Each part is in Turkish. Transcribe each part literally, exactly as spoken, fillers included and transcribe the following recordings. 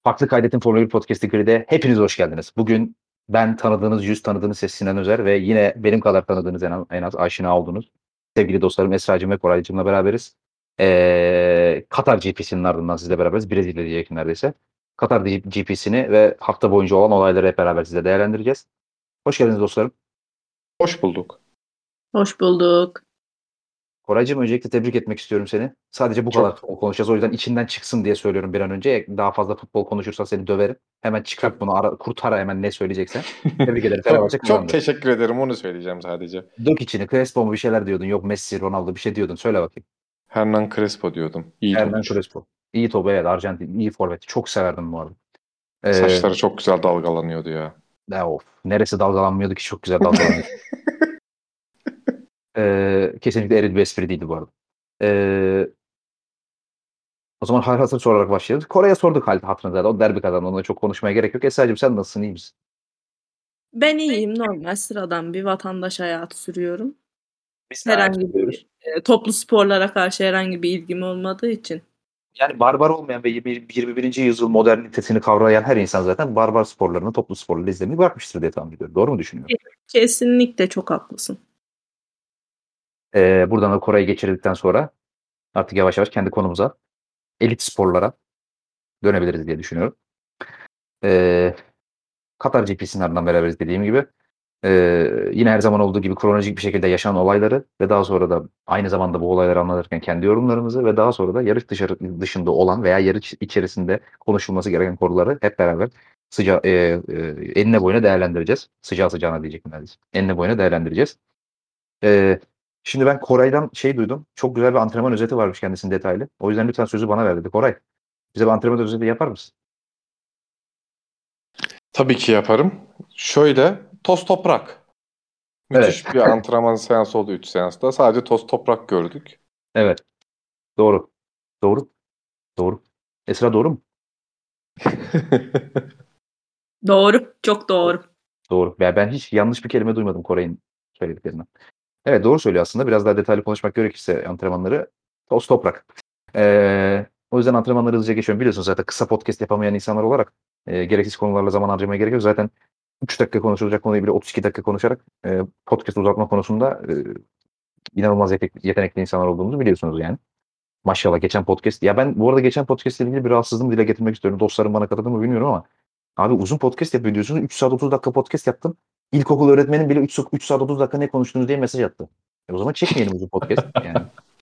Farklı Kaydetin Formula bir Podcast'i Grid'e hepiniz hoş geldiniz. Bugün ben tanıdığınız, yüz tanıdığınız ses Sinan Özer ve yine benim kadar tanıdığınız en az, en az aşina olduğunuz sevgili dostlarım Esra'cığım ve Koraycığımla beraberiz. Ee, Katar G P'sinin ardından sizle beraberiz. Brezilya diyecek neredeyse. Katar G P'sini ve hafta boyunca olan olayları hep beraber size değerlendireceğiz. Hoş geldiniz dostlarım. Hoş bulduk. Hoş bulduk. Koraycığım öncelikle tebrik etmek istiyorum seni. Sadece bu Çok. kadar futbol konuşacağız. O yüzden içinden çıksın diye söylüyorum bir an önce. Daha fazla futbol konuşursan seni döverim. Hemen çıkart Çok. bunu. Ara, kurtar hemen ne söyleyeceksen. Tebrik ederim. çok, çok teşekkür ederim. Onu söyleyeceğim sadece. Dök içini. Crespo mu bir şeyler diyordun. Yok Messi, Ronaldo bir şey diyordun. Söyle bakayım. Hernan Crespo diyordum. İyi Hernan topçu. Crespo. İyi top, evet. Arjantin. iyi forvet. Çok severdim bu arada. Ee, Saçları çok güzel dalgalanıyordu ya. Ya of. Neresi dalgalanmıyordu ki, çok güzel dalgalanıyordu. ee, kesinlikle erit bir espri değildi bu arada. Ee, O zaman hal hatır sorarak başlayalım. Kore'ye sorduk hal hatırını zaten. O derbi kazandı. Onunla çok konuşmaya gerek yok. Esra'cığım sen nasılsın? İyi misin? Ben iyiyim. Normal sıradan bir vatandaş hayatı sürüyorum. Biz de Herhangi bir e, toplu sporlara karşı herhangi bir ilgim olmadığı için. Yani barbar olmayan ve yirmi birinci yüzyıl modernitesini kavrayan her insan zaten barbar sporlarını, toplu sporları izlemeyi bırakmıştır diye tahmin ediyorum. Doğru mu düşünüyorum? Kesinlikle çok haklısın. Ee, buradan da Kore'ye geçirdikten sonra artık yavaş yavaş kendi konumuza, elit sporlara dönebiliriz diye düşünüyorum. Ee, Katar G P'sinin ardından beraberiz dediğim gibi. Ee, yine her zaman olduğu gibi kronolojik bir şekilde yaşanan olayları ve daha sonra da aynı zamanda bu olayları anlatırken kendi yorumlarımızı ve daha sonra da yarış dışarı, dışında olan veya yarış içerisinde konuşulması gereken konuları hep beraber sıca e, e, enine boyuna değerlendireceğiz. Sıcağı sıcağına diyecektim neredeyse. Enine boyuna değerlendireceğiz. Ee, şimdi ben Koray'dan şey duydum. Çok güzel bir antrenman özeti varmış kendisinin detaylı. O yüzden lütfen sözü bana ver dedi. Koray, bize bir antrenman özeti yapar mısın? Tabii ki yaparım. Şöyle toz toprak. Müthiş Evet. bir antrenman seansı oldu üç seansta. Sadece toz toprak gördük. Evet. Doğru. Doğru. Doğru. Esra doğru mu? Doğru. Çok doğru. Doğru. Ya ben hiç yanlış bir kelime duymadım Koray'ın söylediklerinden. Evet, doğru söylüyor aslında. Biraz daha detaylı konuşmak gerekirse antrenmanları toz toprak. Ee, o yüzden antrenmanları hızlıca geçiyorum. Biliyorsunuz zaten kısa podcast yapamayan insanlar olarak e, gereksiz konularla zaman harcamaya gerek yok. Zaten üç dakika konuşulacak konuyu bile otuz iki dakika konuşarak e, podcast uzatma konusunda e, inanılmaz yetenekli, yetenekli insanlar olduğumuzu biliyorsunuz yani. Maşallah geçen podcast. Ya ben bu arada geçen podcast ile ilgili bir rahatsızlığımı dile getirmek istiyorum. Dostlarım bana katıldı mı bilmiyorum ama abi uzun podcast yapıyor diyorsunuz. üç saat otuz dakika podcast yaptım. İlkokul öğretmenim bile üç saat otuz dakika ne konuştunuz diye mesaj attı. E o zaman çekmeyelim uzun podcast yani.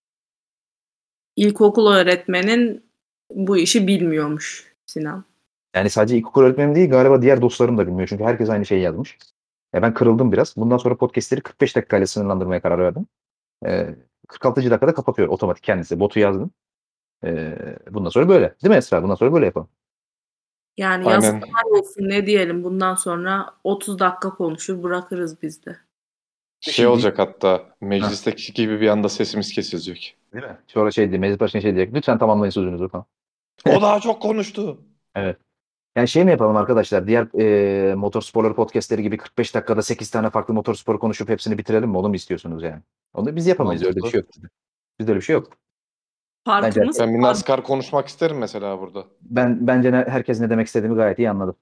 İlkokul öğretmenin bu işi bilmiyormuş Sinan. Yani sadece ilkokul öğretmenim değil, galiba diğer dostlarım da bilmiyor. Çünkü herkes aynı şeyi yazmış. Ya ben kırıldım biraz. Bundan sonra podcastleri kırk beş dakikayla sınırlandırmaya karar verdim. Ee, kırk altıncı dakikada kapatıyor otomatik kendisi. Botu yazdım. Ee, bundan sonra böyle. Değil mi Esra? Bundan sonra böyle yapalım. Yani Aynen. yazıklar olsun, ne diyelim, bundan sonra otuz dakika konuşur bırakırız biz de. Şey olacak hatta meclisteki gibi bir anda sesimiz kesilecek. Değil mi? Sonra şey diye, meclis başkanı şey diyecek. Lütfen tamamlayın sözünüzü falan. O daha çok konuştu. Evet. Yani şey mi yapalım arkadaşlar? Diğer e, motorsporları podcastleri gibi kırk beş dakikada sekiz tane farklı motorsporu konuşup hepsini bitirelim mi? Onu mu istiyorsunuz yani? Onu da biz yapamayız. Öyle bir şey yok. Bizde öyle bir şey yok. Farkımız Ben bir NASCAR konuşmak isterim mesela burada. Ben bence ne, herkes ne demek istediğimi gayet iyi anladı.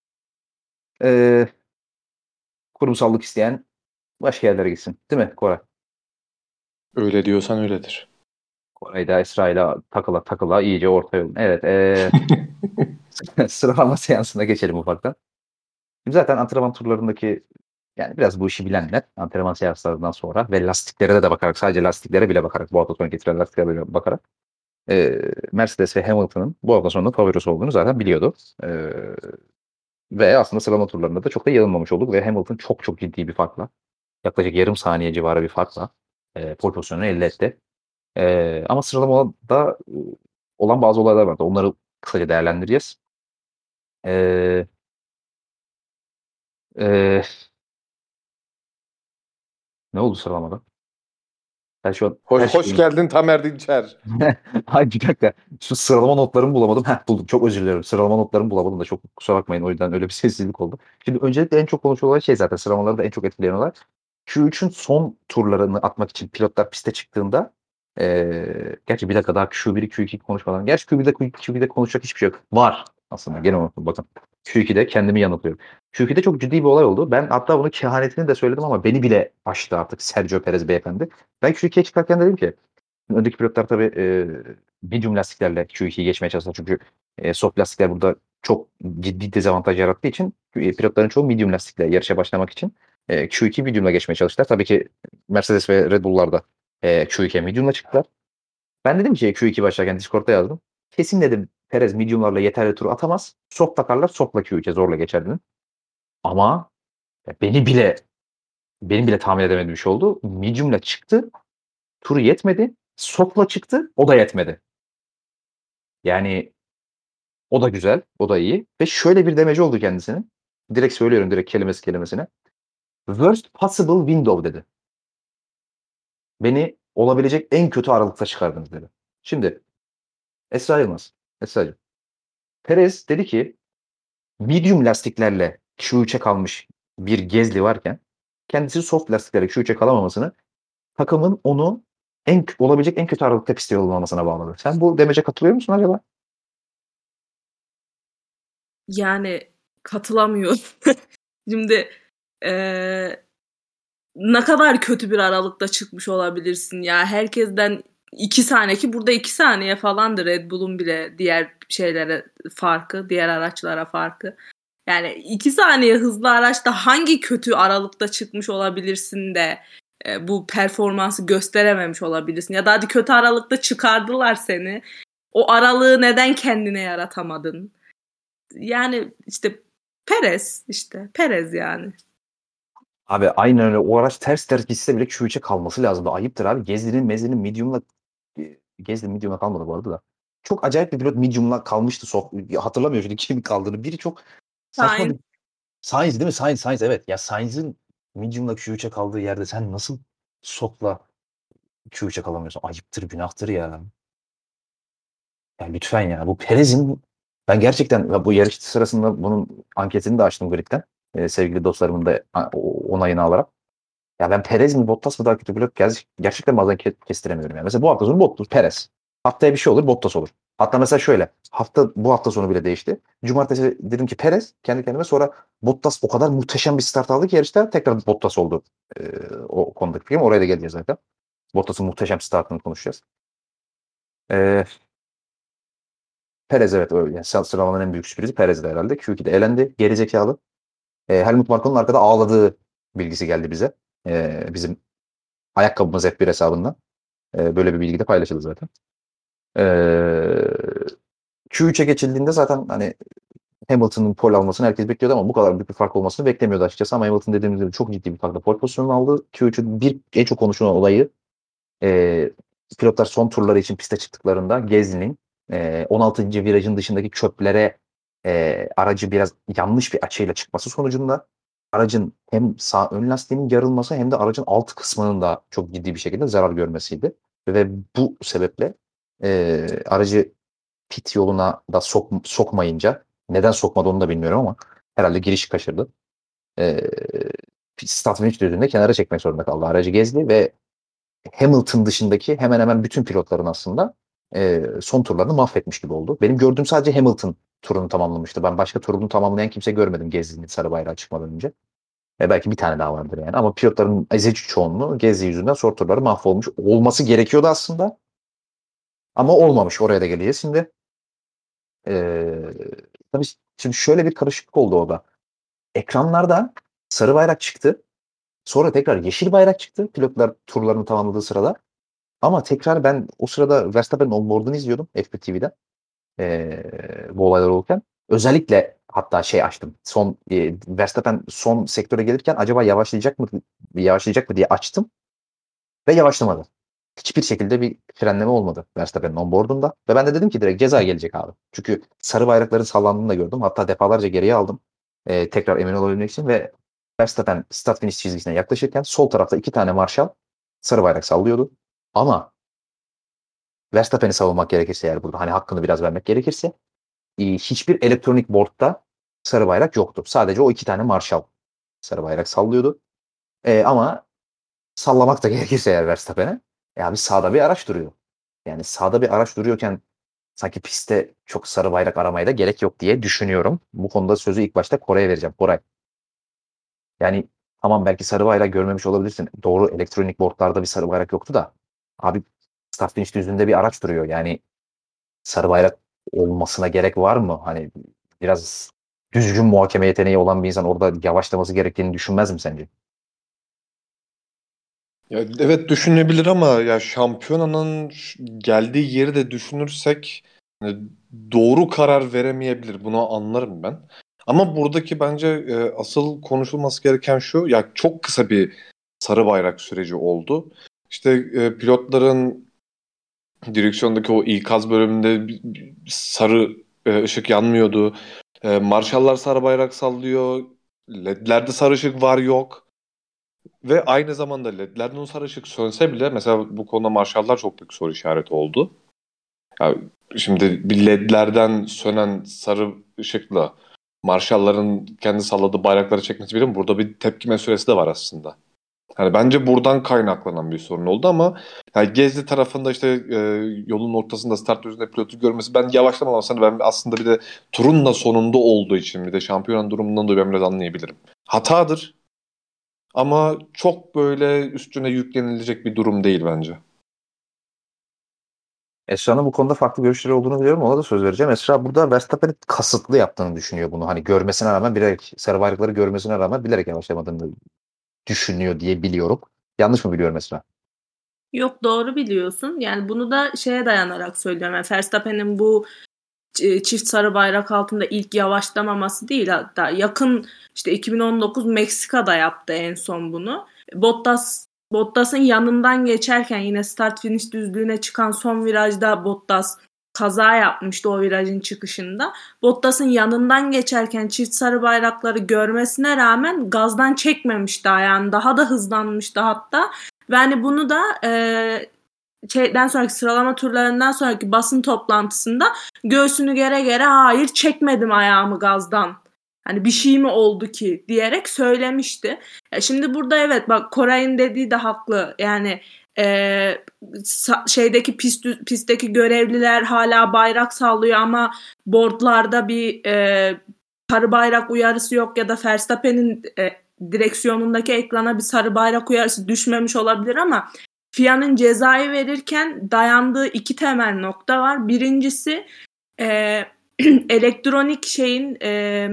Ee, kurumsallık isteyen başka yerlere gitsin. Değil mi Koray? Öyle diyorsan öyledir. Koray'da İsrail'e takıla takıla iyice orta yol. Evet. E, sıralama seansına geçelim ufaktan. Şimdi zaten antrenman turlarındaki yani biraz bu işi bilenler antrenman seanslarından sonra ve lastiklere de bakarak, sadece lastiklere bile bakarak, bu hafta sonu getirilen lastiklere bile bakarak e, Mercedes ve Hamilton'ın bu hafta sonunda favorisi olduğunu zaten biliyordu. E, ve aslında sıralama turlarında da çok da yanılmamış olduk ve Hamilton çok çok ciddi bir farkla, yaklaşık yarım saniye civarı bir farkla e, pole pozisyonunu elde etti. E, ama sıralamada e, olan bazı olaylar vardı. Onları kısaca değerlendireceğiz. E, e, ne oldu sıralamada? Ben şu an Hoş, her hoş şeyi... geldin Tamer Dinçer. Hayır bir dakika. Şu sıralama notlarımı bulamadım. Heh buldum. Çok özür dilerim. Sıralama notlarımı bulamadım da çok kusura bakmayın. O yüzden öyle bir sessizlik oldu. Şimdi öncelikle en çok konuşulan şey zaten sıralamaları da en çok etkileyen olay. Q üçün son turlarını atmak için pilotlar piste çıktığında ee, gerçi bir dakika daha Q biri Q ikiyi konuşmadan. Gerçi Q birde Q ikide konuşacak hiçbir şey yok. Var. aslında. Gene unuttum bakın. Q iki'de kendimi yanıltıyorum. Q iki'de çok ciddi bir olay oldu. Ben hatta bunun kehanetini de söyledim ama beni bile aştı artık Sergio Perez beyefendi. Ben Q iki'ye çıkarken dedim ki öndeki pilotlar tabii e, medium lastiklerle Q iki'yi geçmeye çalıştılar. Çünkü e, soft lastikler burada çok ciddi dezavantaj yarattığı için e, pilotların çoğu medium lastikle yarışa başlamak için e, Q iki medium'la geçmeye çalıştılar. Tabii ki Mercedes ve Red Bull'lar da e, Q iki'ye medium'la çıktılar. Ben dedim ki Q iki başlarken Discord'da yazdım. Kesin dedim Perez medium'larla yeterli tur atamaz. Soft takarlar, soft'la Q iki'ye zorla geçer dedim. Ama beni bile benim bile tahmin edemediğim bir şey oldu. Medium'la çıktı. Turu yetmedi. Soft'la çıktı. O da yetmedi. Yani o da güzel. O da iyi. Ve şöyle bir demeci oldu kendisinin. Direkt söylüyorum direkt kelimesi kelimesine. Worst possible window dedi. Beni olabilecek en kötü aralıkta çıkardınız dedi. Şimdi Esra Yılmaz. Esra'cığım. Perez dedi ki medium lastiklerle Q üçe kalmış bir Gezli varken kendisi soft lastiklerle Q üçe kalamamasını takımın onu en olabilecek en kötü aralıkta piste yollamamasına bağladı. Sen bu demece katılıyor musun acaba? Yani katılamıyorum. Şimdi eee, ne kadar kötü bir aralıkta çıkmış olabilirsin ya. Herkesten iki saniye ki burada iki saniye falandır Red Bull'un bile diğer şeylere farkı, diğer araçlara farkı. Yani iki saniye hızlı araçta hangi kötü aralıkta çıkmış olabilirsin de e, bu performansı gösterememiş olabilirsin. Ya da hadi kötü aralıkta çıkardılar seni. O aralığı neden kendine yaratamadın? Yani işte Perez işte Perez yani. Abi aynen öyle. O araç ters ters gitse bile Q üçe kalması lazımdı. Ayıptır abi. Gezdi'nin Mezli'nin medium'la Gezdi medium'la kalmadı bu arada da. Çok acayip bir pilot medium'la kalmıştı. Sok, hatırlamıyorum şimdi kimin kaldığını. Biri çok saçma Sainz. bir Sainz değil mi? Sainz, Sainz evet. Ya Sainz'in medium'la Q üçe kaldığı yerde sen nasıl Sok'la Q üçe kalamıyorsun? Ayıptır, günahtır ya. Ya lütfen ya. Bu Perez'in ben gerçekten ya bu yarış sırasında bunun anketini de açtım gridden. Ee, sevgili dostlarımın da a- o- onayını alarak. Ya ben Perez mi Bottas mı daha kötü pilot ger- gerçekten bazen ke- kestiremiyorum. Yani. Mesela bu hafta sonu Bottas, Perez. Haftaya bir şey olur Bottas olur. Hatta mesela şöyle hafta bu hafta sonu bile değişti. Cumartesi dedim ki Perez kendi kendime sonra Bottas o kadar muhteşem bir start aldı ki yarışta tekrar Bottas oldu. Ee, o konudaki fikrim. Oraya da geleceğiz zaten. Bottas'ın muhteşem startını konuşacağız. Ee, Perez evet öyle. Yani sıralamanın en büyük sürprizi Perez'de herhalde. Q iki'de elendi. Gerizekalı. Ee, Helmut Marko'nun arkada ağladığı bilgisi geldi bize. Ee, bizim ayakkabımız F bir hesabından. Ee, böyle bir bilgi de paylaşıldı zaten. Ee, Q üçe geçildiğinde zaten hani Hamilton'ın pole almasını herkes bekliyordu ama bu kadar büyük bir fark olmasını beklemiyordu açıkçası. Ama Hamilton dediğimiz gibi çok ciddi bir farkla pole pozisyonunu aldı. Q üçün bir en çok konuşulan olayı e, pilotlar son turları için piste çıktıklarında Gasly'nin e, on altıncı virajın dışındaki çöplere e, aracı biraz yanlış bir açıyla çıkması sonucunda aracın hem sağ ön lastiğinin yarılması hem de aracın alt kısmının da çok ciddi bir şekilde zarar görmesiydi. Ve bu sebeple e, aracı pit yoluna da sok, sokmayınca neden sokmadı onu da bilmiyorum ama herhalde girişi kaçırdı. E, Start finish düzlüğünde kenara çekmek zorunda kaldı aracı Gasly ve Hamilton dışındaki hemen hemen bütün pilotların aslında e, son turlarını mahvetmiş gibi oldu. Benim gördüğüm sadece Hamilton turunu tamamlamıştı. Ben başka turunu tamamlayan kimse görmedim Gezdi'nin sarı bayrağı çıkmadan önce. E belki bir tane daha vardır yani. Ama pilotların ezici çoğunluğu Gezdi yüzünden son turları mahvolmuş. Olması gerekiyordu aslında. Ama olmamış. Oraya da geleceğiz. Şimdi e, tabii şimdi şöyle bir karışıklık oldu orada. Ekranlarda sarı bayrak çıktı. Sonra tekrar yeşil bayrak çıktı. Pilotlar turlarını tamamladığı sırada. Ama tekrar ben o sırada Verstappen'in onboard'unu izliyordum F bir T V'den ee, bu olaylar olurken. Özellikle hatta şey açtım. Son e, Verstappen son sektöre gelirken acaba yavaşlayacak mı yavaşlayacak mı diye açtım ve yavaşlamadı. Hiçbir şekilde bir frenleme olmadı Verstappen'in onboard'unda. Ve ben de dedim ki direkt ceza gelecek abi. Çünkü sarı bayrakların sallandığını da gördüm. Hatta defalarca geriye aldım. Ee, tekrar emin olabilmek için ve Verstappen start finish çizgisine yaklaşırken sol tarafta iki tane marşal sarı bayrak sallıyordu. Ama Verstappen'i savunmak gerekirse eğer burada hani hakkını biraz vermek gerekirse e, hiçbir elektronik board'da sarı bayrak yoktu. Sadece o iki tane marşal sarı bayrak sallıyordu. E, ama sallamak da gerekirse eğer Verstappen'e e abi sağda bir araç duruyor. Yani sağda bir araç duruyorken sanki pistte çok sarı bayrak aramaya da gerek yok diye düşünüyorum. Bu konuda sözü ilk başta Koray'a vereceğim. Koray. Yani tamam belki sarı bayrak görmemiş olabilirsin. Doğru, elektronik boardlarda bir sarı bayrak yoktu da. Abi start finish düzlüğünde bir araç duruyor. Yani sarı bayrak olmasına gerek var mı? Hani biraz düzgün muhakeme yeteneği olan bir insan orada yavaşlaması gerektiğini düşünmez mi sence? Ya evet düşünebilir ama ya şampiyonanın ş- geldiği yeri de düşünürsek hani doğru karar veremeyebilir. Bunu anlarım ben. Ama buradaki bence e, asıl konuşulması gereken şu, ya çok kısa bir sarı bayrak süreci oldu. İşte e, pilotların direksiyondaki o ikaz bölümünde bir- bir sarı e, ışık yanmıyordu. E, marşallar sarı bayrak sallıyor. L E D'lerde sarı ışık var yok. Ve aynı zamanda L E D'lerden o sarı ışık sönse bile mesela bu konuda marşallar çok büyük soru işareti oldu. Ya şimdi bir L E D'lerden sönen sarı ışıkla marşalların kendi salladığı bayrakları çekmesi bile burada bir tepkime süresi de var aslında. Hani bence buradan kaynaklanan bir sorun oldu ama yani Gezdi tarafında işte e, yolun ortasında start düzünde pilotu görmesi ben yavaşlamamasını ben aslında bir de turun da sonunda olduğu için bir de şampiyon durumundan da ben biraz anlayabilirim. Hatadır ama çok böyle üstüne yüklenilecek bir durum değil bence. Esra'nın bu konuda farklı görüşleri olduğunu biliyorum. Ona da söz vereceğim. Esra burada Verstappen'in kasıtlı yaptığını düşünüyor bunu. Hani görmesine rağmen bilerek, sarı bayrakları görmesine rağmen bilerek yavaşlamadığını düşünüyor diye biliyorum. Yanlış mı biliyorum Esra? Yok, doğru biliyorsun. Yani bunu da şeye dayanarak söylüyorum. Yani Verstappen'in bu e, çift sarı bayrak altında ilk yavaşlamaması değil, hatta yakın işte iki bin on dokuz Meksika'da yaptı en son bunu. Bottas Bottas'ın yanından geçerken yine start finish düzlüğüne çıkan son virajda Bottas kaza yapmıştı o virajın çıkışında. Bottas'ın yanından geçerken çift sarı bayrakları görmesine rağmen gazdan çekmemişti ayağını. Daha da hızlanmıştı hatta. Ve hani bunu da e, şeyden sonraki sıralama turlarından sonraki basın toplantısında göğsünü gere gere hayır çekmedim ayağımı gazdan. Hani bir şey mi oldu ki diyerek söylemişti. Ya şimdi burada evet bak Koray'ın dediği de haklı. Yani e, sa- şeydeki pist, pistteki görevliler hala bayrak sallıyor ama boardlarda bir e, sarı bayrak uyarısı yok ya da Verstappen'in e, direksiyonundaki ekrana bir sarı bayrak uyarısı düşmemiş olabilir ama F I A'nın cezayı verirken dayandığı iki temel nokta var. Birincisi e, elektronik şeyin e,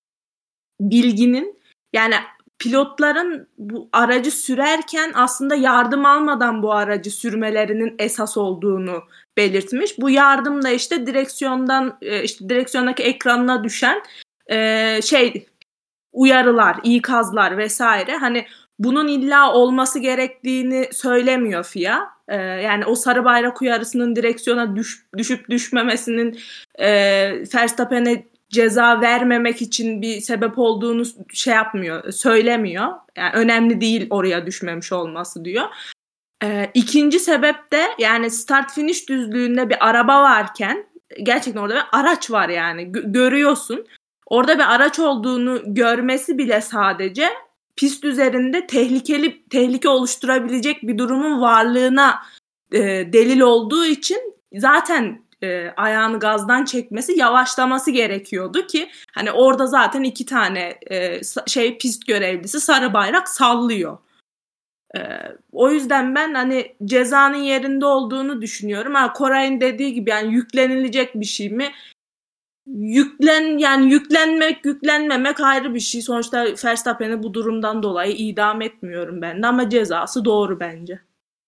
bilginin, yani pilotların bu aracı sürerken aslında yardım almadan bu aracı sürmelerinin esas olduğunu belirtmiş. Bu yardım da işte direksiyondan e, işte direksiyondaki ekranına düşen e, şey uyarılar, ikazlar vesaire. Hani bunun illa olması gerektiğini söylemiyor F I A. Ee, yani o sarı bayrak uyarısının direksiyona düş, düşüp düşmemesinin e, Verstappen'e ceza vermemek için bir sebep olduğunu şey yapmıyor, söylemiyor. Yani önemli değil oraya düşmemiş olması diyor. Ee, ikinci sebep de yani start finish düzlüğünde bir araba varken gerçekten orada bir araç var yani G- görüyorsun. Orada bir araç olduğunu görmesi bile sadece pist üzerinde tehlikeli tehlike oluşturabilecek bir durumun varlığına e, delil olduğu için zaten e, ayağını gazdan çekmesi, yavaşlaması gerekiyordu ki hani orada zaten iki tane e, şey pist görevlisi sarı bayrak sallıyor. Ee, o yüzden ben hani cezanın yerinde olduğunu düşünüyorum. Ha, Koray'ın dediği gibi yani yüklenilecek bir şey mi? Yüklen yani yüklenmek yüklenmemek ayrı bir şey. Sonuçta Verstappen'i bu durumdan dolayı idam etmiyorum ben de ama cezası doğru bence.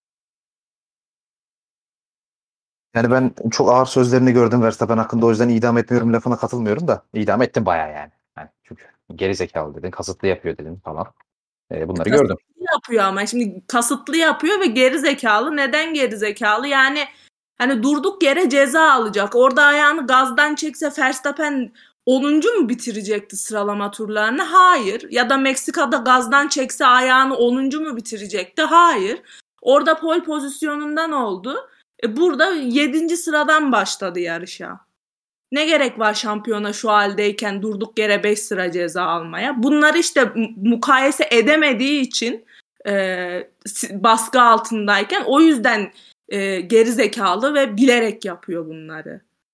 Yani ben çok ağır sözlerini gördüm Verstappen hakkında, o yüzden idam etmiyorum lafına katılmıyorum da idam ettim bayağı yani. Yani çünkü geri zekalı dedin, kasıtlı yapıyor dedin falan. Ee, bunları gördüm. Kasıtlı yapıyor ama şimdi kasıtlı yapıyor ve geri zekalı. Neden geri zekalı? Yani hani durduk yere ceza alacak. Orada ayağını gazdan çekse Verstappen onuncu mu bitirecekti sıralama turlarını? Hayır. Ya da Meksika'da gazdan çekse ayağını onuncu mu bitirecekti? Hayır. Orada pole pozisyonundan oldu. E burada yedinci sıradan başladı yarışa. Ne gerek var şampiyona şu haldeyken durduk yere beş sıra ceza almaya? Bunları işte mukayese edemediği için e, baskı altındayken o yüzden e, geri zekalı ve bilerek yapıyor bunları.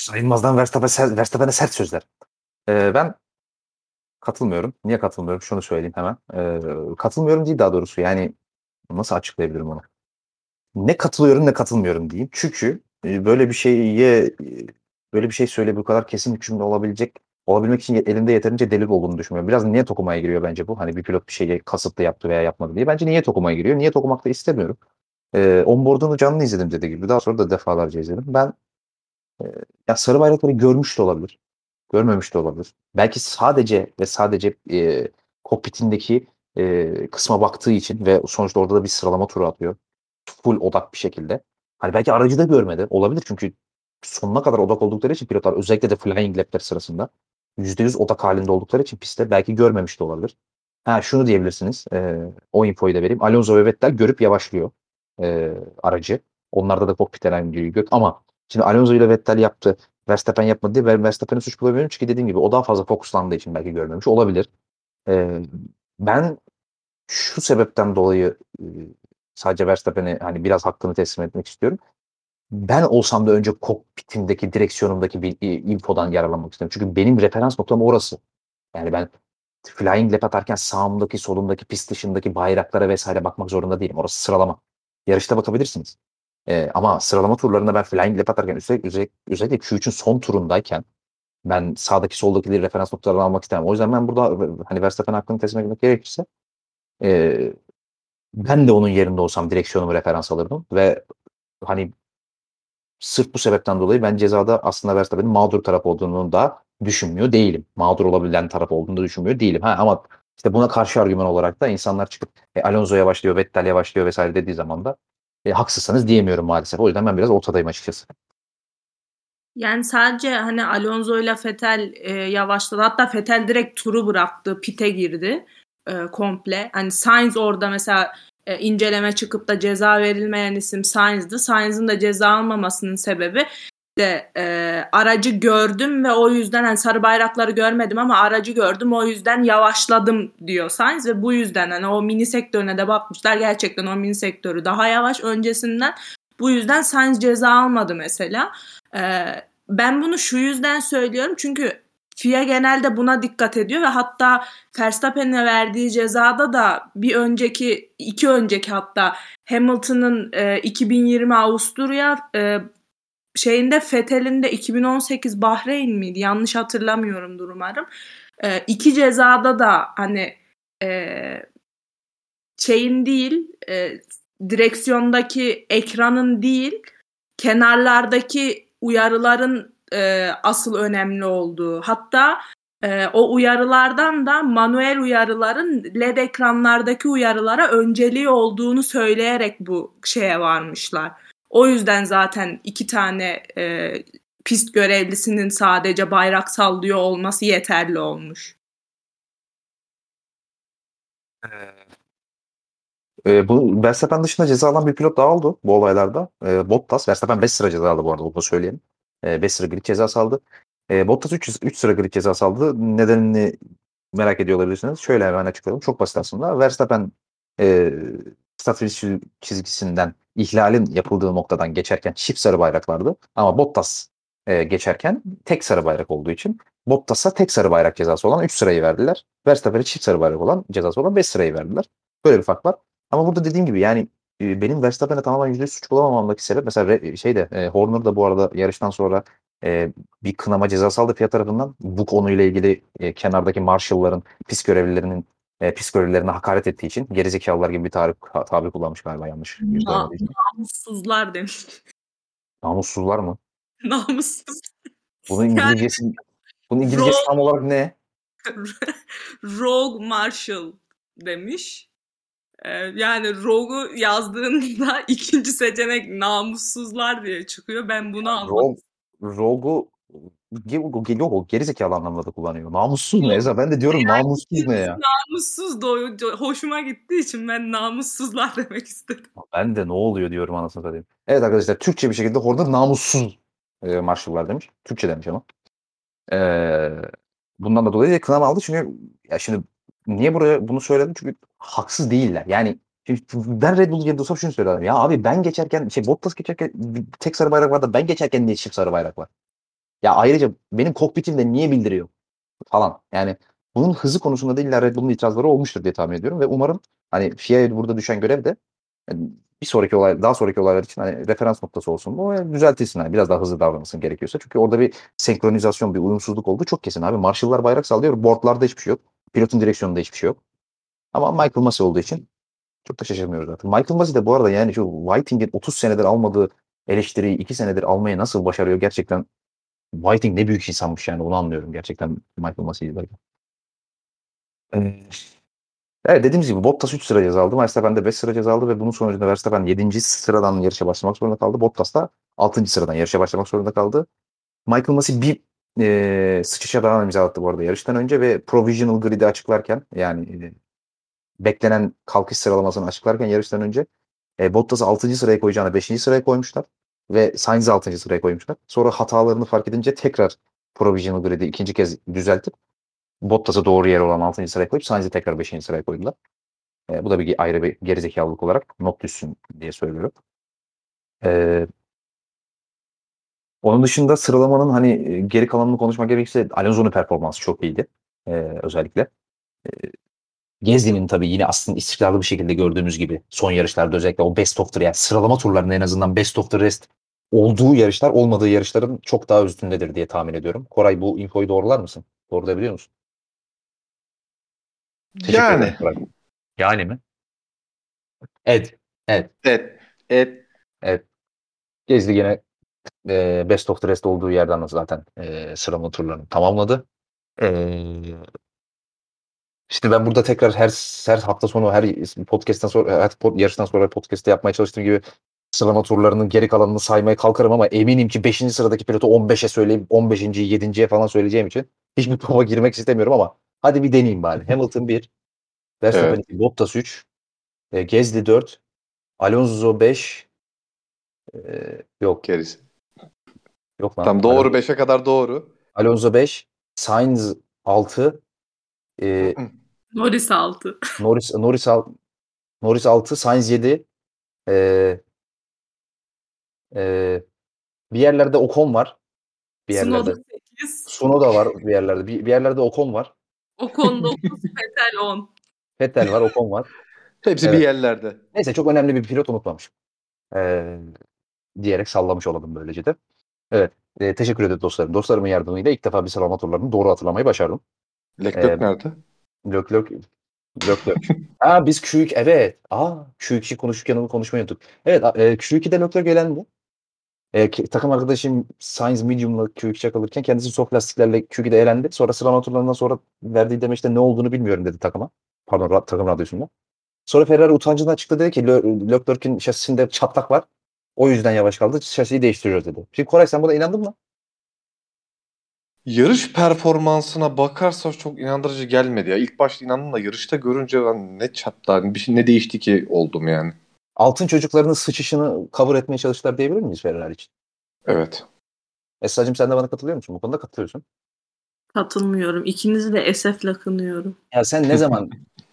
Sayılmazdan Verstappen'e Verstappen'e sert sözler. Ee, ben katılmıyorum. Niye katılmıyorum? Şunu söyleyeyim hemen. Ee, katılmıyorum değil daha doğrusu. Yani nasıl açıklayabilirim onu? Ne katılıyorum ne katılmıyorum diyeyim. Çünkü e, böyle bir şeye e, böyle bir şey söyle bu kadar kesin hükümlü olabilecek olabilmek için elinde yeterince delil olduğunu düşünmüyorum. Biraz niyet okumaya giriyor bence bu. Hani bir pilot bir şeyi kasıtlı yaptı veya yapmadı diye. Bence niyet okumaya giriyor. Niyet okumak da istemiyorum. Ee, onboard'unu canlı izledim dediği gibi. Daha sonra da defalarca izledim. Ben e, ya sarı bayrakları görmüş de olabilir. Görmemiş de olabilir. Belki sadece ve sadece e, kokpitindeki e, kısma baktığı için ve sonuçta orada da bir sıralama turu atıyor. Full odak bir şekilde. Hani belki aracı da görmedi. Olabilir çünkü sonuna kadar odak oldukları için pilotlar özellikle de flying lap'ler sırasında yüzde yüz odak halinde oldukları için pistte belki görmemiş de olabilir. Ha şunu diyebilirsiniz. E, o infoyu da vereyim. Alonso ve Vettel görüp yavaşlıyor e, aracı. Onlarda da kokpitten aynı gör. Ama şimdi Alonso ile Vettel yaptı. Verstappen yapmadı diye ben Verstappen'e suç bulamıyorum. Çünkü dediğim gibi o daha fazla fokuslandığı için belki görmemiş olabilir. E, ben şu sebepten dolayı e, sadece Verstappen'e hani biraz hakkını teslim etmek istiyorum. Ben olsam da önce kokpitimdeki, direksiyonumdaki bir e, infodan yararlanmak istiyorum. Çünkü benim referans noktam orası. Yani ben flying lap atarken sağımdaki, solumdaki, pist dışındaki bayraklara vesaire bakmak zorunda değilim. Orası sıralama. Yarışta bakabilirsiniz. Ee, ama sıralama turlarında ben flying lap atarken özellikle, özellikle, özellikle Q üçün son turundayken ben sağdaki soldakileri referans noktalarına almak istemem. O yüzden ben burada hani Verstappen hakkını teslim etmek gerekirse e, ben de onun yerinde olsam direksiyonumu referans alırdım ve hani sırf bu sebepten dolayı ben cezada aslında Verstappen'in mağdur taraf olduğunu da düşünmüyor değilim. Mağdur olabilen taraf olduğunu da düşünmüyor değilim. Ha, ama işte buna karşı argüman olarak da insanlar çıkıp e, Alonso yavaşlıyor, Vettel yavaşlıyor vesaire dediği zaman da e, haksızsanız diyemiyorum maalesef. O yüzden ben biraz ortadayım açıkçası. Yani sadece hani Alonso ile Vettel e, yavaşladı. Hatta Vettel direkt turu bıraktı. Pit'e girdi e, komple. Hani Sainz orada mesela e, inceleme çıkıp da ceza verilmeyen isim Sainz'dı. Sainz'ın da ceza almamasının sebebi de e, aracı gördüm ve o yüzden hani sarı bayrakları görmedim ama aracı gördüm o yüzden yavaşladım diyor Sainz ve bu yüzden hani o mini sektörüne de bakmışlar. Gerçekten o mini sektörü daha yavaş öncesinden. Bu yüzden Sainz ceza almadı mesela. Ee, ben bunu şu yüzden söylüyorum çünkü F I A genelde buna dikkat ediyor ve hatta Verstappen'e verdiği cezada da bir önceki, iki önceki hatta Hamilton'ın e, iki bin yirmi Avusturya e, şeyinde Vettel'in de iki bin on sekiz Bahreyn miydi? Yanlış hatırlamıyorumdur umarım. E, iki cezada da hani e, şeyin değil, e, direksiyondaki ekranın değil, kenarlardaki uyarıların e, asıl önemli olduğu. Hatta e, o uyarılardan da manuel uyarıların L E D ekranlardaki uyarılara önceliği olduğunu söyleyerek bu şeye varmışlar. O yüzden zaten iki tane e, pist görevlisinin sadece bayrak sallıyor olması yeterli olmuş. E, bu Verstappen dışında ceza alan bir pilot daha oldu bu olaylarda. E, Bottas. Verstappen beş sıra ceza aldı bu arada onu da söyleyelim. E, beş sıra grid cezası aldı. E, Bottas üç sıra grid cezası aldı. Nedenini merak ediyor olabilirsiniz. Şöyle hemen açıklayalım. Çok basit aslında. Verstappen e, start finish çizgisinden ihlalin yapıldığı noktadan geçerken çift sarı bayraklardı. Ama Bottas e, geçerken tek sarı bayrak olduğu için Bottas'a tek sarı bayrak cezası olan üç sırayı verdiler. Verstappen'e çift sarı bayrak olan cezası olan beş sırayı verdiler. Böyle bir fark var. Ama burada dediğim gibi yani e, benim Verstappen'e tamamen yüzde yüz suç bulamamamdaki sebep mesela re- şeyde e, Horner da bu arada yarıştan sonra e, bir kınama cezası aldı F I A tarafından. Bu konuyla ilgili e, kenardaki marshalların, pist görevlilerinin e, pist görevlilerine hakaret ettiği için gerizekalılar gibi bir tabir, tabir kullanmış galiba yanlış yüz Na- görmediği namussuzlar demiş. Namussuzlar mı? Namussuz. Bunun Yani İngilizcesi bunun İngilizcesi Rogue, tam olarak ne? Rogue Marshall demiş. Ee, yani Rogue'u yazdığında ikinci seçenek namussuzlar diye çıkıyor. Ben bunu almak Rogue, Rogue'u ge- yok o gerizekalı anlamında da kullanıyor. Namussuz ne? istiyorum. Eza? Ben de diyorum namussuz ne İkincisi ya? namussuz da o- hoşuma gittiği için ben namussuzlar demek istedim. Ben de ne oluyor diyorum anasını satayım. Evet arkadaşlar Türkçe bir şekilde Horner namussuz e, marshall'lar demiş. Türkçe demiş ama. E, bundan da dolayı kınama aldı. Çünkü ya şimdi niye buraya bunu söyledim? Çünkü haksız değiller. Yani şimdi ben Red Bull yerinde olsam şunu söylerdim. Ya abi ben geçerken şey Bottas geçerken tek sarı bayrak var da ben geçerken niye çift sarı bayrak var? Ya ayrıca benim kokpitimde niye bildiriyor falan. Yani bunun hızı konusunda da illa Red Bull'un itirazları olmuştur diye tahmin ediyorum ve umarım hani F I A'ya burada düşen görev de yani bir sonraki olay, daha sonraki olaylar için hani referans noktası olsun. Bu yani düzeltilsin. Hani biraz daha hızlı davranılsın gerekiyorsa. Çünkü orada bir senkronizasyon, bir uyumsuzluk olduğu çok kesin abi. Marshall'lar bayrak sallıyor. Boardlarda hiçbir şey yok. Pilotun direksiyonunda hiçbir şey yok. Ama Michael Massey olduğu için çok da şaşırmıyoruz zaten. Michael Massey de bu arada yani şu Whiting'in otuz senedir almadığı eleştiriyi iki senedir almaya nasıl başarıyor gerçekten. Whiting ne büyük insanmış yani onu anlıyorum gerçekten Michael Massey'i. Ee, evet dediğimiz gibi Bottas üç sıra ceza aldı. Verstappen de beş sıra ceza aldı ve bunun sonucunda Verstappen yedinci sıradan yarışa başlamak zorunda kaldı. Bottas da altıncı sıradan yarışa başlamak zorunda kaldı. Michael Massey bir e, sıçışa daha imza attı bu arada yarıştan önce ve Provisional Grid'i açıklarken yani e, beklenen kalkış sıralamasını açıklarken yarıştan önce e, Bottas'ı altıncı sıraya koyacağına beşinci sıraya koymuşlar ve Sainz'i altıncı sıraya koymuşlar. Sonra hatalarını fark edince tekrar Provisional Grid'i ikinci kez düzeltip Bottas'ı doğru yere olan altıncı sıraya koyup Sainz'i tekrar beşinci sıraya koydular. E, bu da bir ayrı bir gerizekalılık olarak not düşsün diye söylüyorum. E, onun dışında sıralamanın hani e, geri kalanını konuşmak gerekirse Alonso'nun performansı çok iyiydi. E, özellikle. E, Gezdi'nin tabii yine aslında istikrarlı bir şekilde gördüğümüz gibi son yarışlarda özellikle o best of the yani sıralama turlarında en azından best of the rest olduğu yarışlar olmadığı yarışların çok daha üstündedir diye tahmin ediyorum. Koray bu infoyu doğrular mısın? Doğrulayabiliyor musun? Teşekkür Yani ederim Koray. Yani mi? Evet. Evet. et et Evet. Gezdi yine e, best of the rest olduğu yerden zaten e, sıralama turlarını tamamladı. E, işte ben burada tekrar her her hafta sonu her podcast'ten sonra her pod, yarıştan sonra podcast'te yapmaya çalıştığım gibi sıralama turlarının geri kalanını saymaya kalkarım ama eminim ki beşinci sıradaki pilotu on beşe söyleyip on beşinci yedinciye falan söyleyeceğim için hiçbir topa girmek istemiyorum ama hadi bir deneyeyim bari. Hamilton bir, Verstappen evet iki, Bottas üç, e, Gasly dört, Alonso beş, e, yok gerisi. yok lan. Tam Alonso, doğru beşe kadar doğru. Alonso beş, Sainz altı, e, Norris altı. Norris Norris al, Norris altı, Sainz yedi, e, e, bir yerlerde Ocon var. Bir Tsunoda yerlerde. sekiz. Tsunoda var bir yerlerde. Bir, bir yerlerde Ocon var. Ocon dokuz. Vettel on. Vettel var, Ocon var. Hepsi bir Evet. yerlerde. Neyse çok önemli bir pilot unutmamışım. Ee, diyerek sallamış olalım böylece de. Evet. E, teşekkür ederim dostlarım. Dostlarımın yardımıyla ilk defa bir sıralama turlarını doğru hatırlamayı başardım. Ee, Leclerc nerede? Leclerc, Leclerc. Aa biz Q iki evet. Aa Q iki konuşurken onu konuşmayı unuttuk. Evet e, Q ikide Leclerc elendi. E, ki- takım arkadaşım Sainz Medium'la Q iki çakılırken kendisi soft lastiklerle Q ikide elendi. Sonra sıralama turlarından sonra verdiği demeçte ne olduğunu bilmiyorum dedi takıma. Pardon ra- takım radyosunda. Sonra Ferrari utancından çıktı dedi ki Le- Leclerc'in şasisinde çatlak var. O yüzden yavaş kaldı. Şasiyi değiştiriyoruz dedi. Şimdi Koray sen buna inandın mı? Yarış performansına bakarsak çok inandırıcı gelmedi ya. İlk başta inandım da yarışta görünce ben ne çattı, hani bir şey ne değişti ki oldum yani. Altın çocuklarının sıçışını cover etmeye çalıştılar diyebilir miyiz Ferrari için? Evet. Esra'cığım sen de bana katılıyor musun? Bu konuda katılıyorsun. Katılmıyorum. İkinizi de esefle kınıyorum. Ya sen ne zaman...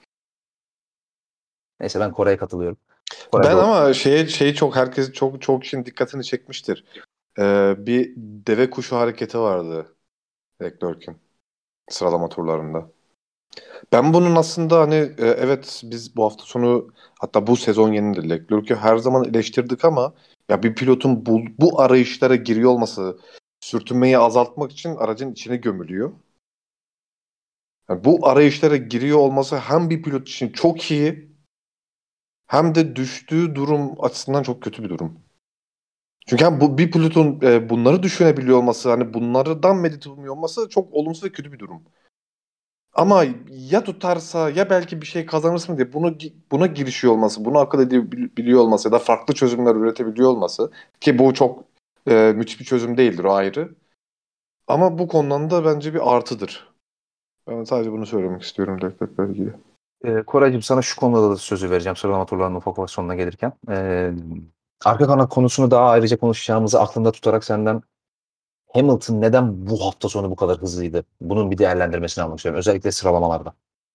Neyse ben Koray'a katılıyorum. Koray Ben doğru. ama şeye şey çok herkes çok çok kişinin dikkatini çekmiştir. Ee, bir deve kuşu hareketi vardı Leclerc'in sıralama turlarında. Ben bunun aslında hani e, evet biz bu hafta sonu hatta bu sezon yenildi Leclerc'i her zaman eleştirdik ama ya bir pilotun bu, bu arayışlara giriyor olması sürtünmeyi azaltmak için aracın içine gömülüyor. Yani bu arayışlara giriyor olması hem bir pilot için çok iyi hem de düştüğü durum açısından çok kötü bir durum. Çünkü hem bu bir pilotun e, bunları düşünebiliyor olması, hani bunlardan medet umuyor olması çok olumsuz ve kötü bir durum. Ama ya tutarsa ya belki bir şey kazanırsın mı diye bunu buna girişiyor olması, bunu akıl edebiliyor olması ya da farklı çözümler üretebiliyor olması ki bu çok e, müthiş bir çözüm değildir, o ayrı. Ama bu konudan da bence bir artıdır. Ben sadece bunu söylemek istiyorum Leclerc'le ilgili. Ee, Koraycığım sana şu konuda da sözü vereceğim sıralama turlarının ufak ufak sonuna gelirken. Ee, arka kanat konusunu daha ayrıca konuşacağımızı aklında tutarak senden Hamilton neden bu hafta sonu bu kadar hızlıydı? Bunun bir değerlendirmesini almak istiyorum. Özellikle sıralamalarda.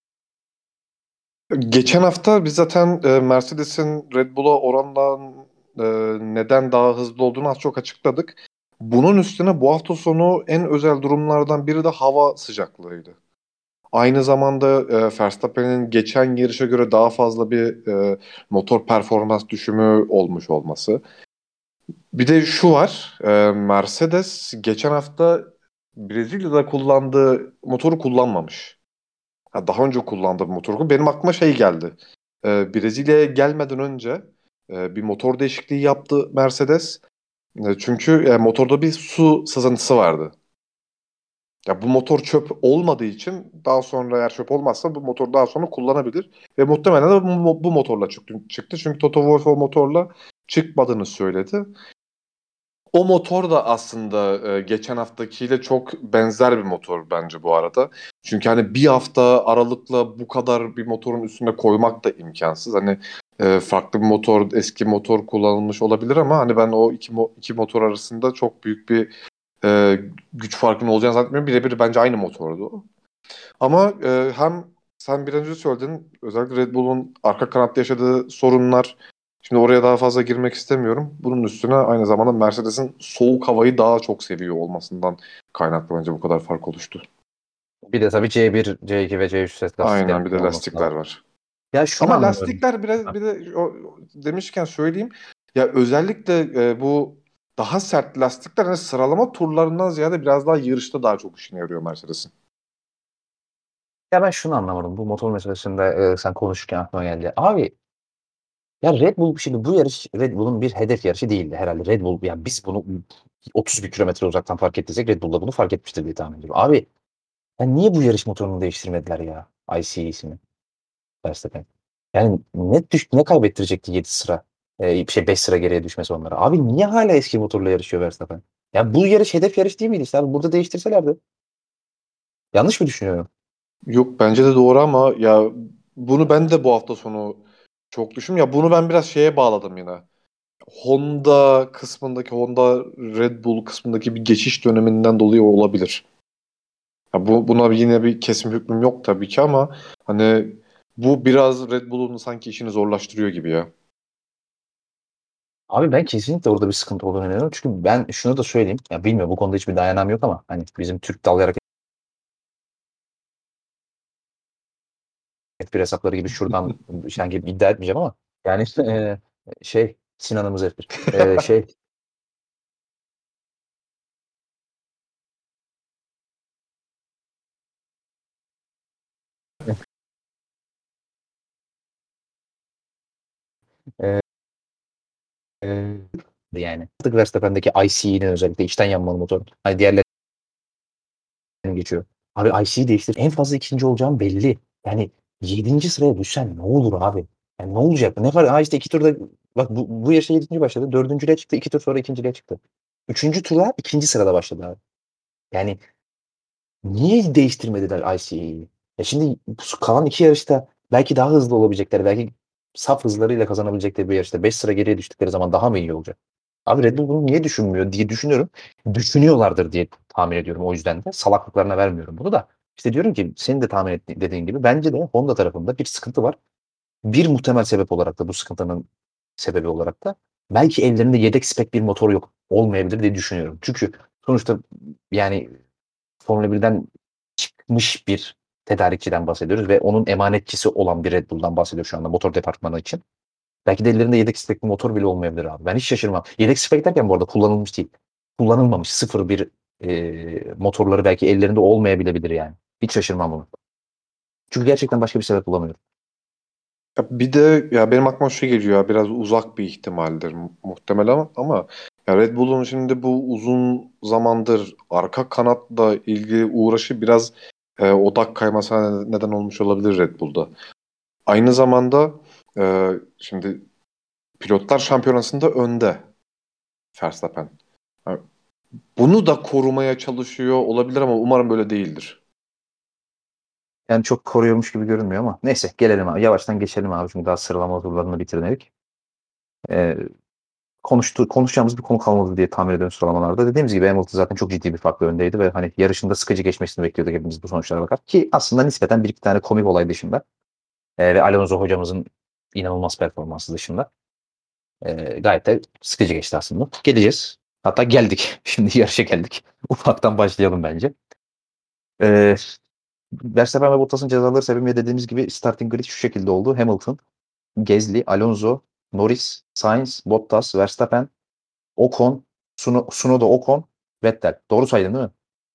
Geçen hafta biz zaten e, Mercedes'in Red Bull'a oranla e, neden daha hızlı olduğunu az çok açıkladık. Bunun üstüne bu hafta sonu en özel durumlardan biri de hava sıcaklığıydı. Aynı zamanda e, Verstappen'in geçen yarışa göre daha fazla bir e, motor performans düşümü olmuş olması. Bir de şu var, e, Mercedes geçen hafta Brezilya'da kullandığı motoru kullanmamış. Ha, daha önce kullandığı bir motoru. Benim aklıma şey geldi. E, Brezilya'ya gelmeden önce e, bir motor değişikliği yaptı Mercedes. E, çünkü e, motorda bir su sızıntısı vardı. Ya bu motor çöp olmadığı için daha sonra eğer çöp olmazsa bu motor daha sonra kullanabilir. Ve muhtemelen de bu, bu motorla çıktı, çıktı. Çünkü Toto Wolff o motorla çıkmadığını söyledi. O motor da aslında e, geçen haftakiyle çok benzer bir motor bence bu arada. Çünkü hani bir hafta aralıkla bu kadar bir motorun üstüne koymak da imkansız. Hani e, farklı bir motor, eski motor kullanılmış olabilir ama hani ben o iki, mo- iki motor arasında çok büyük bir e, güç farkının olacağını zannetmiyorum. Birebir bence aynı motordu o. Ama e, hem sen bir önce söyledin, özellikle Red Bull'un arka kanatta yaşadığı sorunlar. Şimdi oraya daha fazla girmek istemiyorum. Bunun üstüne aynı zamanda Mercedes'in soğuk havayı daha çok seviyor olmasından kaynaklı bence bu kadar fark oluştu. Bir de tabii C bir, C iki ve C üç set Aynen, bir de lastiklerin olması lastikler lazım. var. Ya şunu Ama anlamıyorum. lastikler biraz bir de o, demişken söyleyeyim. Ya özellikle e, bu daha sert lastikler hani sıralama turlarından ziyade biraz daha yarışta daha çok işine yarıyor Mercedes'in. Ya ben şunu anlamadım. Bu motor meselesinde e, sen konuşurken aklıma geldi. Abi ya Red Bull şimdi bu yarış Red Bull'un bir hedef yarışı değildi herhalde. Red Bull yani biz bunu otuz bir kilometre uzaktan fark ettiysek Red Bull da bunu fark etmiştir diye tahmin ediyorum. Abi ya niye bu yarış motorunu değiştirmediler ya? I C ismi. Verstappen. Yani ne düş ne kaybettirecekti yedi sıra? E, şey beş sıra geriye düşmesi onlara. Abi niye hala eski motorla yarışıyor Verstappen? Ya bu yarış hedef yarış değil miydi işte abi? Burada değiştirselerdi. Yanlış mı düşünüyorum? Yok, bence de doğru ama ya bunu ben de bu hafta sonu çok düşün. Ya bunu ben biraz şeye bağladım yine. Honda kısmındaki Honda Red Bull kısmındaki bir geçiş döneminden dolayı olabilir. Ya bu buna yine bir kesin hükmüm yok tabii ki ama hani bu biraz Red Bull'un sanki işini zorlaştırıyor gibi ya. Abi ben kesinlikle orada bir sıkıntı olduğunu inanıyorum. Çünkü ben şunu da söyleyeyim. Ya bilmiyorum bu konuda hiçbir dayanağım yok ama hani bizim Türk Dal Yarak F bir hesapları gibi şuradan şey gibi iddia etmeyeceğim ama yani e, şey Sinan'ımız F bir. E, şey e, e, yani artık Verstappen'deki I C'nin özellikle içten yanmalı motor. Hani diğerleri geçiyor. Abi I C'yi değiştir. En fazla ikinci olacağım belli. Yani yedinci sıraya düşsen ne olur abi? Yani ne olacak? Ne var? Ha işte iki turda bak bu, bu yarışa yedinci başladı. Dördüncülüğe çıktı. iki tur sonra ikinciliğe çıktı. Üçüncü tura ikinci sırada başladı abi. Yani niye değiştirmediler I C E'yi? Ya şimdi bu kalan iki yarışta belki daha hızlı olabilecekleri, belki saf hızlarıyla kazanabilecekleri bir yarışta beş sıra geriye düştükleri zaman daha mı iyi olacak? Abi Red Bull bunu niye düşünmüyor diye düşünüyorum. Düşünüyorlardır diye tahmin ediyorum o yüzden de. Salaklıklarına vermiyorum bunu da. İşte diyorum ki senin de tahmin ettiğin dediğin gibi bence de Honda tarafında bir sıkıntı var. Bir muhtemel sebep olarak da bu sıkıntının sebebi olarak da belki ellerinde yedek spek bir motor yok olmayabilir diye düşünüyorum. Çünkü sonuçta yani Formula birden çıkmış bir tedarikçiden bahsediyoruz ve onun emanetçisi olan bir Red Bull'dan bahsediyoruz şu anda motor departmanı için. Belki de ellerinde yedek spekli motor bile olmayabilir abi. Ben hiç şaşırmam. Yedek spek derken bu arada kullanılmış değil. Kullanılmamış sıfır bir e, motorları belki ellerinde olmayabilebilir yani. Hiç şaşırmam bunu. Çünkü gerçekten başka bir sebep bulamıyorum. Ya bir de ya benim aklıma şu geliyor ya, biraz uzak bir ihtimaldir mu- muhtemelen ama, ama ya Red Bull'un şimdi bu uzun zamandır arka kanatla ilgili uğraşı biraz e, odak kaymasına neden olmuş olabilir Red Bull'da. Aynı zamanda e, şimdi Pilotlar Şampiyonası'nda önde Verstappen. Ha, bunu da korumaya çalışıyor olabilir ama umarım böyle değildir. Yani çok koruyormuş gibi görünmüyor ama neyse gelelim abi. Yavaştan geçelim abi çünkü daha sıralama turlarını bitirmedik. Ee, konuştu, konuşacağımız bir konu kalmadı diye tahmin ediyorum sıralamalarda. Dediğimiz gibi Hamilton zaten çok ciddi bir farklı öndeydi ve hani yarışında sıkıcı geçmesini bekliyorduk hepimiz bu sonuçlara bakar. Ki aslında nispeten bir iki tane komik olay dışında e, ve Alonso hocamızın inanılmaz performansı dışında e, gayet de sıkıcı geçti aslında. Geleceğiz. Hatta geldik. Şimdi yarışa geldik. Ufaktan başlayalım bence. Ee, Verstappen ve Bottas'ın cezaları sebebiyle dediğimiz gibi starting grid şu şekilde oldu. Hamilton, Gasly, Alonso, Norris, Sainz, Bottas, Verstappen, Ocon, Suno, Tsunoda, Ocon, Vettel. Doğru saydım değil mi?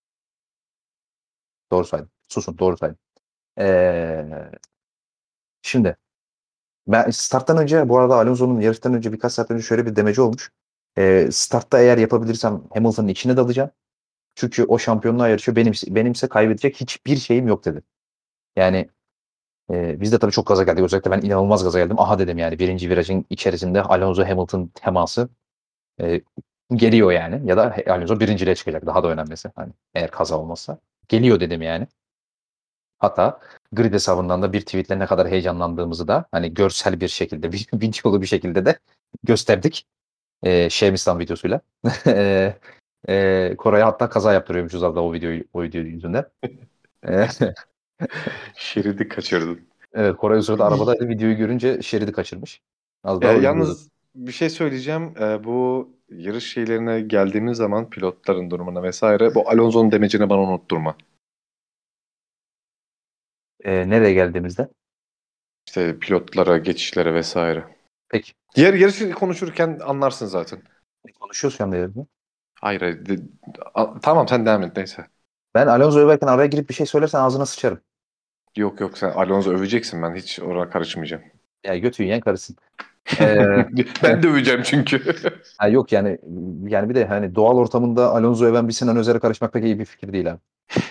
Doğru saydım. Susun, doğru saydım. Ee, şimdi ben starttan önce, bu arada Alonso'nun yarıştan önce birkaç saat önce şöyle bir demeci olmuş. Ee, startta eğer yapabilirsem Hamilton'ın içine dalacağım. Çünkü o şampiyonluğa yarışıyor. Benim, benimse kaybedecek hiçbir şeyim yok dedi. Yani e, biz de tabii çok gaza geldik. Özellikle ben inanılmaz gaza geldim. Aha dedim yani birinci virajın içerisinde Alonso Hamilton teması e, geliyor yani. Ya da Alonso birinciliğe çıkacak. Daha da önemlisi. Hani eğer kaza olmazsa. Geliyor dedim yani. Hatta grid hesabından da bir tweetle ne kadar heyecanlandığımızı da hani görsel bir şekilde, bir videolu bir şekilde de gösterdik. E, Şemistan videosuyla. e, e, Koray'a hatta kaza yaptırıyormuşuz az da o videoyu, o video yüzünden. E, Şeridi kaçırdın. evet, Koray o sırada arabadaydı. Videoyu görünce şeridi kaçırmış. Az Ya, daha üzülüyordu. yalnız bir şey söyleyeceğim. Ee, bu yarış şeylerine geldiğimiz zaman pilotların durumuna vesaire bu Alonso'nun demecini bana unutturma. E, nereye geldiğimizde? İşte pilotlara, geçişlere vesaire. Peki. Diğer yarışı konuşurken anlarsın zaten. Konuşuyoruz şu anda yarın. Hayır, hayır. de- a- tamam sen devam et neyse. Ben Alonso'yu överken araya girip bir şey söylersen ağzına sıçarım. Yok yok sen Alonso öveceksin, ben hiç oraya karışmayacağım. Ya götü yiyen karısın. Ee, Ben de öveceğim çünkü. ha yok yani yani bir de hani doğal ortamında Alonso öven bir Sinan Özer'e karışmak pek iyi bir fikir değil abi.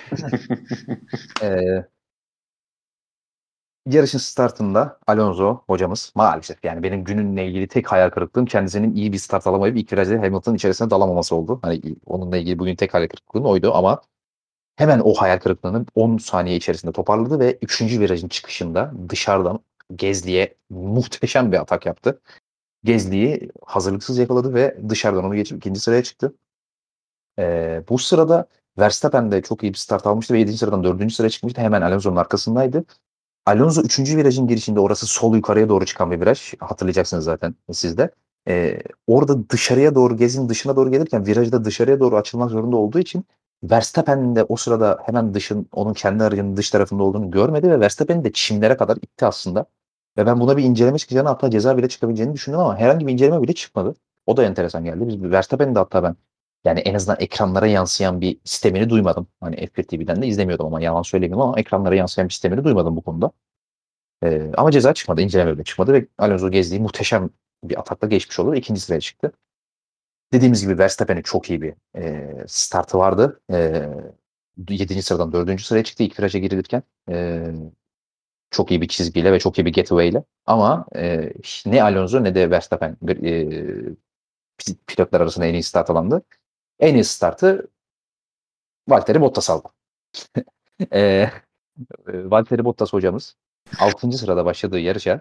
Ee, Yarışın startında Alonso hocamız maalesef yani benim gününle ilgili tek hayal kırıklığım kendisinin iyi bir start alamayıp ilk virajda Hamilton'ın içerisine dalamaması oldu. Hani onunla ilgili bugün tek hayal kırıklığım oydu ama hemen o hayal kırıklığını on saniye içerisinde toparladı ve üçüncü virajın çıkışında dışarıdan Gasly'ye muhteşem bir atak yaptı. Gasly'yi hazırlıksız yakaladı ve dışarıdan onu geçip ikinci sıraya çıktı. Ee, bu sırada Verstappen de çok iyi bir start almıştı ve yedinci sıradan dördüncü sıraya çıkmıştı. Hemen Alonso'nun arkasındaydı. Alonso üçüncü virajın girişinde, orası sol yukarıya doğru çıkan bir viraj. Hatırlayacaksınız zaten siz de. Ee, orada dışarıya doğru, gezin dışına doğru gelirken virajda dışarıya doğru açılmak zorunda olduğu için Verstappen de o sırada hemen dışın, onun kendi aracının dış tarafında olduğunu görmedi ve Verstappen'i de çimlere kadar itti aslında. Ve ben buna bir inceleme çıkacağını, hatta ceza bile çıkabileceğini düşündüm ama herhangi bir inceleme bile çıkmadı. O da enteresan geldi. Biz Verstappen'in de hatta ben yani en azından ekranlara yansıyan bir sistemini duymadım. Hani F bir T V'den de izlemiyordum ama yalan söylemiyorum ama ekranlara yansıyan bir sistemini duymadım bu konuda. Ee, ama ceza çıkmadı. İnceleme bile çıkmadı ve Alonso Gasly'yi muhteşem bir atakla geçmiş oldu ve ikinci sıraya çıktı. Dediğimiz gibi Verstappen'in çok iyi bir e, startı vardı. E, yedinci sıradan dördüncü sıraya çıktı ilk viraja girilirken. E, çok iyi bir çizgiyle ve çok iyi bir getaway ile. Ama e, ne Alonso ne de Verstappen e, pilotlar arasında en iyi start alandı. En iyi startı Valtteri Bottas aldı. e, Valtteri Bottas hocamız altıncı sırada başladığı yarışa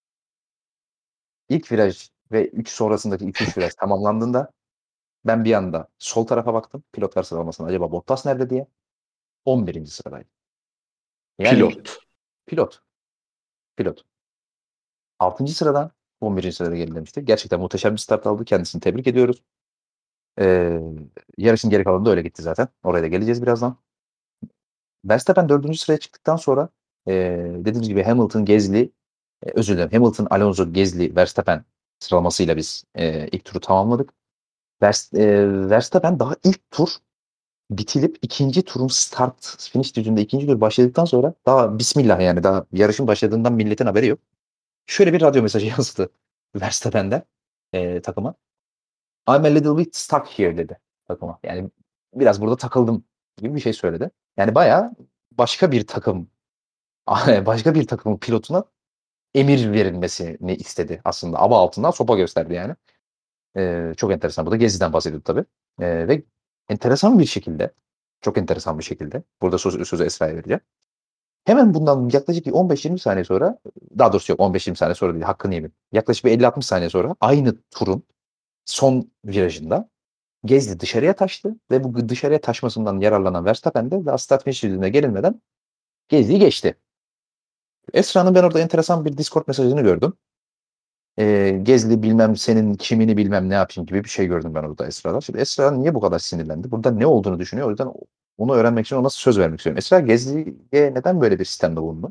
ilk viraj ve üç sonrasındaki iki üç viraj tamamlandığında ben bir anda sol tarafa baktım. Pilotlar sıralamasında acaba Bottas nerede diye. on birinci sıradaydı. Yani Pilot. pilot. Pilot. altıncı sıradan on birinci sırada gerilemişti. Gerçekten muhteşem bir start aldı. Kendisini tebrik ediyoruz. Ee, Yarışın geri kalanı da öyle gitti zaten. Oraya da geleceğiz birazdan. Verstappen dördüncü sıraya çıktıktan sonra e, dediğimiz gibi Hamilton, Gasly, e, özür dilerim Hamilton, Alonso, Gasly, Verstappen sıralamasıyla biz e, ilk turu tamamladık. Vers, e, Verstappen daha ilk tur bitilip ikinci turun start finish düzünde ikinci tur başladıktan sonra daha bismillah yani daha yarışın başladığından milletin haberi yok. Şöyle bir radyo mesajı yazdı Verstappen'den e, takıma. I'm a little bit stuck here dedi takıma. Yani biraz burada takıldım gibi bir şey söyledi. Yani bayağı başka bir takım başka bir takımın pilotuna emir verilmesini istedi aslında. Aba altından sopa gösterdi yani. Ee, çok enteresan. Bu da Gezi'den bahsediyordu tabii. Ee, ve enteresan bir şekilde, çok enteresan bir şekilde, burada sözü, sözü Esra'ya vereceğim. Hemen bundan yaklaşık on beş yirmi saniye sonra, daha doğrusu yok on beş yirmi saniye sonra değil, hakkını yemin. Yaklaşık bir elli altmış saniye sonra aynı turun son virajında Gezdi dışarıya taştı ve bu dışarıya taşmasından yararlanan Verstappen de daha start finish düzlüğüne gelinmeden Gezdi'yi geçti. Esra'nın ben orada enteresan bir Discord mesajını gördüm. e, Gezli bilmem senin kimini bilmem ne yapayım gibi bir şey gördüm ben orada Esra'da. Şimdi Esra niye bu kadar sinirlendi? Burada ne olduğunu düşünüyor. O yüzden onu öğrenmek için ona söz vermek istiyorum. Esra Gezli'ye neden böyle bir sistemde bulundu?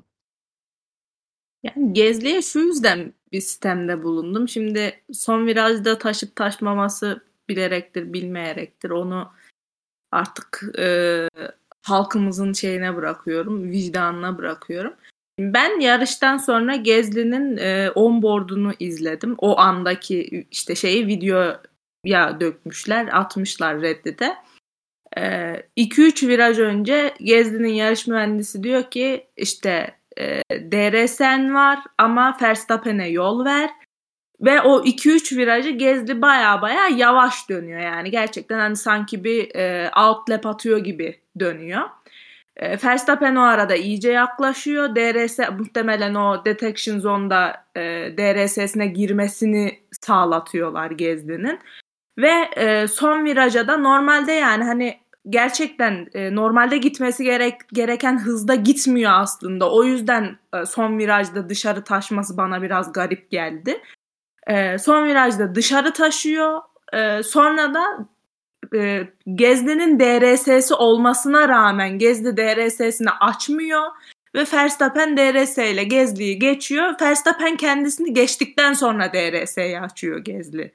Yani Gezli'ye şu yüzden bir sistemde bulundum. Şimdi son virajda taşıp taşmaması bilerektir, bilmeyerektir. Onu artık e, halkımızın şeyine bırakıyorum, vicdanına bırakıyorum. Ben yarıştan sonra Gezli'nin e, onboard'unu izledim. O andaki işte şeyi videoya dökmüşler, atmışlar Reddit'e. iki üç viraj önce Gezli'nin yarış mühendisi diyor ki işte e, D R S'en var ama Verstappen'e yol ver. Ve o iki üç virajı Gezli baya baya yavaş dönüyor yani. Gerçekten hani sanki bir e, outlap atıyor gibi dönüyor. E, Verstappen o arada iyice yaklaşıyor. D R S muhtemelen o detection zone'da e, D R S'sine girmesini sağlatıyorlar Gezli'nin. Ve e, son viraja da normalde yani hani gerçekten e, normalde gitmesi gerek, gereken hızda gitmiyor aslında. O yüzden e, son virajda dışarı taşması bana biraz garip geldi. E, son virajda dışarı taşıyor. E, sonra da e, Gezli'nin D R S'si olmasına rağmen Gezli D R S'sini açmıyor ve Verstappen D R S ile Gezli'yi geçiyor. Verstappen kendisini geçtikten sonra D R S'yi açıyor Gezli.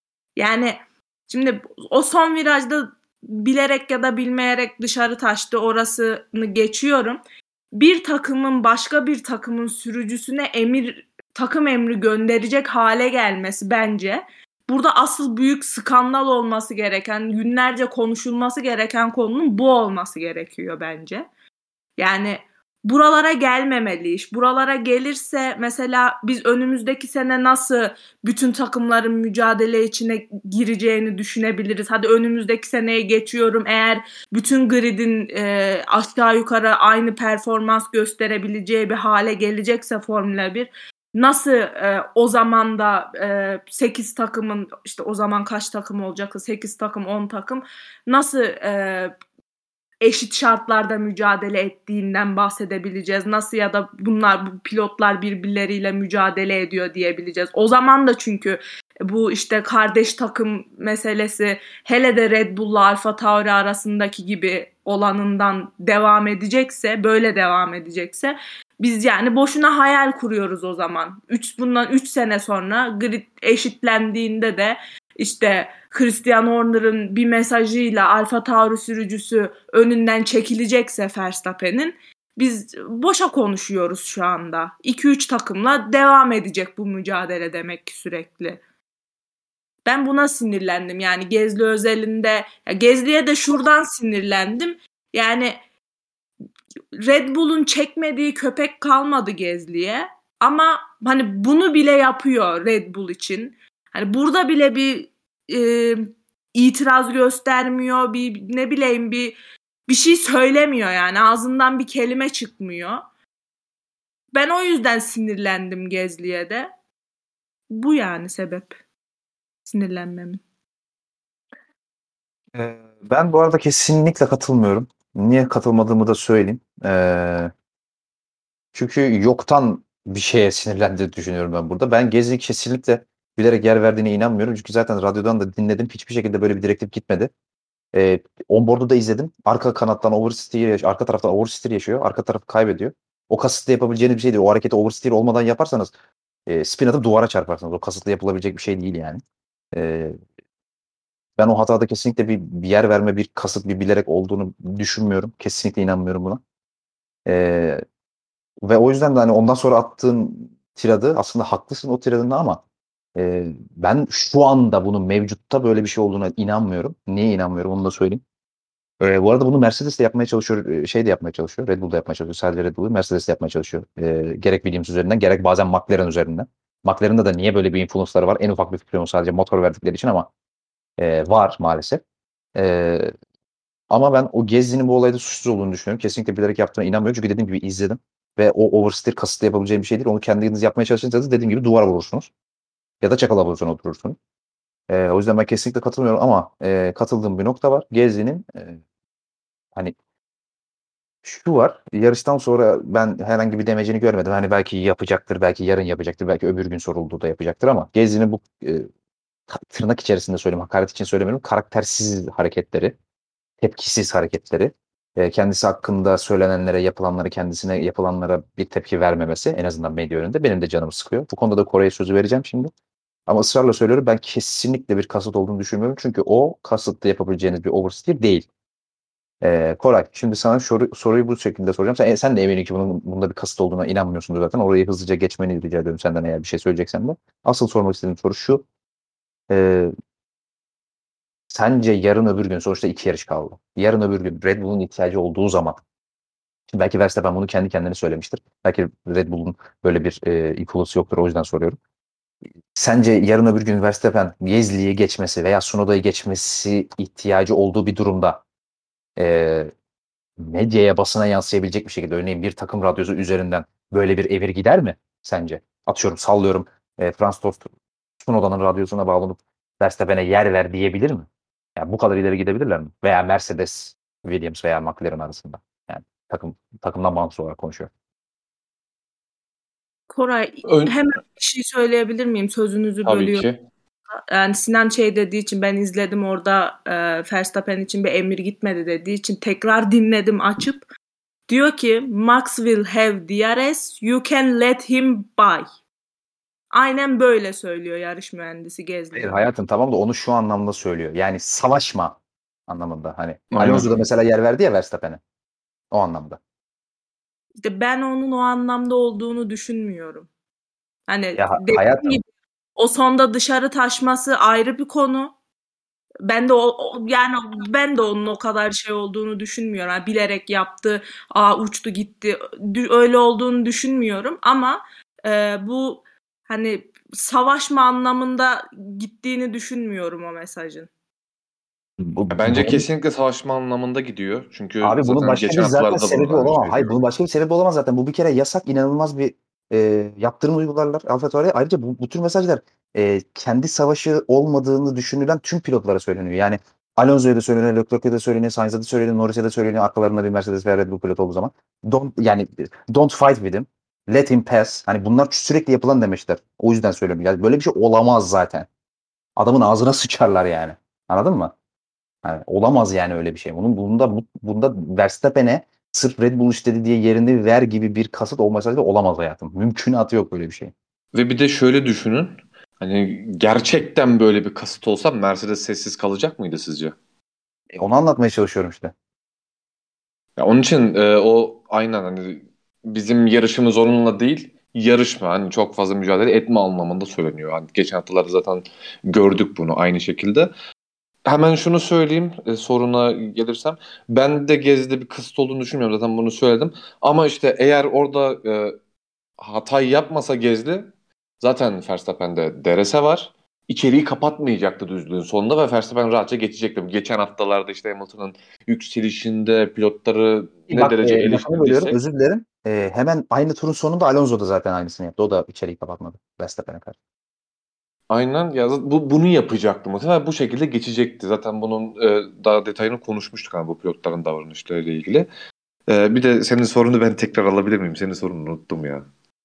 Yani şimdi o son virajda bilerek ya da bilmeyerek dışarı taştı, orasını geçiyorum. Bir takımın başka bir takımın sürücüsüne emir takım emri gönderecek hale gelmesi bence burada asıl büyük skandal olması gereken, günlerce konuşulması gereken konunun bu olması gerekiyor bence. Yani buralara gelmemeli iş. Buralara gelirse mesela biz önümüzdeki sene nasıl bütün takımların mücadele içine gireceğini düşünebiliriz. Hadi önümüzdeki seneye geçiyorum. Eğer bütün gridin e, aşağı yukarı aynı performans gösterebileceği bir hale gelecekse Formula bir, nasıl e, o zaman da e, sekiz takımın, işte o zaman kaç takım olacaksa sekiz takım on takım nasıl e, eşit şartlarda mücadele ettiğinden bahsedebileceğiz. Nasıl ya da bunlar bu pilotlar birbirleriyle mücadele ediyor diyebileceğiz. O zaman da çünkü bu işte kardeş takım meselesi hele de Red Bull'la Alfa Tauri arasındaki gibi olanından devam edecekse, böyle devam edecekse biz yani boşuna hayal kuruyoruz o zaman. Üç, bundan üç sene sonra grid eşitlendiğinde de işte Christian Horner'ın bir mesajıyla Alfa Tauri sürücüsü önünden çekilecekse Verstappen'in, biz boşa konuşuyoruz şu anda. iki üç takımla devam edecek bu mücadele demek ki sürekli. Ben buna sinirlendim. Yani Gezli özelinde, ya Gezli'ye de şuradan sinirlendim. Yani Red Bull'un çekmediği köpek kalmadı Gezli'ye. Ama hani bunu bile yapıyor Red Bull için. Hani burada bile bir e, itiraz göstermiyor, bir ne bileyim bir bir şey söylemiyor yani ağzından bir kelime çıkmıyor. Ben o yüzden sinirlendim Gezli'ye de. Bu yani sebep sinirlenmemin. Ee, ben bu arada kesinlikle katılmıyorum. Niye katılmadığımı da söyleyeyim. Ee, çünkü yoktan bir şeye sinirlendiğini düşünüyorum ben burada. Ben Gezli kesinlikle bilerek yer verdiğine inanmıyorum. Çünkü zaten radyodan da dinledim. Hiçbir şekilde böyle bir direktif gitmedi. Ee, onboard'u da izledim. Arka kanattan oversteer yaşıyor. Arka taraftan oversteer yaşıyor. Arka tarafı kaybediyor. O kasıtlı yapabileceğiniz bir şey değil. O hareketi oversteer olmadan yaparsanız e, spin atıp duvara çarparsınız. O kasıtlı yapılabilecek bir şey değil yani. Ee, ben o hatada kesinlikle bir, bir yer verme, bir kasıt, bir bilerek olduğunu düşünmüyorum. Kesinlikle inanmıyorum buna. Ee, ve o yüzden de hani ondan sonra attığın tiradı aslında haklısın o tiradında ama e, ben şu anda bunun mevcutta böyle bir şey olduğuna inanmıyorum. Niye inanmıyorum onu da söyleyeyim. Ee, bu arada bunu Mercedes de yapmaya çalışıyor, e, şey de yapmaya çalışıyor, Red Bull da yapmaya çalışıyor. Sadece Red Bull'u Mercedes de yapmaya çalışıyor. Ee, gerek Williams üzerinden, gerek bazen McLaren üzerinden. McLaren'da da niye böyle bir influence'ları var? En ufak bir fikrim yok sadece motor verdikleri için ama e, var maalesef. E, ama ben o Gezli'nin bu olayda suçsuz olduğunu düşünüyorum. Kesinlikle bilerek yaptığına inanmıyorum. Çünkü dediğim gibi izledim. Ve o oversteer kasıtlı yapabileceğim bir şey değil. Onu kendiniz yapmaya çalışırsanız dediğim gibi duvara vurursunuz. Ya da çakala pozisyona oturursunuz. E, o yüzden ben kesinlikle katılmıyorum ama e, katıldığım bir nokta var. Gezli'nin e, hani şu var. Yarıştan sonra ben herhangi bir demecini görmedim. Hani belki yapacaktır, belki yarın yapacaktır, belki öbür gün sorulduğunda yapacaktır ama Gezdi'nin bu e, tırnak içerisinde söyleyeyim, hakaret için söylemiyorum. Karaktersiz hareketleri, tepkisiz hareketleri, e, kendisi hakkında söylenenlere, yapılanlara, kendisine yapılanlara bir tepki vermemesi en azından medya önünde benim de canımı sıkıyor. Bu konuda da Kore'ye sözü vereceğim şimdi. Ama ısrarla söylüyorum ben kesinlikle bir kasıt olduğunu düşünmüyorum. Çünkü o kasıtlı yapabileceğiniz bir oversteer değil. Ee, Koray, şimdi sana soru, soruyu bu şekilde soracağım. Sen, sen de eminim ki bunun, bunda bir kasıt olduğuna inanmıyorsundur zaten. Orayı hızlıca geçmeni rica ediyorum senden eğer bir şey söyleyeceksen de. Asıl sormak istediğim soru şu. Ee, Sence yarın öbür gün sonuçta iki yarış kaldı. Yarın öbür gün Red Bull'un ihtiyacı olduğu zaman şimdi belki Verstappen bunu kendi kendine söylemiştir. Belki Red Bull'un böyle bir e, influence'ı yoktur o yüzden soruyorum. Sence yarın öbür gün Verstappen Gasly'yi geçmesi veya Tsunoda'yı geçmesi ihtiyacı olduğu bir durumda e, medyaya, basına yansıyabilecek bir şekilde örneğin bir takım radyosu üzerinden böyle bir evir gider mi sence? Atıyorum, sallıyorum. E, Franz Tost Tsunoda'nın radyosuna bağlanıp Verstappen'e yer ver diyebilir mi? Yani bu kadar ileri gidebilirler mi? Veya Mercedes, Williams veya McLaren arasında. Yani takım takımdan bağımsız olarak konuşuyor. Koray Ön- hemen bir şey söyleyebilir miyim? Sözünüzü Tabii bölüyorum. ki. Yani Sinan şey dediği için ben izledim orada e, Verstappen için bir emir gitmedi dediği için tekrar dinledim açıp. Diyor ki Max will have D R S, you can let him buy. Aynen böyle söylüyor yarış mühendisi Hayır Gasly. hayatım, tamam da onu şu anlamda söylüyor. Yani savaşma anlamında. Hani Aynen. Alonso da mesela yer verdi ya Verstappen'e. O anlamda. İşte ben onun o anlamda olduğunu düşünmüyorum. Hani Ya dediğim hayatım, gibi o sonda dışarı taşması ayrı bir konu. Ben de o, o- yani ben de onun o kadar şey olduğunu düşünmüyorum. Yani bilerek yaptı, aa uçtu gitti. Dü- Öyle olduğunu düşünmüyorum ama e, bu hani savaşma anlamında gittiğini düşünmüyorum o mesajın. bu, Bence bunun kesinlikle savaşma anlamında gidiyor. Çünkü Abi bunun zaten başka geçen bir zaten haftalarda sebebi da aynı olamaz. şey Hayır, diyor. bunun başka bir sebebi olamaz zaten. Bu bir kere yasak, inanılmaz bir e, yaptırım uygularlar AlphaTauri'ye. Ayrıca bu, bu tür mesajlar e, kendi savaşı olmadığını düşünülen tüm pilotlara söyleniyor. Yani Alonso'ya da söyleniyor, Leclerc'e de söyleniyor, Sainz'a da söyleniyor, Norris'e de söyleniyor. Arkalarında bir Mercedes veya Red Bull pilot olduğu zaman. Don't, yani don't fight with him. Let him pass. Hani bunlar sürekli yapılan demeçler. O yüzden söylüyorum. Yani böyle bir şey olamaz zaten. Adamın ağzına sıçarlar yani. Anladın mı? Yani olamaz yani öyle bir şey. Bunun bunda bu- bunda Verstappen'e sırf Red Bull istedi diye yerini ver gibi bir kasıt olmasaydı olamaz hayatım. Mümkünatı yok böyle bir şey. Ve bir de şöyle düşünün. Hani gerçekten böyle bir kasıt olsa Mercedes sessiz kalacak mıydı sizce? E, onu anlatmaya çalışıyorum işte. Ya onun için e, o aynen hani bizim yarışımız onunla değil, yarışma hani çok fazla mücadele etme anlamında söyleniyor. Hani geçen haftalarda zaten gördük bunu aynı şekilde. Hemen şunu söyleyeyim e, soruna gelirsem. Ben de Gezi'de bir kısıt olduğunu düşünmüyorum, zaten bunu söyledim. Ama işte eğer orada e, hatayı yapmasa Gezdi, zaten Verstappen'de D R S var. İçeriği kapatmayacaktı düzlüğün sonunda ve Verstappen rahatça geçecekti. Geçen haftalarda işte Hamilton'ın yükselişinde pilotları ne Bak, derece e, lafını bölüyorum, eleştirdiysek özür dilerim. E, hemen aynı turun sonunda Alonso da zaten aynısını yaptı. O da içeriği kapatmadı Verstappen'e karşı. aynen ya bu bunu yapacaktı muhtemelen, bu şekilde geçecekti. Zaten bunun e, daha detayını konuşmuştuk hani bu pilotların davranışlarıyla ilgili. E, bir de senin sorunu ben tekrar alabilir miyim? Senin sorunu unuttum ya.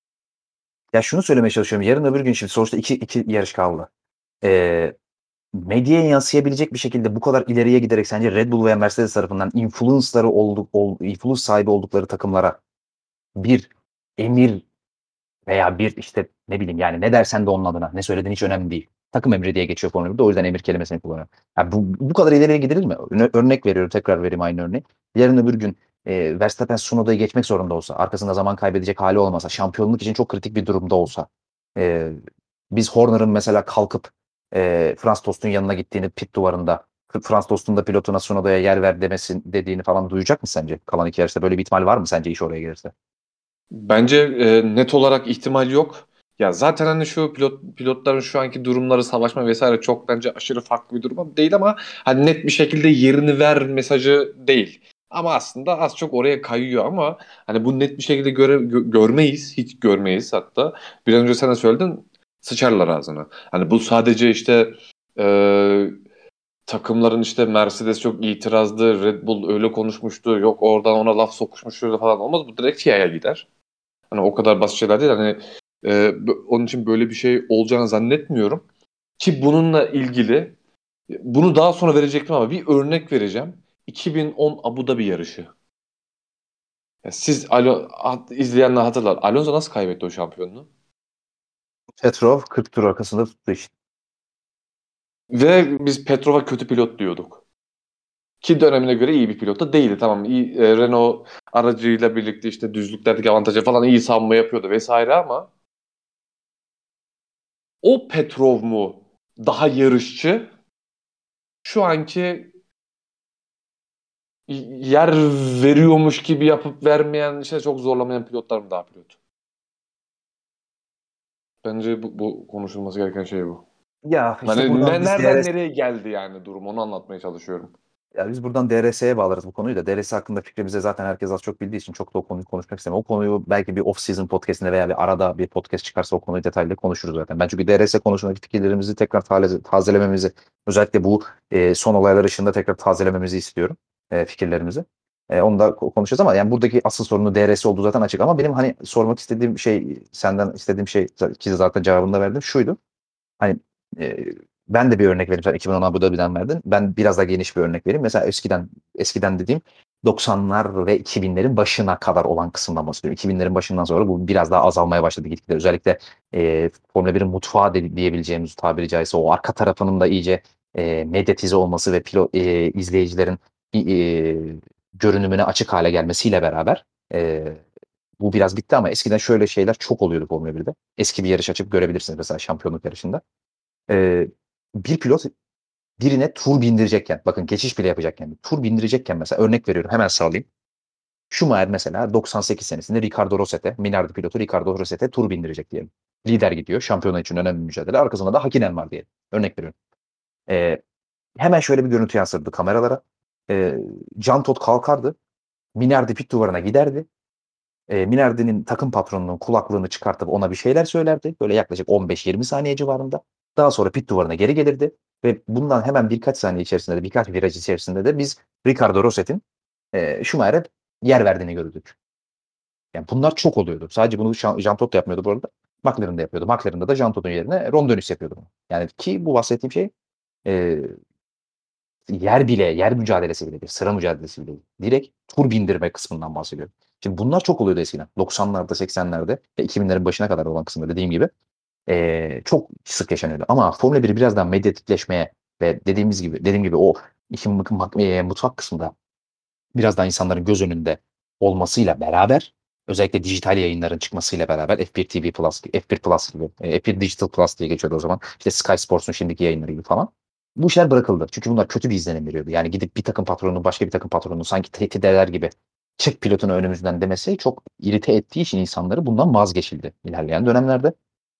Ya şunu söylemeye çalışıyorum. Yarın öbür gün şimdi sonuçta iki, iki yarış kaldı. E, Medyaya yansıyabilecek bir şekilde bu kadar ileriye giderek sence Red Bull veya Mercedes tarafından influence'ları olduk, ol, influence sahibi oldukları takımlara bir emir veya bir işte ne bileyim yani ne dersen de onun adına ne söylediğin hiç önemli değil. Takım emri diye geçiyor Formula birde, o yüzden emir kelimesini kullanıyorum. Yani bu, bu kadar ileriye gidilir mi? Örne- örnek veriyorum, tekrar vereyim aynı örneği. Yarın öbür gün e, Verstappen Tsunoda'yı geçmek zorunda olsa, arkasında zaman kaybedecek hali olmasa, şampiyonluk için çok kritik bir durumda olsa, e, biz Horner'ın mesela kalkıp e, Franz Tost'un yanına gittiğini pit duvarında, Franz Tost'un da pilotuna Tsunoda'ya yer ver demesin dediğini falan duyacak mı sence? Kalan iki yarışta böyle bir ihtimal var mı sence iş oraya gelirse? Bence e, net olarak ihtimal yok. Ya zaten hani şu pilot pilotların şu anki durumları, savaşma vesaire çok bence aşırı farklı bir durum değil ama hani net bir şekilde yerini ver mesajı değil. Ama aslında az çok oraya kayıyor ama hani bu net bir şekilde göre, gö- görmeyiz. Hiç görmeyiz hatta. Bir önce sana söyledin, sıçarlar ağzına. Hani bu sadece işte e, takımların işte Mercedes çok itirazdı, Red Bull öyle konuşmuştu, yok oradan ona laf sokuşmuştu falan olmaz. Bu direkt F I A'ya gider. Hani o kadar basit şeyler değil. Hani e, onun için böyle bir şey olacağını zannetmiyorum. Ki bununla ilgili bunu daha sonra verecektim ama bir örnek vereceğim. iki bin on Abu Dhabi yarışı. Ya siz Alo hat- izleyenler hatırlar. Alonso nasıl kaybetti o şampiyonluğu? Petrov kırk tur arkasında tuttu işte. Ve biz Petrov'a kötü pilot diyorduk. Ki dönemine göre iyi bir pilot da değildi. Tamam, iyi, e, Renault aracıyla birlikte işte düzlüklerdeki avantajı falan iyi savunma yapıyordu vesaire ama o Petrov mu daha yarışçı? Şu anki yer veriyormuş gibi yapıp vermeyen, işte çok zorlamayan pilotlar mı daha pilot? Bence bu, bu konuşulması gereken şey bu. Ya işte Yani buradan ne, biz nereden D R S nereye geldi yani durum, onu anlatmaya çalışıyorum. ya biz buradan D R S'ye bağlarız bu konuyu da. D R S hakkında fikrimizi zaten herkes az çok bildiği için çok da o konuyu konuşmak istemiyorum. O konuyu belki bir off-season podcast'inde veya bir arada bir podcast çıkarsa o konuyu detaylı konuşuruz zaten. Ben çünkü D R S konusundaki fikirlerimizi tekrar taze, tazelememizi, özellikle bu e, son olaylar ışığında tekrar tazelememizi istiyorum e, fikirlerimizi. E, onu da ko- konuşacağız ama yani buradaki asıl sorunu D R S olduğu zaten açık. Ama benim hani sormak istediğim şey, senden istediğim şey ki zaten cevabını da verdim, şuydu. Hani e, ben de bir örnek vereyim. Sen iki bin on Abu Dhabi'den verdin. Ben biraz daha geniş bir örnek vereyim. Mesela eskiden eskiden dediğim doksanlar ve iki binlerin başına kadar olan kısımdan bahsediyorum. iki binlerin başından sonra bu biraz daha azalmaya başladı gitgide. Özellikle e, Formula birin mutfağı de, diyebileceğimiz tabiri caizse o arka tarafının da iyice e, mediatize olması ve pilot, e, izleyicilerin e, görünümüne açık hale gelmesiyle beraber e, bu biraz bitti ama eskiden şöyle şeyler çok oluyordu Formula birde. Eski bir yarış açıp görebilirsiniz mesela şampiyonluk yarışında. Ee, bir pilot birine tur bindirecekken, bakın geçiş bile yapacakken, tur bindirecekken mesela örnek veriyorum hemen sağlayayım. Schumacher mesela doksan sekiz senesinde Ricardo Rosset'e, Minardi pilotu Ricardo Rosset'e tur bindirecek diyelim. Lider gidiyor. Şampiyona için önemli bir mücadele. Arkasında da Hakkinen var diyelim. Örnek veriyorum. Ee, hemen şöyle bir görüntü yansırdı kameralara. Ee, Jean Todt kalkardı. Minardi pit duvarına giderdi. Ee, Minardi'nin takım patronunun kulaklığını çıkartıp ona bir şeyler söylerdi. Böyle yaklaşık on beş yirmi saniye civarında. Daha sonra pit duvarına geri gelirdi. Ve bundan hemen birkaç saniye içerisinde de birkaç viraj içerisinde de biz Ricardo Rosset'in e, Schumacher'e yer verdiğini gördük. Yani bunlar çok oluyordu. Sadece bunu Jean Jean Todt da yapmıyordu bu arada. McLaren da yapıyordu. McLaren'da da Jean Todt'un yerine Ron Dennis yapıyordu bunu. Yani ki bu bahsettiğim şey e, yer bile, yer mücadelesi bile değil. Sıra mücadelesi bile değil. Direkt tur bindirme kısmından bahsediyorum. Şimdi bunlar çok oluyordu eskiden. doksanlarda, seksenlerde ve iki binlerin başına kadar olan kısımda dediğim gibi e, çok sık yaşanıyordu. Ama Formula bir biraz daha medyatikleşmeye ve dediğimiz gibi, dediğim gibi o işin mutfak, e, mutfak kısmında biraz daha insanların göz önünde olmasıyla beraber, özellikle dijital yayınların çıkmasıyla beraber F bir T V Plus, F bir Plus gibi, e, F bir Digital Plus diye geçiyordu o zaman. İşte Sky Sports'un şimdiki yayınları gibi falan. Bu işler bırakıldı. Çünkü bunlar kötü bir izlenim veriyordu. Yani gidip bir takım patronunu başka bir takım patronunu sanki tehdit eder gibi çık pilotunu önümüzden demesi çok irite ettiği için insanları bundan vazgeçildi ilerleyen dönemlerde.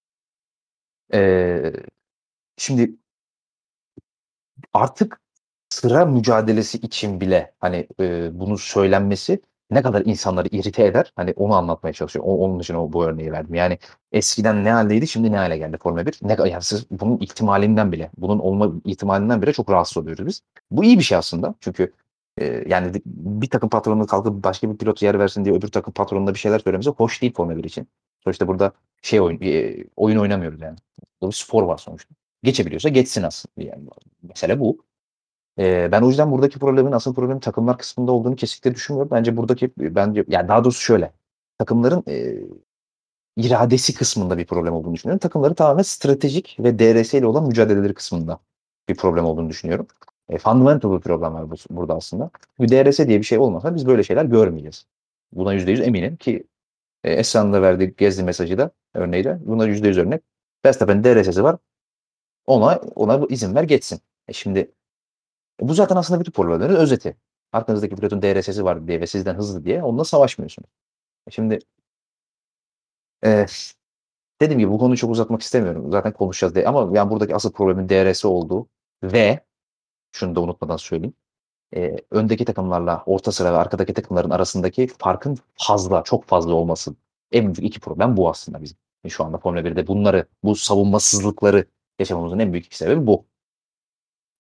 Ee, şimdi artık sıra mücadelesi için bile hani e, bunu söylenmesi ne kadar insanları irite eder, hani onu anlatmaya çalışıyor. O, onun için o, bu örneği verdim. Yani eskiden ne haldeydi, şimdi ne hale geldi Formula bir. Ne, yani siz bunun ihtimalinden bile, bunun olma ihtimalinden bile çok rahatsız oluyoruz biz. Bu iyi bir şey aslında. Çünkü e, yani bir takım patronun kalkıp başka bir pilot yer versin diye öbür takım patronuna bir şeyler söylemesi hoş değil Formula bir için. Sonuçta burada şey oyun, e, oyun oynamıyoruz yani. Burada bir spor var sonuçta. Geçebiliyorsa geçsin aslında. Yani mesele bu. Eee, ben o yüzden buradaki problemin, asıl problemin takımlar kısmında olduğunu kesinlikle düşünmüyorum. Bence buradaki, bence yani daha doğrusu şöyle, takımların eee, iradesi kısmında bir problem olduğunu düşünüyorum. Takımların tamamen stratejik ve D R S ile olan mücadeleleri kısmında bir problem olduğunu düşünüyorum. E, fundamental bir problem var bu, burada aslında. Çünkü D R S diye bir şey olmasa biz böyle şeyler görmeyeceğiz. Buna yüzde yüz eminim ki e, Esra'nın da verdiği Gezdi mesajı da örneği de buna yüzde yüz örnek. Verstappen'in D R S'si var. Ona ona izin ver geçsin. E şimdi e, bu zaten aslında bütün problemlerin özeti. Arkanızdaki pilotun D R S'si var diye ve sizden hızlı diye onunla savaşmıyorsunuz. E şimdi e, dediğim gibi bu konuyu çok uzatmak istemiyorum. Zaten konuşacağız diye. Ama yani buradaki asıl problemin D R S olduğu ve şunu da unutmadan söyleyeyim. E, öndeki takımlarla orta sıra ve arkadaki takımların arasındaki farkın fazla, çok fazla olması. En büyük iki problem bu aslında bizim. E, şu anda Formula birde bunları, bu savunmasızlıkları yaşamamızın en büyük iki sebebi bu.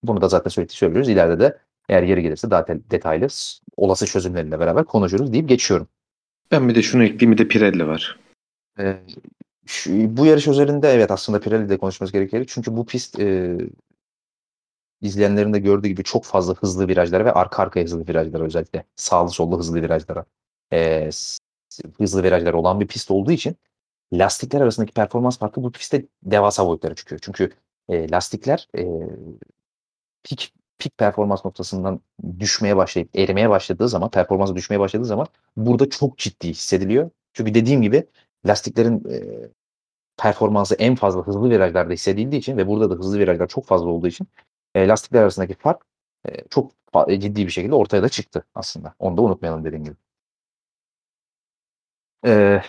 Bunu da zaten sürekli söylüyoruz. İleride de eğer yeri gelirse daha te- detaylı s- olası çözümleriyle beraber konuşuruz deyip geçiyorum. Ben bir de şunu ekleyeyim, bir de Pirelli var. Ee, şu- bu yarış özelinde evet aslında Pirelli'de konuşmamız gerekir. Çünkü bu pist e, izleyenlerin de gördüğü gibi çok fazla hızlı virajlara ve arka arkaya hızlı virajlara, özellikle sağlı sollu hızlı virajlara e, s- hızlı virajlar olan bir pist olduğu için lastikler arasındaki performans farkı bu pistte devasa boyutlara çıkıyor. Çünkü e, lastikler e, pik pik performans noktasından düşmeye başlayıp erimeye başladığı zaman, performansı düşmeye başladığı zaman burada çok ciddi hissediliyor. Çünkü dediğim gibi lastiklerin e, performansı en fazla hızlı virajlarda hissedildiği için ve burada da hızlı virajlar çok fazla olduğu için e, lastikler arasındaki fark e, çok fa- ciddi bir şekilde ortaya da çıktı aslında. Onu da unutmayalım dediğim gibi. E,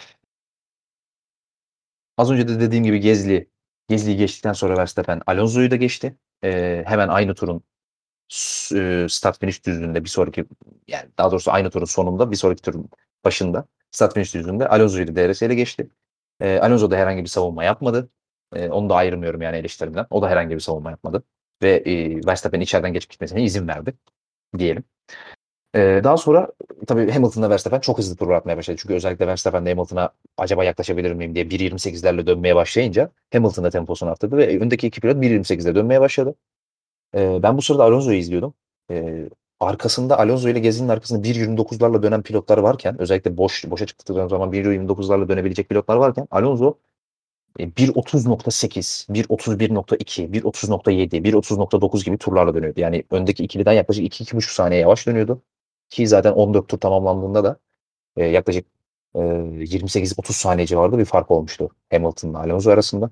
Az önce de dediğim gibi Gezli Gezli'yi geçtikten sonra Verstappen Alonso'yu da geçti. E, hemen aynı turun s- e, start finish düzlüğünde bir sonraki, yani daha doğrusu aynı turun sonunda bir sonraki turun başında start finish düzlüğünde Alonso'yu da D R S ile geçti. E, Alonso da herhangi bir savunma yapmadı. E, onu da ayırmıyorum yani eleştirimden. O da herhangi bir savunma yapmadı. Ve e, Verstappen'in içeriden geçip gitmesine izin verdi diyelim. E, daha sonra tabii Hamilton'la Verstappen çok hızlı turlar atmaya başladı. Çünkü özellikle Verstappen de Hamilton'a acaba yaklaşabilir miyim diye bir yirmi sekizlerle dönmeye başlayınca Hamilton da temposunu arttırdı ve öndeki iki pilot bir yirmi sekizle dönmeye başladı. Ee, ben bu sırada Alonso'yu izliyordum. Ee, arkasında Alonso ile Gasly'nin arkasında bir yirmi dokuzlarla dönen pilotlar varken, özellikle boş boşa çıktıkları zaman bir yirmi dokuzlarla dönebilecek pilotlar varken Alonso e, bir otuz nokta sekiz, bir otuz bir nokta iki, bir otuz nokta yedi, bir otuz nokta dokuz gibi turlarla dönüyordu. Yani öndeki ikiliden yaklaşık iki iki buçuk saniye yavaş dönüyordu. Ki zaten on dört tur tamamlandığında da e, yaklaşık e, yirmi sekiz otuz saniye civarında bir fark olmuştu Hamilton'la Alonso arasında.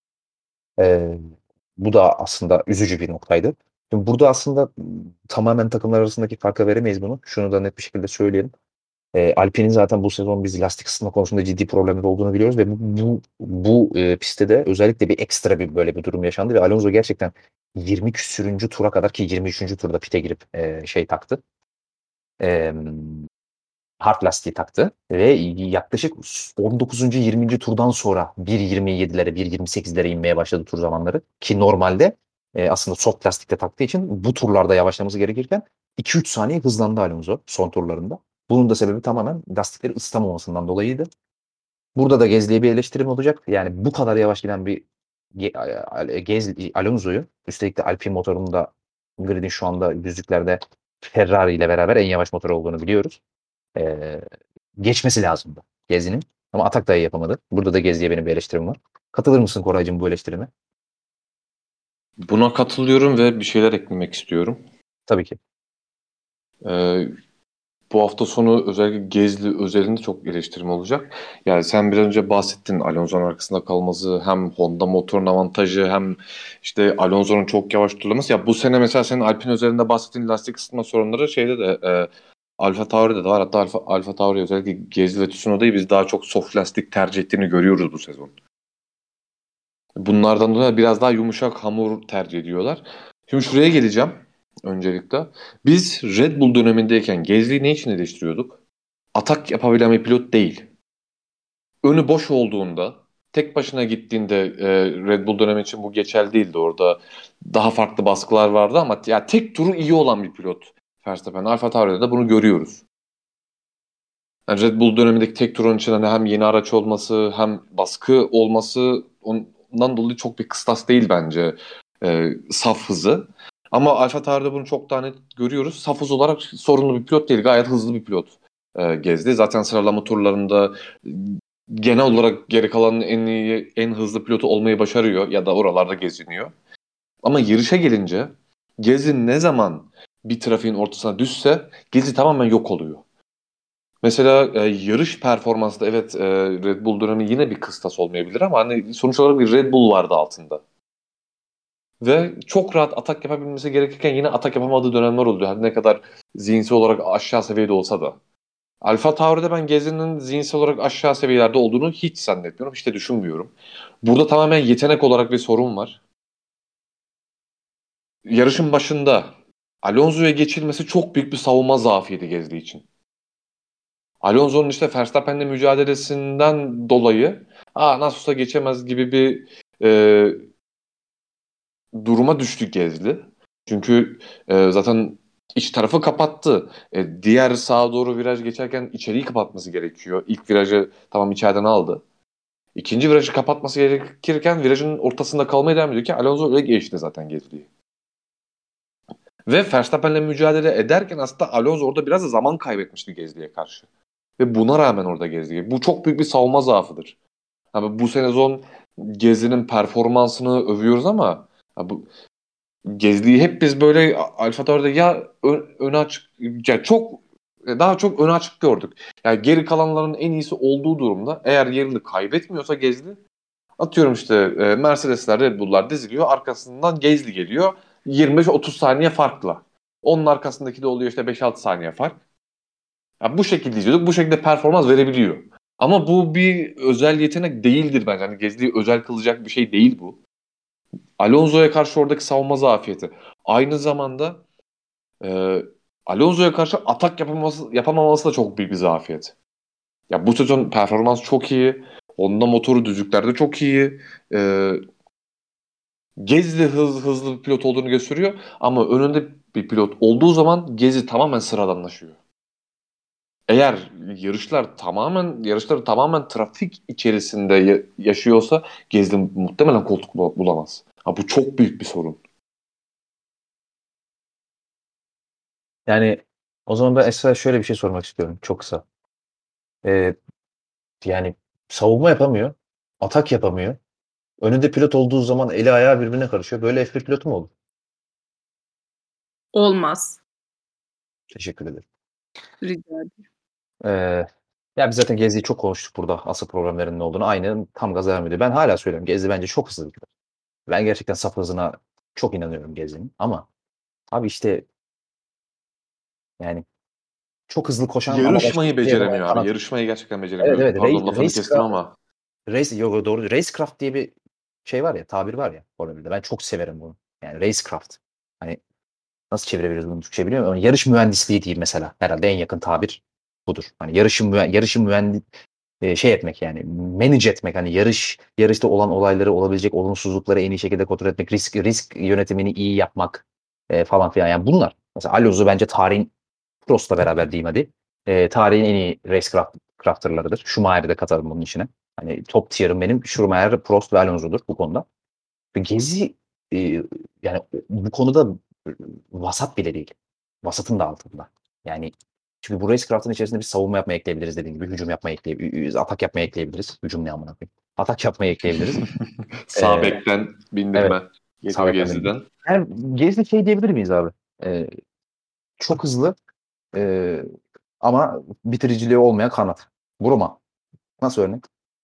Ee, Bu da aslında üzücü bir noktaydı. Şimdi burada aslında tamamen takımlar arasındaki farka veremeyiz bunu. Şunu da net bir şekilde söyleyelim. Ee, Alpine'in zaten bu sezon biz lastik ısıtma konusunda ciddi problemleri olduğunu biliyoruz ve bu bu, bu e, pistte de özellikle bir ekstra bir böyle bir durum yaşandı ve Alonso gerçekten yirmi küsürüncü tura kadar, ki yirmi üçüncü turda pite girip e, şey taktı. E, hard lastiği taktı ve yaklaşık on dokuzuncu yirminci turdan sonra bir yirmi yedilere bir yirmi sekizlere inmeye başladı tur zamanları ki normalde e, aslında soft lastikte taktığı için bu turlarda yavaşlaması gerekirken iki üç saniye hızlandı Alonso son turlarında. Bunun da sebebi tamamen lastikleri ısıtamamasından dolayıydı. Burada da Gezli'ye bir eleştirim olacak. Yani bu kadar yavaş giden bir Ge- Gez, Alonso'yu, üstelik de Alpine motorunu da gridin şu anda düzlüklerde Ferrari ile beraber en yavaş motor olduğunu biliyoruz. Ee, geçmesi lazımdı Gezi'nin. Ama atak dahi yapamadı. Burada da Gezi'ye benim bir eleştirim var. Katılır mısın Koraycığım bu eleştirime? Buna katılıyorum ve bir şeyler eklemek istiyorum. Tabii ki. Ee, Bu hafta sonu özellikle Gezli özelinde çok eleştirim olacak. Yani sen biraz önce bahsettin Alonso'nun arkasında kalması, hem Honda motorun avantajı, hem işte Alonso'nun çok yavaş turlaması. Ya bu sene mesela senin Alpine özelinde bahsettiğin lastik ısıtma sorunları şeyde de e, Alfa Tauri'de de var. Hatta Alfa, Alfa Tauri özellikle Gezli ve Tsunoda'yı biz daha çok soft lastik tercih ettiğini görüyoruz bu sezon. Bunlardan dolayı biraz daha yumuşak hamur tercih ediyorlar. Şimdi şuraya geleceğim öncelikle. Biz Red Bull dönemindeyken Gezli'yi ne için eleştiriyorduk? Atak yapabilen bir pilot değil. Önü boş olduğunda, tek başına gittiğinde e, Red Bull dönemi için bu geçerli değildi. Orada daha farklı baskılar vardı ama ya tek turu iyi olan bir pilot Verstappen. Alfa Tauri'de de bunu görüyoruz. Yani Red Bull dönemindeki tek turun için hani hem yeni araç olması hem baskı olması ondan dolayı çok bir kıstas değil bence e, saf hızı. Ama Alfa Tauri'de bunu çok daha net görüyoruz. Saf hız olarak sorunlu bir pilot değil. Gayet hızlı bir pilot e, gezdi. Zaten sıralama turlarında e, genel olarak geri kalanın en iyi, en hızlı pilotu olmayı başarıyor ya da oralarda geziniyor. Ama yarışa gelince Gezi ne zaman bir trafiğin ortasına düşse Gezi tamamen yok oluyor. Mesela e, yarış performansı da evet e, Red Bull dönemi yine bir kıstas olmayabilir ama hani sonuç olarak bir Red Bull vardı altında. Ve çok rahat atak yapabilmesi gerekirken yine atak yapamadığı dönemler oluyor. Her ne kadar zihinsel olarak aşağı seviyede olsa da. Alfa Tauri'de ben Gezi'nin zihinsel olarak aşağı seviyelerde olduğunu hiç zannetmiyorum. Hiç de düşünmüyorum. Burada tamamen yetenek olarak bir sorun var. Yarışın başında Alonso'ya geçilmesi çok büyük bir savunma zaafiydi Gezdi için. Alonso'nun işte Verstappen'le mücadelesinden dolayı Aa, nasıl olsa geçemez gibi bir e, duruma düştü Gezdi. Çünkü e, zaten iç tarafı kapattı. E, diğer sağa doğru viraj geçerken içeriği kapatması gerekiyor. İlk virajı tamam içeriden aldı. İkinci virajı kapatması gerekirken virajın ortasında kalmaya devam ediyor ki Alonso öyle geçti zaten Gasly'yi. Ve Verstappen'le mücadele ederken aslında Alonso orada biraz da zaman kaybetmişti Gasly'ye karşı. Ve buna rağmen orada Gasly. Bu çok büyük bir savunma zaafıdır. Abi bu sezon Gasly'nin performansını övüyoruz ama ya bu Gasly'yi hep biz böyle AlphaTauri'de ya ön, öne açık ya çok daha çok öne açık gördük. Yani geri kalanların en iyisi olduğu durumda eğer yerini kaybetmiyorsa Gasly atıyorum işte e, Mercedesler, Red Bull'lar diziliyor. Arkasından Gasly geliyor. yirmi beş otuz saniye farkla. Onun arkasındaki de oluyor işte beş altı saniye fark. Ya bu şekilde izliyorduk. Bu şekilde performans verebiliyor. Ama bu bir özel yetenek değildir bence. Hani Gasly'yi özel kılacak bir şey değil bu. Alonso'ya karşı oradaki savunma zafiyeti. Aynı zamanda e, Alonso'ya karşı atak yapamaması, yapamaması da çok büyük bir zafiyet. Ya bu sezon performans çok iyi. Onda motoru düzlüklerde çok iyi. E, Gezi de hız, hızlı bir pilot olduğunu gösteriyor. Ama önünde bir pilot olduğu zaman Gezi tamamen sıradanlaşıyor. Eğer yarışlar tamamen yarışları tamamen trafik içerisinde ya- yaşıyorsa Gezi muhtemelen koltuk bul- bulamaz. Ha, bu çok büyük bir sorun. Yani o zaman ben Esra şöyle bir şey sormak istiyorum çok kısa. Ee, yani savunma yapamıyor. Atak yapamıyor. Önünde pilot olduğu zaman eli ayağı birbirine karışıyor. Böyle F bir pilotu mu olur? Olmaz. Teşekkür ederim. Rica ederim. Ee, ya biz zaten Gezi'yi çok konuştuk burada asıl problemlerinin ne olduğunu. Aynı tam gaz devam ediyor. Ben hala söylüyorum Gezi bence çok hızlı bir pilot. Ben gerçekten saf hızına çok inanıyorum Gezi'nin. Ama abi işte yani çok hızlı koşan ama başka Yarışmayı bir şey yapamayan beceremiyor abi. kanat. Yarışmayı gerçekten Evet beceremiyor. evet. Pardon Race, lafını kestim racecraft, ama. race, yok doğru. Racecraft diye bir şey var ya, tabir var ya Formula birde. Ben çok severim bunu. Yani racecraft. Hani nasıl çevirebiliriz bunu Türkçe biliyor musun? Yarış mühendisliği diyeyim mesela. Herhalde en yakın tabir budur. Hani yarışın mühen yarışın mühendis e, şey etmek yani manage etmek hani yarış yarışta olan olayları olabilecek olumsuzlukları en iyi şekilde kontrol etmek, risk risk yönetimini iyi yapmak e, falan filan. Yani bunlar. Mesela Alonso bence tarihin Prost'la beraber diyeyim hadi. E, tarihin en iyi racecraft crafter'larıdır. Schumacher'i de katarım bunun içine. Hani top tier'ım benim Schumacher, Prost ve Alonso'dur bu konuda. Ve Gezi e, yani bu konuda vasat bile değil. Vasatın da altında. Yani çünkü bu racecraft'ın içerisinde bir savunma yapmayı ekleyebiliriz dediğim gibi. Hücum yapmayı ekleyebiliriz. Atak yapmayı ekleyebiliriz. Hücum ne amına koyayım. Atak yapmayı ekleyebiliriz. Sağ Ee, bekten evet. bindirme. Sağ Getiri beklemede. Gezi'den. Yani Gezi şey diyebilir miyiz abi? Ee, çok hızlı ee, ama bitiriciliği olmayan kanat. Buruma. Nasıl örnek?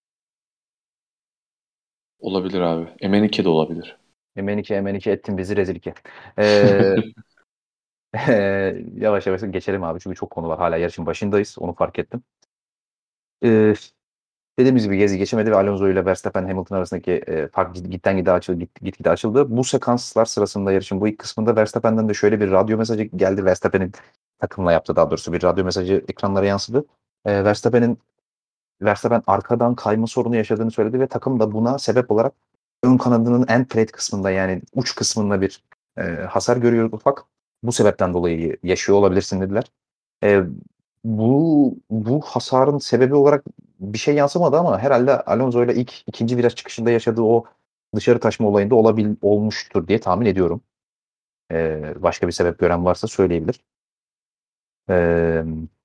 Olabilir abi. M N iki de olabilir. M N iki M N iki ettin bizi rezil iki. Ee, Eee, yavaş yavaş geçelim abi çünkü çok konu var. Hala yarışın başındayız. Onu fark ettim. Eee, dediğimiz gibi Gezi geçemedi ve Alonso ile Verstappen Hamilton arasındaki e, fark gitten gide açıldı, git, gitgide açıldı. Bu sekanslar sırasında yarışın bu ilk kısmında Verstappen'den de şöyle bir radyo mesajı geldi. Verstappen'in takımla yaptığı daha doğrusu bir radyo mesajı ekranlara yansıdı. Eee, Verstappen'in Verstappen arkadan kayma sorunu yaşadığını söyledi ve takım da buna sebep olarak ön kanadının end plate kısmında yani uç kısmında bir e, hasar görüyor ufak. Bu sebepten dolayı yaşıyor olabilirsin dediler. E, bu bu hasarın sebebi olarak bir şey yansımadı ama herhalde Alonso ile ilk ikinci viraj çıkışında yaşadığı o dışarı taşma olayında olabil olmuştur diye tahmin ediyorum. E, başka bir sebep gören varsa söyleyebilir. E,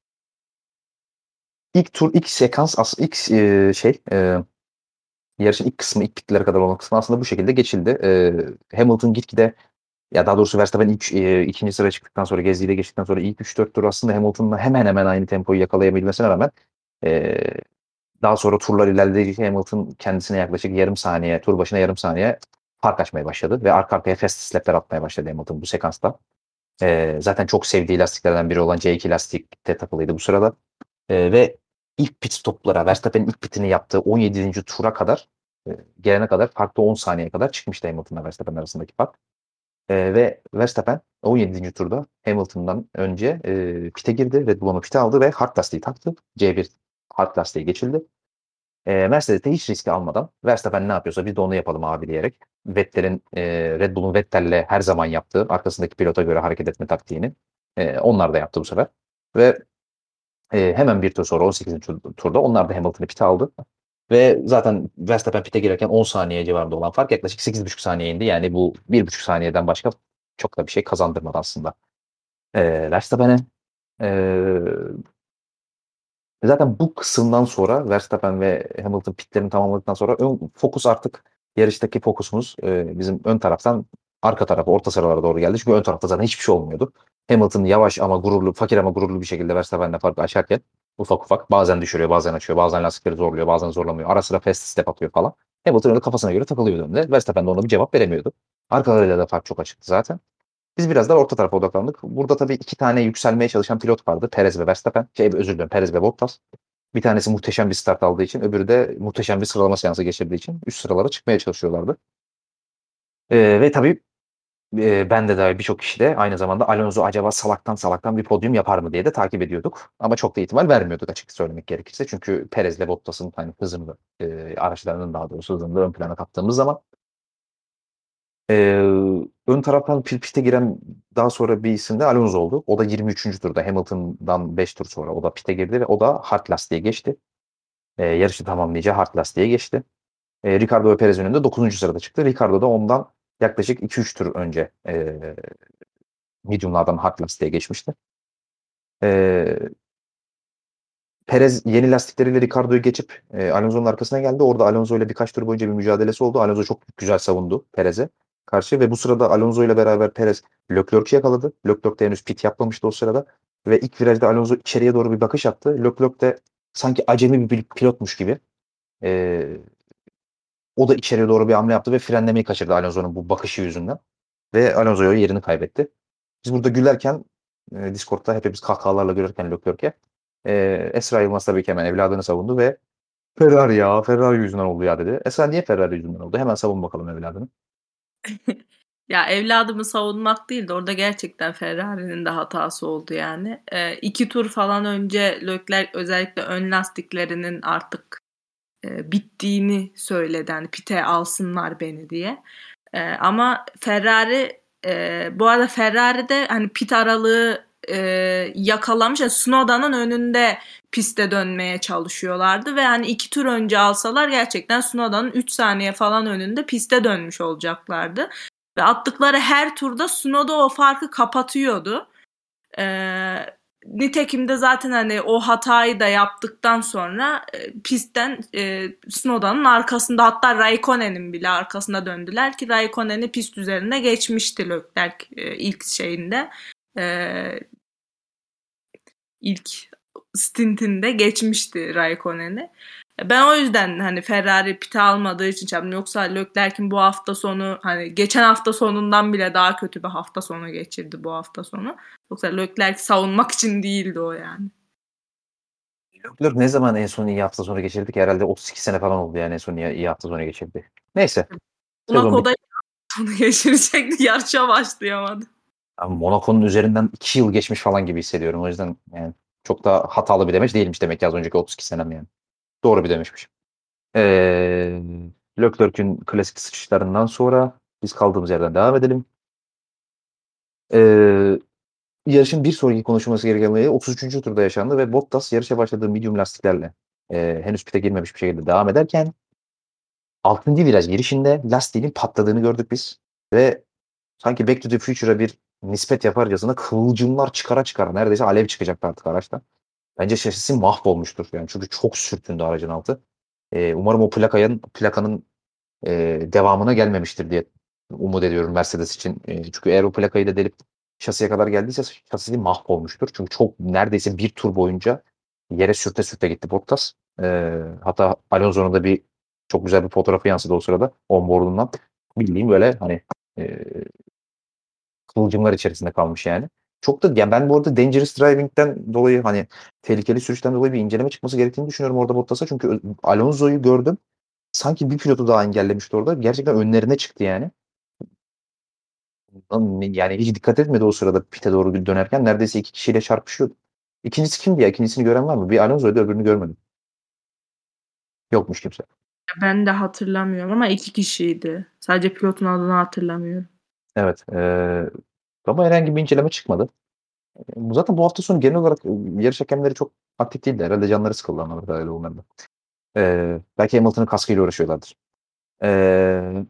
ilk tur, ilk sekans, as, ilk e, şey, e, yarışın ilk kısmı, ilk pitlere kadar olan kısmı aslında bu şekilde geçildi. E, Hamilton gitgide ya daha doğrusu Verstappen ilk e, ikinci sıraya çıktıktan sonra Gasly ile geçtikten sonra ilk üç dört tur aslında Hamilton'la hemen hemen aynı tempoyu yakalayabilmesine rağmen e, daha sonra turlar ilerledikçe Hamilton kendisine yaklaşık yarım saniye, tur başına yarım saniye fark açmaya başladı ve arka arkaya fast slap'ler atmaya başladı Hamilton bu sekansta. E, zaten çok sevdiği lastiklerden biri olan C iki lastikte takılıydı bu sırada. E, ve ilk pit stoplara, Verstappen'in ilk pitini yaptığı on yedinci tura kadar e, gelene kadar farklı on saniye kadar çıkmıştı Hamilton'la Verstappen arasındaki fark. E, ve Verstappen on yedinci turda Hamilton'dan önce e, pite girdi. Red Bull onu pite aldı ve hard lastiği taktı. C bir hard lastiği geçildi. E, Mercedes'te hiç riski almadan Verstappen ne yapıyorsa biz de onu yapalım abi diyerek Vettel'in e, Red Bull'un Vettel'le her zaman yaptığı arkasındaki pilota göre hareket etme taktiğini e, onlar da yaptı bu sefer. Ve e, hemen bir tur sonra on sekizinci tur- turda onlar da Hamilton'ı pite aldı. Ve zaten Verstappen pite girerken on saniye civarında olan fark yaklaşık sekiz buçuk saniye indi. Yani bu bir buçuk saniyeden başka çok da bir şey kazandırmadı aslında e, Verstappen'e. E, Zaten bu kısımdan sonra Verstappen ve Hamilton pitlerini tamamladıktan sonra ön, fokus artık yarıştaki fokusumuz e, bizim ön taraftan arka tarafa, orta sıralara doğru geldi. Çünkü ön tarafta zaten hiçbir şey olmuyordu. Hamilton yavaş ama gururlu, fakir ama gururlu bir şekilde Verstappen'le farkı açarken ufak ufak bazen düşürüyor, bazen açıyor, bazen lastikleri zorluyor, bazen zorlamıyor. Ara sıra fast step atıyor falan. Hamilton öyle kafasına göre takılıyordu önünde. Verstappen de ona bir cevap veremiyordu. Arkalarıyla da fark çok açıktı zaten. Biz biraz daha orta tarafa odaklandık. Burada tabii iki tane yükselmeye çalışan pilot vardı. Perez ve Verstappen. Şey özür dilerim Perez ve Bottas. Bir tanesi muhteşem bir start aldığı için, öbürü de muhteşem bir sıralama seansı geçirdiği için üst sıralara çıkmaya çalışıyorlardı. Ee, ve tabii e, ben de dahil birçok kişi de aynı zamanda Alonso acaba salaktan salaktan bir podyum yapar mı diye de takip ediyorduk. Ama çok da ihtimal vermiyorduk açıkça söylemek gerekirse. Çünkü Perez ile Bottas'ın hani hızını, e, araçlarının daha doğrusu hızını ön plana kattığımız zaman Ee, ön taraftan pit pite giren daha sonra bir isim de Alonso oldu. O da yirmi üçüncü turda Hamilton'dan beş tur sonra o da pite girdi ve o da hard lastiğe geçti. Ee, yarışı tamamlayacağı hard lastiğe geçti. Ee, Ricardo ve Perez önünde dokuzuncu sırada çıktı. Ricardo da ondan yaklaşık iki üç tur önce e, mediumlardan hard lastiğe geçmişti. Ee, Perez yeni lastikleriyle Ricardo'yu geçip e, Alonso'nun arkasına geldi. Orada Alonso ile birkaç tur boyunca bir mücadelesi oldu. Alonso çok güzel savundu Perez'e karşı ve bu sırada Alonso ile beraber Perez Leclerc'i yakaladı. Leclerc de henüz pit yapmamıştı o sırada. Ve ilk virajda Alonso içeriye doğru bir bakış attı. Leclerc de sanki acemi bir pilotmuş gibi e, o da içeriye doğru bir hamle yaptı ve frenlemeyi kaçırdı Alonso'nun bu bakışı yüzünden. Ve Alonso yerini kaybetti. Biz burada gülerken e, Discord'da hepimiz kahkahalarla gülerken Leclerc'e e, Esra Yılmaz tabii ki hemen evladını savundu ve Ferrari ya, Ferrari yüzünden oldu ya dedi. E sen niye Ferrari yüzünden oldu? Hemen savun bakalım evladını. Ya evladımı savunmak değil de orada gerçekten Ferrari'nin de hatası oldu yani. E, iki tur falan önce Leclerc özellikle ön lastiklerinin artık e, bittiğini söyledi. Yani pite alsınlar beni diye. E, ama Ferrari e, bu arada Ferrari'de hani pit aralığı e, yakalamış. Yani Snowda'nın önünde piste dönmeye çalışıyorlardı ve hani iki tur önce alsalar gerçekten Snowda'nın üç saniye falan önünde piste dönmüş olacaklardı. Ve attıkları her turda Snowda o farkı kapatıyordu. Ee, nitekim de zaten hani o hatayı da yaptıktan sonra e, pistten e, Snowda'nın arkasında hatta Raikkonen'in bile arkasına döndüler ki Raikkonen'i pist üzerinde geçmişti Leclerc e, ilk şeyinde. E, ilk stintinde geçmişti Raikkonen'i. Ben o yüzden hani Ferrari pite almadığı için çarptım. Yoksa Leclerc'in bu hafta sonu hani geçen hafta sonundan bile daha kötü bir hafta sonu geçirdi bu hafta sonu. Yoksa Leclerc savunmak için değildi o yani. Leclerc ne zaman en son iyi hafta sonu geçirdik? Herhalde otuz iki sene falan oldu yani en son iyi, iyi hafta sonu geçirdi. Neyse. Monaco'da sonu geçirecekti. Yarışa başlayamadı. Abi Monaco'nun üzerinden iki yıl geçmiş falan gibi hissediyorum. O yüzden yani çok da hatalı bir demeç değilmiş demek ki az önceki otuz iki senem yani. Doğru bir demeçmiş. Ee, Leclerc'ün klasik sıçışlarından sonra biz kaldığımız yerden devam edelim. Ee, yarışın bir sonraki konuşulması gereken olayı otuz üçüncü turda yaşandı ve Bottas yarışa başladığı medium lastiklerle e, henüz pite girmemiş bir şekilde devam ederken altıncı viraj girişinde lastiğinin patladığını gördük biz ve sanki Back to the Future'a bir nispet yaparcasına kıvılcımlar çıkara çıkara neredeyse alev çıkacaktı artık araçtan. Bence şasisi mahvolmuştur. Yani çünkü çok sürtündü aracın altı. Ee, umarım o plakanın plakanın e, devamına gelmemiştir diye umut ediyorum Mercedes için. E, çünkü eğer o plakayı da delip şasiye kadar geldiyse şasisi mahvolmuştur. Çünkü çok neredeyse bir tur boyunca yere sürte sürte gitti Bottas. E, hatta Alonso'nun da bir çok güzel bir fotoğrafı yansıdı o sırada onboard'undan. Bildiğim böyle hani e, kıvılcımlar içerisinde kalmış yani. Çok da yani ben bu arada dangerous driving'den dolayı hani tehlikeli sürüşten dolayı bir inceleme çıkması gerektiğini düşünüyorum orada Bottas'a. Çünkü Alonso'yu gördüm. Sanki bir pilotu daha engellemişti orada. Gerçekten önlerine çıktı yani. Yani hiç dikkat etmedi o sırada pite doğru dönerken. Neredeyse iki kişiyle çarpışıyordu. İkincisi kimdi ya? İkincisini gören var mı? Bir Alonso'ydu öbürünü görmedim. Yokmuş kimse. Ben de hatırlamıyorum ama iki kişiydi. Sadece pilotun adını hatırlamıyorum. Evet. Eee, ama herhangi bir inceleme çıkmadı. Eee, zaten bu hafta sonu genel olarak ııı, yarış hakemleri çok aktif değildi. Herhalde canları sıkıldı anladığım kadarıyla onların da. Eee, belki Hamilton'ın kaskıyla uğraşıyorlardır. Eee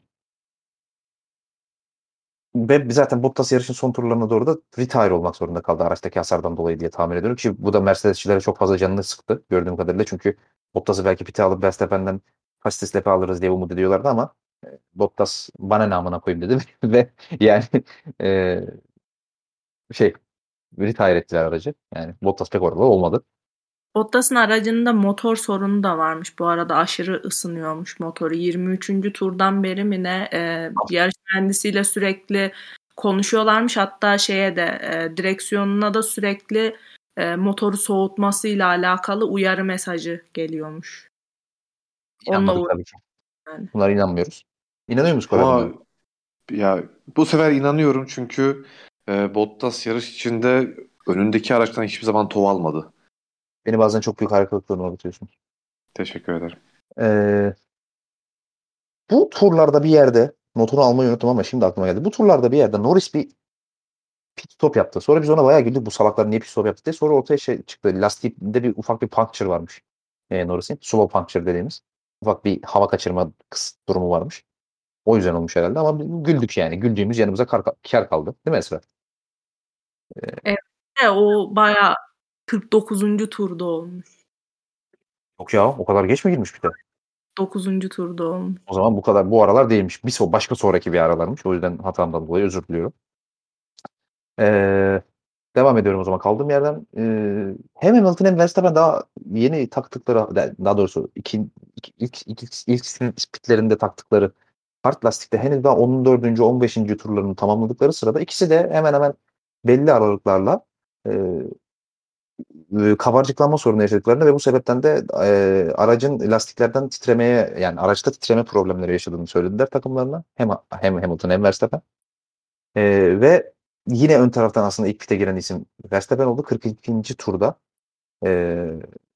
ve zaten Bottas yarışın son turlarına doğru da retire olmak zorunda kaldı araçtaki hasardan dolayı diye tahmin ediyorum ki bu da Mercedes'çilere çok fazla canını sıktı gördüğüm kadarıyla. Çünkü Bottas'ı belki pit'e alıp Verstappen'den Hastis Lap'e alırız diye umut ediyorlardı ama eee, Bottas bana ne amına koyayım dedi ve yani eee, şey retire ettiler aracı. Yani Bottas pek orada olmadı. Bottas'ın aracında motor sorunu da varmış. Bu arada aşırı ısınıyormuş motoru. yirmi üçüncü turdan beri mi ne e, yarış mühendisiyle sürekli konuşuyorlarmış. Hatta şeye de e, direksiyonuna da sürekli e, motoru soğutmasıyla alakalı uyarı mesajı geliyormuş. Onunla İnanmadık uğraş tabii ki. yani. Bunlara inanmıyoruz. İnanıyor musun Koray Ama bunlara? ya bu sefer inanıyorum çünkü e, Bottas yarış içinde önündeki araçtan hiçbir zaman tov almadı. Beni bazen çok büyük hayal kırıklığına uğratıyorsun. Teşekkür ederim. Eee bu turlarda bir yerde notunu almayı unuttum ama şimdi aklıma geldi. Bu turlarda bir yerde Norris bir pit stop yaptı. Sonra biz ona bayağı güldük bu salaklar niye pit stop yaptı diye. Sonra ortaya şey çıktı. Lastiğinde bir ufak bir puncture varmış. E, Norris'in. Slow puncture dediğimiz. Ufak bir hava kaçırma kıs durumu varmış. O yüzden olmuş herhalde ama güldük yani. Güldüğümüz yanımıza kar, kar kaldı. Değil mi Esra? Evet, o bayağı kırk dokuzuncu turda olmuş. Yok ya o kadar geç mi girmiş bir de? dokuzuncu turda olmuş. O zaman bu kadar bu aralar değilmiş. Bir so başka sonraki bir aralarmış. O yüzden hatamdan dolayı özür diliyorum. Eee Devam ediyorum o zaman kaldığım yerden. Eee, hem Hamilton hem Verstappen daha yeni taktıkları daha doğrusu iki, iki, ilk, ilk, ilk pitlerinde taktıkları hard lastikte henüz daha on dördüncü on beşinci turlarını tamamladıkları sırada ikisi de hemen hemen belli aralıklarla eee kabarcıklanma sorunu yaşadıklarını ve bu sebepten de eee, aracın lastiklerden titremeye yani araçta titreme problemleri yaşadığını söylediler takımlarına. Hem, hem Hamilton hem Verstappen. Eee, ve yine ön taraftan aslında ilk pit'e giren isim Verstappen oldu. kırk ikinci turda eee,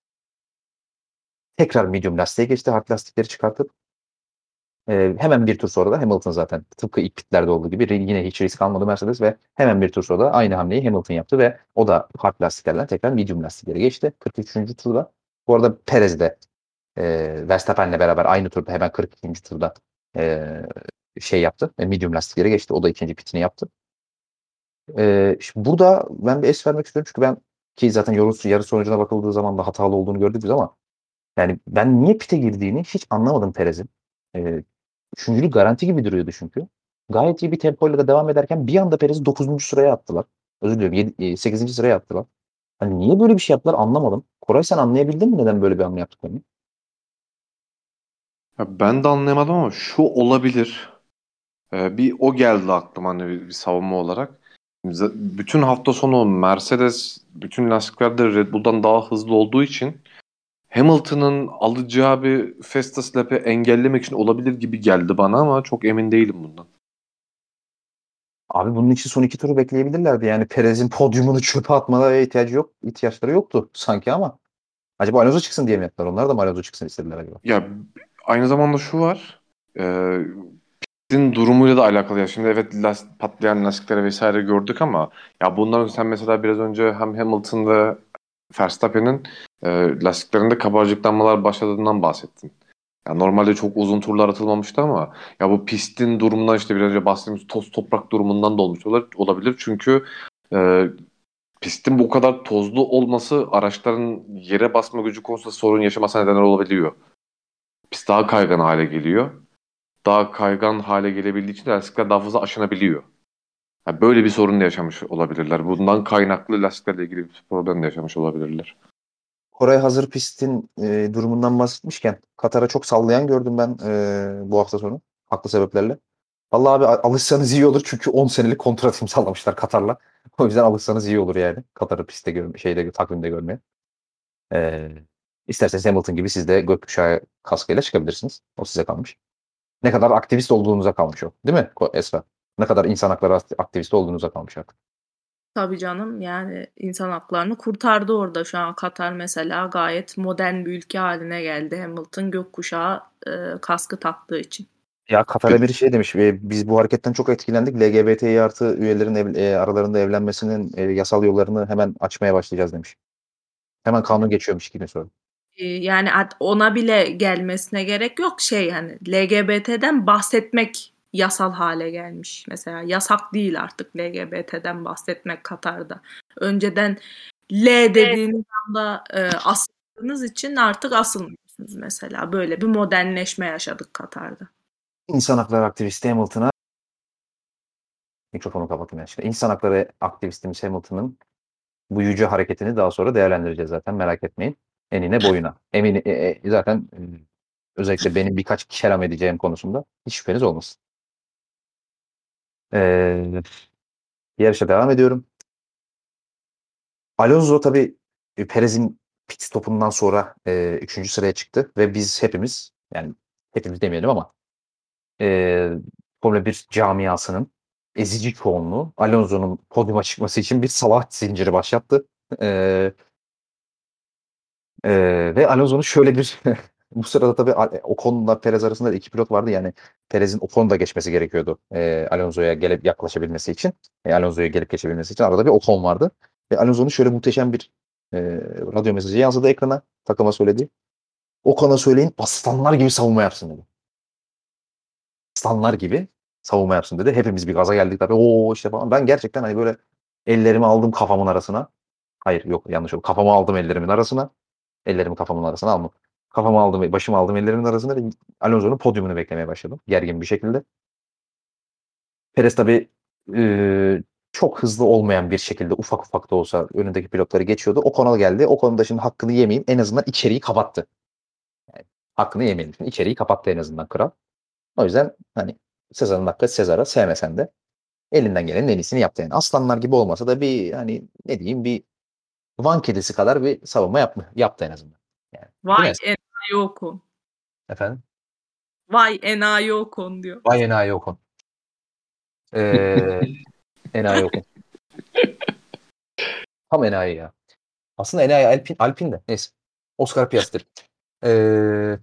tekrar medium lastiğe geçti. Hard lastikleri çıkartıp eee, hemen bir tur sonra da Hamilton zaten tıpkı ilk pitlerde olduğu gibi yine hiç risk almadı Mercedes ve hemen bir tur sonra da aynı hamleyi Hamilton yaptı ve o da hard lastiklerden tekrar medium lastiklere geçti. kırk üçüncü turda. Bu arada Perez de eee Verstappen'le beraber aynı turda hemen kırk ikinci turda eee, şey yaptı. Medium lastiklere geçti. O da ikinci pitini yaptı. Eee, şimdi burada ben bir es vermek istiyorum çünkü ben ki zaten yarış, yarış sonucuna bakıldığı zaman da hatalı olduğunu gördük biz ama yani ben niye pit'e girdiğini hiç anlamadım Perez'in. Eee üçüncülük garanti gibi duruyordu çünkü. Gayet iyi bir tempoyla da devam ederken bir anda Perez'i dokuzuncu sıraya attılar. Özür diliyorum yedi, sekizinci sıraya attılar. Hani niye böyle bir şey yaptılar anlamadım. Koray sen anlayabildin mi neden böyle bir hamle yaptıklarını? Ya ben de anlayamadım ama şu olabilir. Ee, bir o geldi aklıma hani bir, bir savunma olarak. Z- Bütün hafta sonu Mercedes bütün lastiklerde Red Bull'dan daha hızlı olduğu için Hamilton'ın alacağı bir fast lap'i engellemek için olabilir gibi geldi bana ama çok emin değilim bundan. Abi bunun için son iki turu bekleyebilirlerdi. Yani Perez'in podyumunu çöpe atmalara ihtiyacı yok, ihtiyaçları yoktu sanki ama. Acaba Alonso çıksın diye mi yaptılar? Onlar da mı Alonso çıksın istediler acaba? Ya aynı zamanda şu var. E, Pistin durumuyla da alakalı. Ya şimdi evet las- patlayan lastikleri vesaire gördük ama ya bunların sen mesela biraz önce hem Hamilton ve Verstappen'in e, lastiklerinde kabarcıklanmalar başladığından bahsettin. Ya normalde çok uzun turlar atılmamıştı ama ya bu pistin durumundan işte biraz önce bahsettiğimiz toz toprak durumundan da olmuş ola- olabilir. Çünkü e, pistin bu kadar tozlu olması araçların yere basma gücü konusunda sorun yaşamasına neden olabiliyor. Pist daha kaygan hale geliyor. Daha kaygan hale gelebildiği için de lastikler daha fazla aşınabiliyor. Ha, böyle bir sorun da yaşamış olabilirler. Bundan kaynaklı lastiklerle ilgili bir problem de yaşamış olabilirler. Koray hazır pistin e, durumundan bahsetmişken Katar'a çok sallayan gördüm ben e, bu hafta sonu. Haklı sebeplerle. Vallahi abi a- alışsanız iyi olur çünkü on senelik kontrat imzalamışlar Katar'la. O yüzden alışsanız iyi olur yani. Katar'ı pistte görme, şeyde takvimde görmeye. E, isterseniz Hamilton gibi siz de gökkuşağı kaskıyla çıkabilirsiniz. O size kalmış. Ne kadar aktivist olduğunuza kalmış o. Değil mi Ko- Esra? Ne kadar insan hakları aktivisti olduğunuza kalmış artık. Tabii canım, yani insan haklarını kurtardı orada. Şu an Katar mesela gayet modern bir ülke haline geldi. Hamilton gökkuşağı e, kaskı taktığı için. Ya Katar'a bir şey demiş. e, Biz bu hareketten çok etkilendik. L G B T artı üyelerin ev- e, aralarında evlenmesinin e, yasal yollarını hemen açmaya başlayacağız demiş. Hemen kanun geçiyormuş gibi sonra. E, Yani at- ona bile gelmesine gerek yok. Şey, hani L G B T'den bahsetmek yasal hale gelmiş. Mesela yasak değil artık L G B T'den bahsetmek Katar'da. Önceden L dediğiniz anda e, asıldığınız için artık asılmıyorsunuz mesela. Böyle bir modernleşme yaşadık Katar'da. İnsan hakları aktivisti Hamilton'a mikrofonu kapatayım ben şimdi. İnsan hakları aktivistimiz Hamilton'ın bu yüce hareketini daha sonra değerlendireceğiz zaten, merak etmeyin. Enine boyuna. Emin e, e, zaten e, özellikle benim birkaç kelam edeceğim konusunda hiç şüpheniz olmasın. Ee, yarışa devam ediyorum. Alonso tabii e, Perez'in pit stopundan sonra e, üçüncü sıraya çıktı ve biz hepimiz, yani hepimiz demeyelim ama e, Formula bir camiasının ezici çoğunluğu Alonso'nun podyuma çıkması için bir salah zinciri başlattı. E, e, ve Alonso'nun şöyle bir bu sırada tabii Al- Ocon'la Perez arasında da iki pilot vardı, yani Perez'in Ocon'u da geçmesi gerekiyordu e, Alonso'ya gelip yaklaşabilmesi için. E, Alonso'ya gelip geçebilmesi için arada bir Ocon vardı. Ve Alonso'nun şöyle muhteşem bir e, radyo mesajı yansıdı ekrana. Takıma söyledi. Ocon'a söyleyin aslanlar gibi savunma yapsın dedi. Aslanlar gibi savunma yapsın dedi. Hepimiz bir gaza geldik tabii. Oo işte falan. Ben gerçekten hani böyle ellerimi aldım kafamın arasına. Hayır yok, yanlış oldu. Kafamı aldım ellerimin arasına. Ellerimi kafamın arasına aldım. Kafamı aldım, başımı aldım ellerimin arasına ve Alonso'nun podyumunu beklemeye başladım. Gergin bir şekilde. Perez tabii e, çok hızlı olmayan bir şekilde ufak ufak da olsa önündeki pilotları geçiyordu. O konu geldi. O konuda şimdi hakkını yemeyeyim. En azından içeriği kapattı. Yani hakkını yemeyelim. Şimdi içeriği kapattı en azından kral. O yüzden hani Sezar'ın hakkı Sezar'a, sevmesen de elinden gelenin en iyisini yaptı. Yani aslanlar gibi olmasa da bir hani ne diyeyim bir Van kedisi kadar bir savunma yapma, yaptı en azından. Yani, değil mi? Vay enayi Ocon. Efendim? Vay enayi Ocon diyor. Vay enayi Ocon. Ee, enayi Ocon. Tam enayi ya. Aslında enayi Alpin, Alpin de. Neyse. Oscar Piastri. Ee,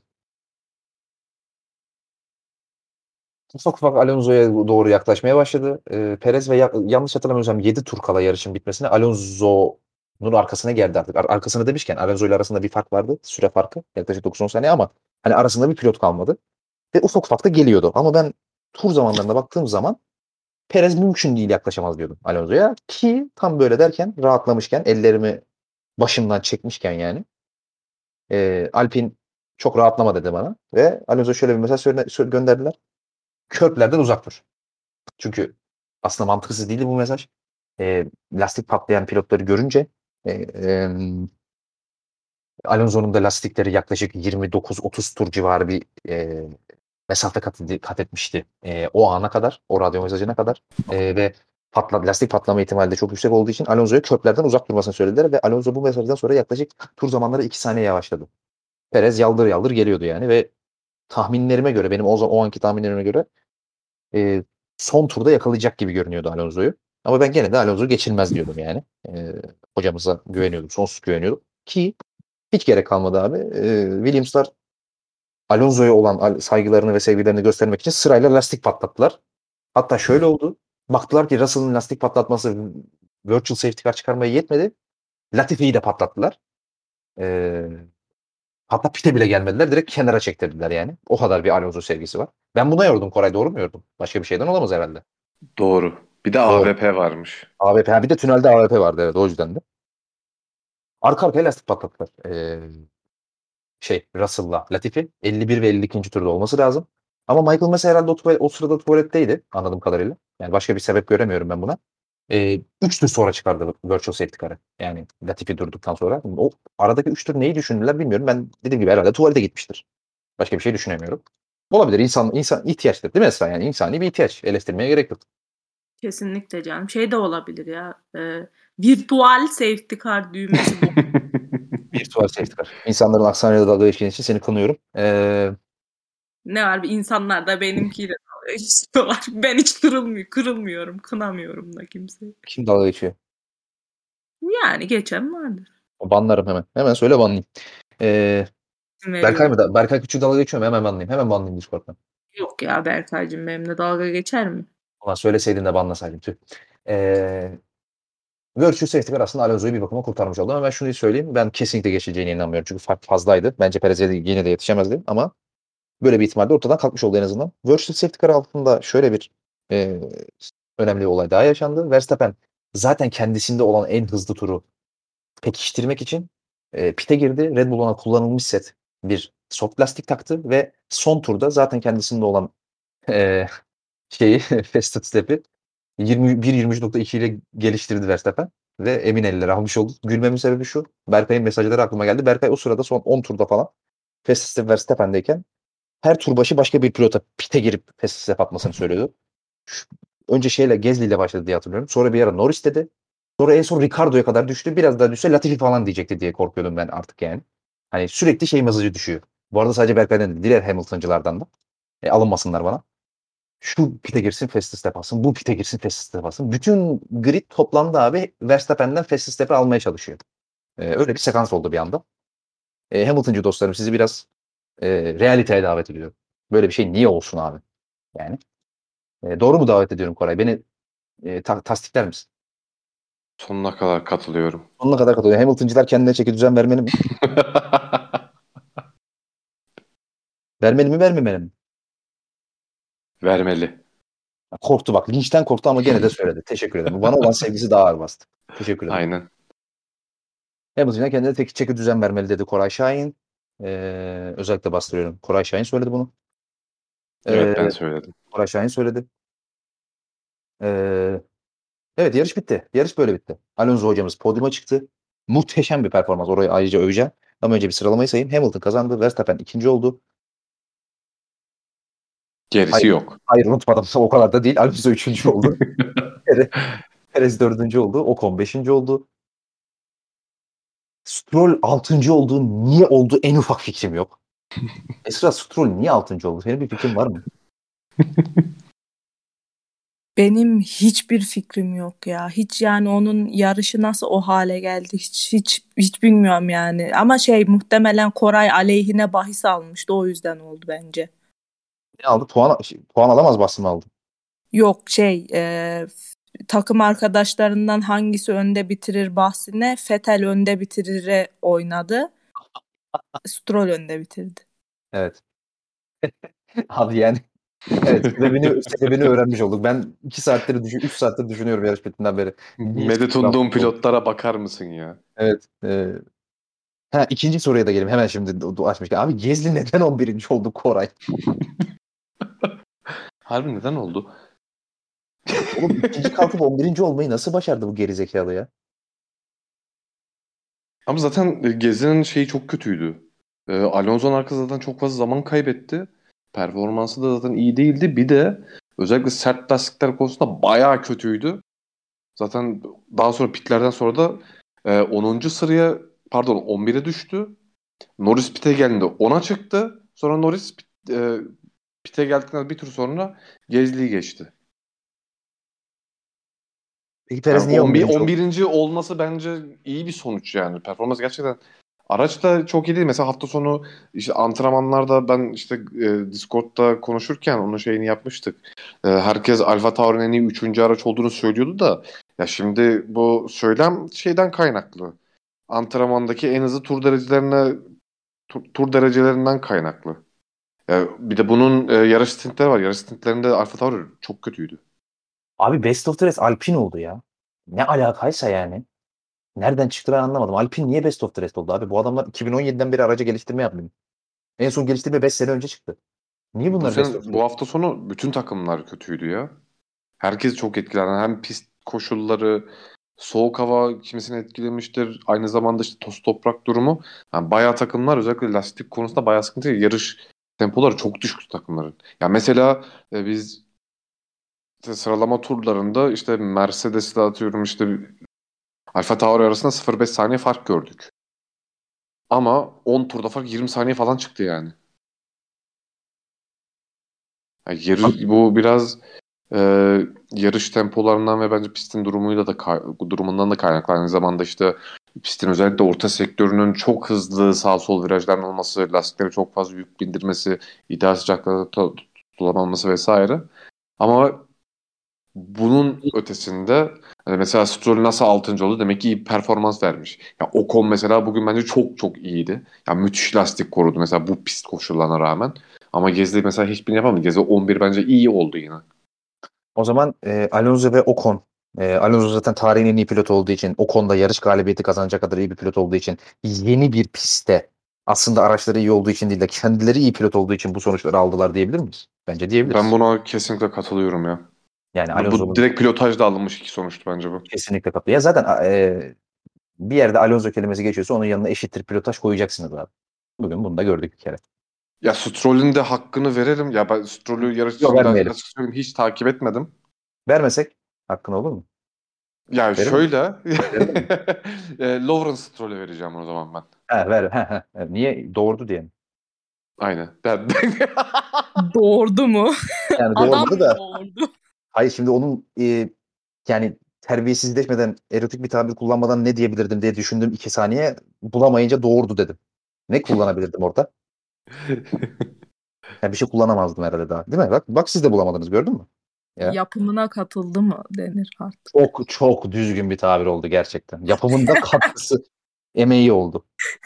ufak ufak Alonso'ya doğru yaklaşmaya başladı. Ee, Perez ve ya- yanlış hatırlamıyorsam yedi tur kala yarışın bitmesine Alonso'nun arkasına geldi artık. Ar- arkasına demişken Alonso ile arasında bir fark vardı. Süre farkı. Yaklaşık dokuz on saniye ama hani arasında bir pilot kalmadı. Ve ufak ufak da geliyordu. Ama ben tur zamanlarına baktığım zaman Perez mümkün değil yaklaşamaz diyordum Alonso'ya. Ki tam böyle derken, rahatlamışken, ellerimi başımdan çekmişken yani e, Alpin çok rahatlama dedi bana. Ve Alonso şöyle bir mesaj söyle- sö- gönderdiler. Körplerden uzak dur. Çünkü aslında mantıksız değildi bu mesaj. E, lastik patlayan pilotları görünce e, e, Alonso'nun da lastikleri yaklaşık yirmi dokuz otuz tur civarı bir e, mesafe kat, ed- kat etmişti. E, o ana kadar, o radyo mesajına kadar. E, ve patla, lastik patlama ihtimali de çok yüksek olduğu için Alonso'ya köprülerden uzak durmasını söylediler ve Alonso bu mesajdan sonra yaklaşık tur zamanları iki saniye yavaşladı. Perez yaldır yaldır geliyordu yani ve tahminlerime göre, benim o, o anki tahminlerime göre e, son turda yakalayacak gibi görünüyordu Alonso'yu. Ama ben gene de Alonso geçilmez diyordum yani. E, hocamıza güveniyordum, sonsuz güveniyordum. Ki hiç gerek kalmadı abi. E, Williams'lar Alonso'ya olan saygılarını ve sevgilerini göstermek için sırayla lastik patlattılar. Hatta şöyle oldu. Baktılar ki Russell'ın lastik patlatması virtual safety car çıkarmaya yetmedi. Latifi'yi de patlattılar. Ee, hatta pite bile gelmediler. Direkt kenara çektirdiler yani. O kadar bir Alonso sevgisi var. Ben buna yordum Koray, doğru mu yordum? Başka bir şeyden olamaz herhalde. Doğru. Bir de Doğru. A V P varmış. A W P. Ha, bir de tünelde A W P vardı, evet, o yüzden de. Arka arkaya lastik patlattılar. Ee, şey Russell'la Latifi elli bir ve elli ikinci turda olması lazım. Ama Michael mesela herhalde o, tuvalet, o sırada tuvaletteydi anladığım kadarıyla. Yani başka bir sebep göremiyorum ben buna. Ee, üç tur sonra çıkardı Virtual Safety Car'ı. Yani Latifi durduktan sonra. O aradaki üç tur neyi düşündüler bilmiyorum. Ben dediğim gibi herhalde tuvalete gitmiştir. Başka bir şey düşünemiyorum. Olabilir. İnsan, insan ihtiyaçtır değil mi Esra? Yani insani bir ihtiyaç. Eleştirmeye gerek yok. Kesinlikle canım. Şey de olabilir ya. E, virtual safety car düğmesi bu. Virtual Safety Car. İnsanların aksanıyla dalga geçtiğin için seni kınıyorum. Ee, Ne var, bir insanlar da benimkiyle dalga geçiyorlar. Ben hiç kırılmıyor, kırılmıyorum, kınamıyorum da kimseyi. kim dalga geçiyor? Yani geçen vardır. Banlarım hemen. Hemen söyle banlayayım. Ee, Berkay mı da? Berkay Küçük dalga geçiyor mu? Hemen banlayayım. Hemen banlayayım Discord'dan. Yok ya Berkay'cığım benimle dalga geçer mi? Ulan söyleseydin de banlasaydım tüh. Ee, Virtue Safety Car aslında Alonso'yu bir bakıma kurtarmış oldu ama ben şunu söyleyeyim. Ben kesinlikle geçeceğine inanmıyorum. Çünkü fark fazlaydı. Bence Perez'e de yine de yetişemezdi ama böyle bir ihtimal de ortadan kalkmış oldu en azından. Virtue Safety Car altında şöyle bir e, önemli bir olay daha yaşandı. Verstappen zaten kendisinde olan en hızlı turu pekiştirmek için e, pit'e girdi. Red Bull ona kullanılmış set bir soft lastik taktı ve son turda zaten kendisinde olan e, şeyi fast step'i yirmi bir yirmi üç nokta iki ile geliştirdi Verstappen ve emin eller almış oldu. Gülmemin sebebi şu. Berkay'ın mesajları aklıma geldi. Berkay o sırada son on turda falan fast step Verstappen'deyken her tur başı başka bir pilota pit'e girip fast step atmasını söylüyordu. Şu, önce şeyle Gasly ile başladı diye hatırlıyorum. Sonra bir ara Norris dedi. Sonra en son Ricardo'ya kadar düştü. Biraz daha düşse Latifi falan diyecekti diye korkuyordum ben artık yani. Hani sürekli şey mesajı düşüyor. Bu arada sadece Berkay'dan değil. Diğer Hamilton'cılardan da. E, alınmasınlar bana. Şu pite girsin fast step alsın. Bu pite girsin fast step alsın. Bütün grid toplamda abi Verstappen'den fast step'i almaya çalışıyor. E, öyle bir sekans oldu bir anda. E, Hamilton'cı dostlarım sizi biraz e, realiteye davet ediyorum. Böyle bir şey niye olsun abi? Yani. E, doğru mu davet ediyorum Koray? Beni e, ta- tasdikler misin? Sonuna kadar katılıyorum. Sonuna kadar katılıyorum. Hamilton'cılar kendine çeki düzen vermeli mi? Vermeli mi vermemeli mi? Vermeli. Korktu bak. Linçten korktu ama gene de söyledi. Teşekkür ederim. Bana olan sevgisi daha ağır bastı. Teşekkür ederim. Aynen. Hamilton'a kendine tek çeki düzen vermeli dedi Koray Şahin. Ee, özellikle bastırıyorum. Koray Şahin söyledi bunu. Ee, Evet ben söyledim. Koray Şahin söyledi. Ee, evet yarış bitti. Yarış böyle bitti. Alonso hocamız podyuma çıktı. Muhteşem bir performans. Orayı ayrıca öveceğim. Ama önce bir sıralamayı sayayım. Hamilton kazandı. Verstappen ikinci oldu. Gerisi Hayır, yok. hayır unutmadım. O kadar da değil. Alonso üçüncü oldu. Perez dördüncü oldu. Ocon beşinci oldu. Stroll altıncı oldu. Niye oldu en ufak fikrim yok. Esra Stroll niye altıncı oldu? Senin bir fikrin var mı? Benim hiçbir fikrim yok ya. Hiç yani onun yarışı nasıl o hale geldi hiç hiç hiç bilmiyorum yani. Ama şey muhtemelen Koray aleyhine bahis almıştı o yüzden oldu bence. Ne aldı? Puan, şey, puan alamaz basın aldı. Yok şey e, takım arkadaşlarından hangisi önde bitirir bahsine Vettel önde bitirire oynadı. Stroll önde bitirdi. Evet. Abi yani evet sebebini, sebebini öğrenmiş olduk. Ben iki saattir düşün, üç saattir düşünüyorum yarış bittiğinden beri. Niye Medet Stroll umduğum altıncı oldu? pilotlara bakar mısın ya? Evet. E, ha, ikinci soruya da gelelim. Hemen şimdi du- du- açmışken. Abi Gezli neden on birinci oldu Koray? Harbi neden oldu? Oğlum ikinci kalkıp on birinci olmayı nasıl başardı bu gerizekalı ya? Ama zaten e, Gezi'nin şeyi çok kötüydü. E, Alonso'nun arkasında zaten çok fazla zaman kaybetti. Performansı da zaten iyi değildi. Bir de özellikle sert lastikler konusunda bayağı kötüydü. Zaten daha sonra pitlerden sonra da e, onuncu sıraya pardon on bire düştü. Norris pit'e geldi ona çıktı. Sonra Norris pit, e, pit'e geldikten bir tur sonra Gezli'yi geçti. Peki Perez Yani niye on bir, on birinci oldu? on birinci olması bence iyi bir sonuç yani. Performans gerçekten araç da çok iyi değil. Mesela hafta sonu işte antrenmanlarda ben işte e, Discord'da konuşurken onun şeyini yapmıştık. E, herkes Alfa Tauri'nin en iyi üçüncü araç olduğunu söylüyordu da ya şimdi bu söylem şeyden kaynaklı. Antrenmandaki en hızlı tur derecelerine tur, tur derecelerinden kaynaklı. Ya bir de bunun e, yarış stintleri var. Yarış stintlerinde Alfa Tauri çok kötüydü. Abi Best of the Rest Alpine oldu ya. Ne alakaysa yani. Nereden çıktı ben anlamadım. Alpine niye Best of the Rest oldu abi? Bu adamlar iki bin on yediden beri araca geliştirme yapmıyor. En son geliştirme beş sene önce çıktı. Niye Bu bunlar Best of the sene bu Rest? hafta sonu bütün takımlar kötüydü ya. Herkes çok etkilendi. Hem pist koşulları, soğuk hava kimisini etkilemiştir. Aynı zamanda işte toz toprak durumu. Yani bayağı takımlar özellikle lastik konusunda bayağı sıkıntı. Yarış tempoları çok düşük takımların. Ya mesela e, biz işte sıralama turlarında işte Mercedes'le atıyorum işte Alfa Tauri arasında sıfır virgül beş saniye fark gördük. Ama on turda fark yirmi saniye falan çıktı yani. Yani yarı, bu biraz e, yarış tempolarından ve bence pistin durumuyla da kay- durumundan da kaynaklı. Aynı zamanda işte pistin özellikle orta sektörünün çok hızlı sağ sol virajların olması, lastiklere çok fazla yük bindirmesi, ideal sıcaklıkta tut- tutulamaması vesaire. Ama bunun ötesinde hani mesela Stroll nasıl altıncı oldu? Demek ki iyi bir performans vermiş. Ya Ocon mesela bugün bence çok çok iyiydi. Ya müthiş lastik korudu mesela bu pist koşullarına rağmen. Ama Gezdi mesela hiçbirini yapamadı. Gezdi on bir bence iyi oldu yine. O zaman e, Alonso ve Ocon. E, Alonso zaten tarihin en iyi pilotu olduğu için, Ocon da yarış galibiyeti kazanacak kadar iyi bir pilot olduğu için, yeni bir pistte aslında araçları iyi olduğu için değil de kendileri iyi pilot olduğu için bu sonuçları aldılar diyebilir miyiz? Bence Ben diyebiliriz. buna kesinlikle katılıyorum ya. Yani Bu, bu Alonso'nun direkt pilotajda alınmış iki sonuçtu bence bu. kesinlikle katılıyor. Ya zaten e, bir yerde Alonso kelimesi geçiyorsa onun yanına eşittir pilotaj koyacaksınız abi. Bugün bunu da gördük bir kere. Ya Stroll'ün de hakkını vererim. Ya ben Stroll'ü yarış Yok, içinde vermeyelim. açık söyleyeyim hiç takip etmedim. Vermesek hakkın olur mu? Ya Verir mi? şöyle Verir mi? e, Lawrence Stroll'e vereceğim o zaman ben. Ha, ver. Ha, ha. Ha. Niye? Doğurdu diye mi? Aynen. Ben... Doğurdu mu? Yani Adam doğurmadı mı da. doğurdu? Hayır, şimdi onun e, yani terbiyesizleşmeden, erotik bir tabir kullanmadan ne diyebilirdim diye düşündüm iki saniye. Bulamayınca doğurdu dedim. Ne kullanabilirdim orada? Ya bir şey kullanamazdım herhalde daha. Değil mi? Bak, bak siz de bulamadınız, gördün mü? Ya. Yapımına katıldı mı denir artık. Çok çok düzgün bir tabir oldu gerçekten. Yapımında katkısı, emeği oldu.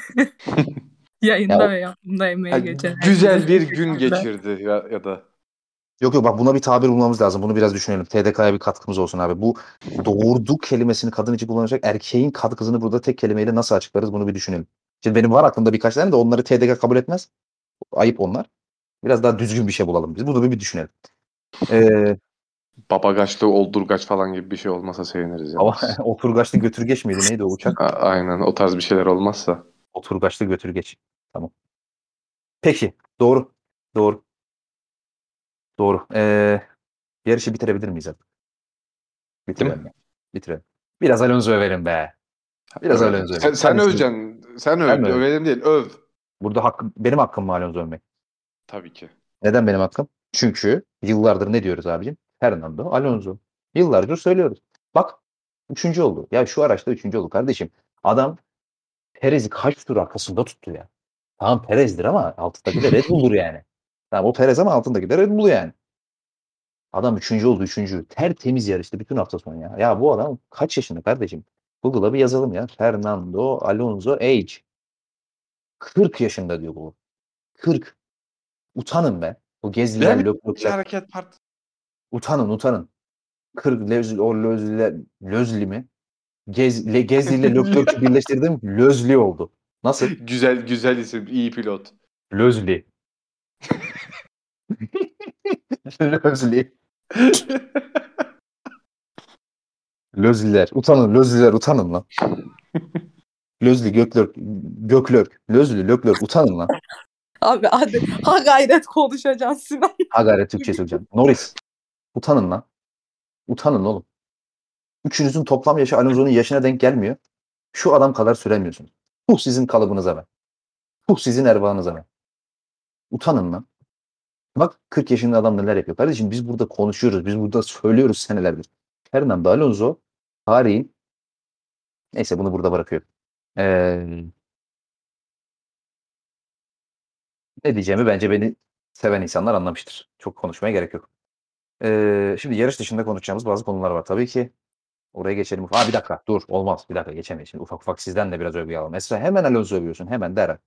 Ya, Yayında o- ve yapımda Ha, emeği geçen herkese güzel bir gün teşekkürler. geçirdi ya, ya da. yok yok, bak buna bir tabir bulmamız lazım. Bunu biraz düşünelim. T D K'ya bir katkımız olsun abi. Bu doğurdu kelimesini kadın için kullanacak, erkeğin katkısını burada tek kelimeyle nasıl açıklarız, bunu bir düşünelim. Şimdi benim var aklımda birkaç tane de onları T D K kabul etmez. Ayıp onlar. Biraz daha düzgün bir şey bulalım biz. Bunu bir, bir düşünelim. Ee, Babagaçlı oldurgaç falan gibi bir şey olmasa seviniriz ama yalnız. oturgaçlı götürgeç miydi? Neydi o uçak? A- aynen o tarz bir şeyler olmazsa. Oturgaçlı götürgeç. Tamam. Peki. Doğru. Doğru. Doğru. Ee, yarışı bitirebilir miyiz artık? Değil mi? Bitirelim ya. Bitirelim. Biraz Alonso'ya verin be. Biraz Övelim. Alonso'ya Sen, verin. sen Hadi şimdi. öveceksin. Sen Ben mi öv. öveyim? Övelim değil. Öv. Burada hakkım, benim hakkım mı Alonso övmek? Tabii ki. Neden benim hakkım? Çünkü yıllardır ne diyoruz abicim? Fernando Alonso. Yıllardır söylüyoruz. Bak, üçüncü oldu. Ya şu araçta üçüncü oldu kardeşim. Adam Perez'i kaç tur arkasında tuttu ya. Tamam Perez'dir ama altındaki de Red Bull'dur yani. Tamam o Perez ama altındaki de Red Bull yani. Adam üçüncü oldu, üçüncü. Tertemiz yarıştı bütün hafta sonu ya. Ya bu adam kaç yaşında kardeşim? Google'a bir yazalım ya. Fernando Alonso age. kırk yaşında diyor bu. kırk. Utanın be. O gezliler, Yani bir löklökler. hareket part. Utanın, utanın. kırk Lözli, o Lözli, Lözli mi? Gez, le, Gezli ile Löklök'ü birleştirdim. Lözli oldu. Nasıl? Güzel güzel isim. İyi pilot. Lözli. Lözli. Lözliler. Utanın, Lözliler utanın lan. Lözli, Göklörk, Göklörk. Lözlü, Löklörk utanın lan. Abi hadi ha gayret konuşacaksın Sinan. Ha gayret Türkçe söyleyeceğim. Norris. Utanın lan. Utanın oğlum. Üçünüzün toplam yaşı Alonso'nun yaşına denk gelmiyor. Şu adam kadar süremiyorsunuz. Puh sizin kalıbınıza be. Puh sizin ervanıza be. Utanın lan. Bak kırk yaşında adam neler yapıyor. Kardeşim biz burada konuşuyoruz. Biz burada söylüyoruz senelerdir. Fernando Alonso tarihin, neyse bunu burada bırakıyorum. Ee, ne diyeceğimi bence beni seven insanlar anlamıştır. Çok konuşmaya gerek yok. Ee, şimdi yarış dışında konuşacağımız bazı konular var. Tabii ki oraya geçelim. Ha bir dakika dur, olmaz, bir dakika geçemeyiz. Şimdi ufak ufak sizden de biraz övgü alalım. Esra hemen Alonso övüyorsun, hemen derhal.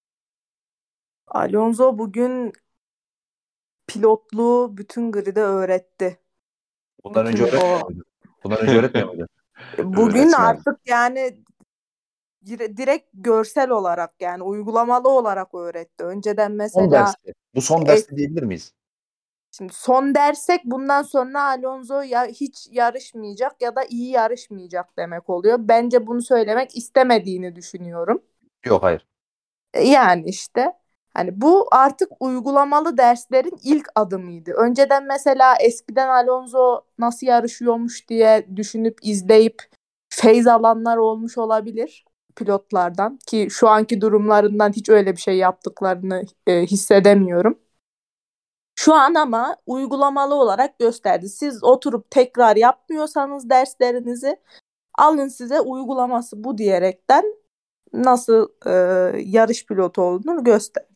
Alonso bugün pilotluğu bütün grid'e öğretti. Bundan önce Bütün öğretmiyor o muydu? Bundan önce öğretmiyor muydu? bugün Öğretmen. artık yani dire- direkt görsel olarak yani uygulamalı olarak öğretti. Önceden Son mesela derste. Bu son es- derste diyebilir miyiz? şimdi son dersek bundan sonra Alonso ya hiç yarışmayacak ya da iyi yarışmayacak demek oluyor. Bence bunu söylemek istemediğini düşünüyorum. Yok, hayır. E, Yani işte hani bu artık uygulamalı derslerin ilk adımıydı. Önceden mesela eskiden Alonso nasıl yarışıyormuş diye düşünüp izleyip feyz alanlar olmuş olabilir pilotlardan ki şu anki durumlarından hiç öyle bir şey yaptıklarını e, hissedemiyorum. Şu an ama uygulamalı olarak gösterdi. Siz oturup tekrar yapmıyorsanız derslerinizi alın size uygulaması bu diyerekten nasıl e, yarış pilotu olduğunu göster.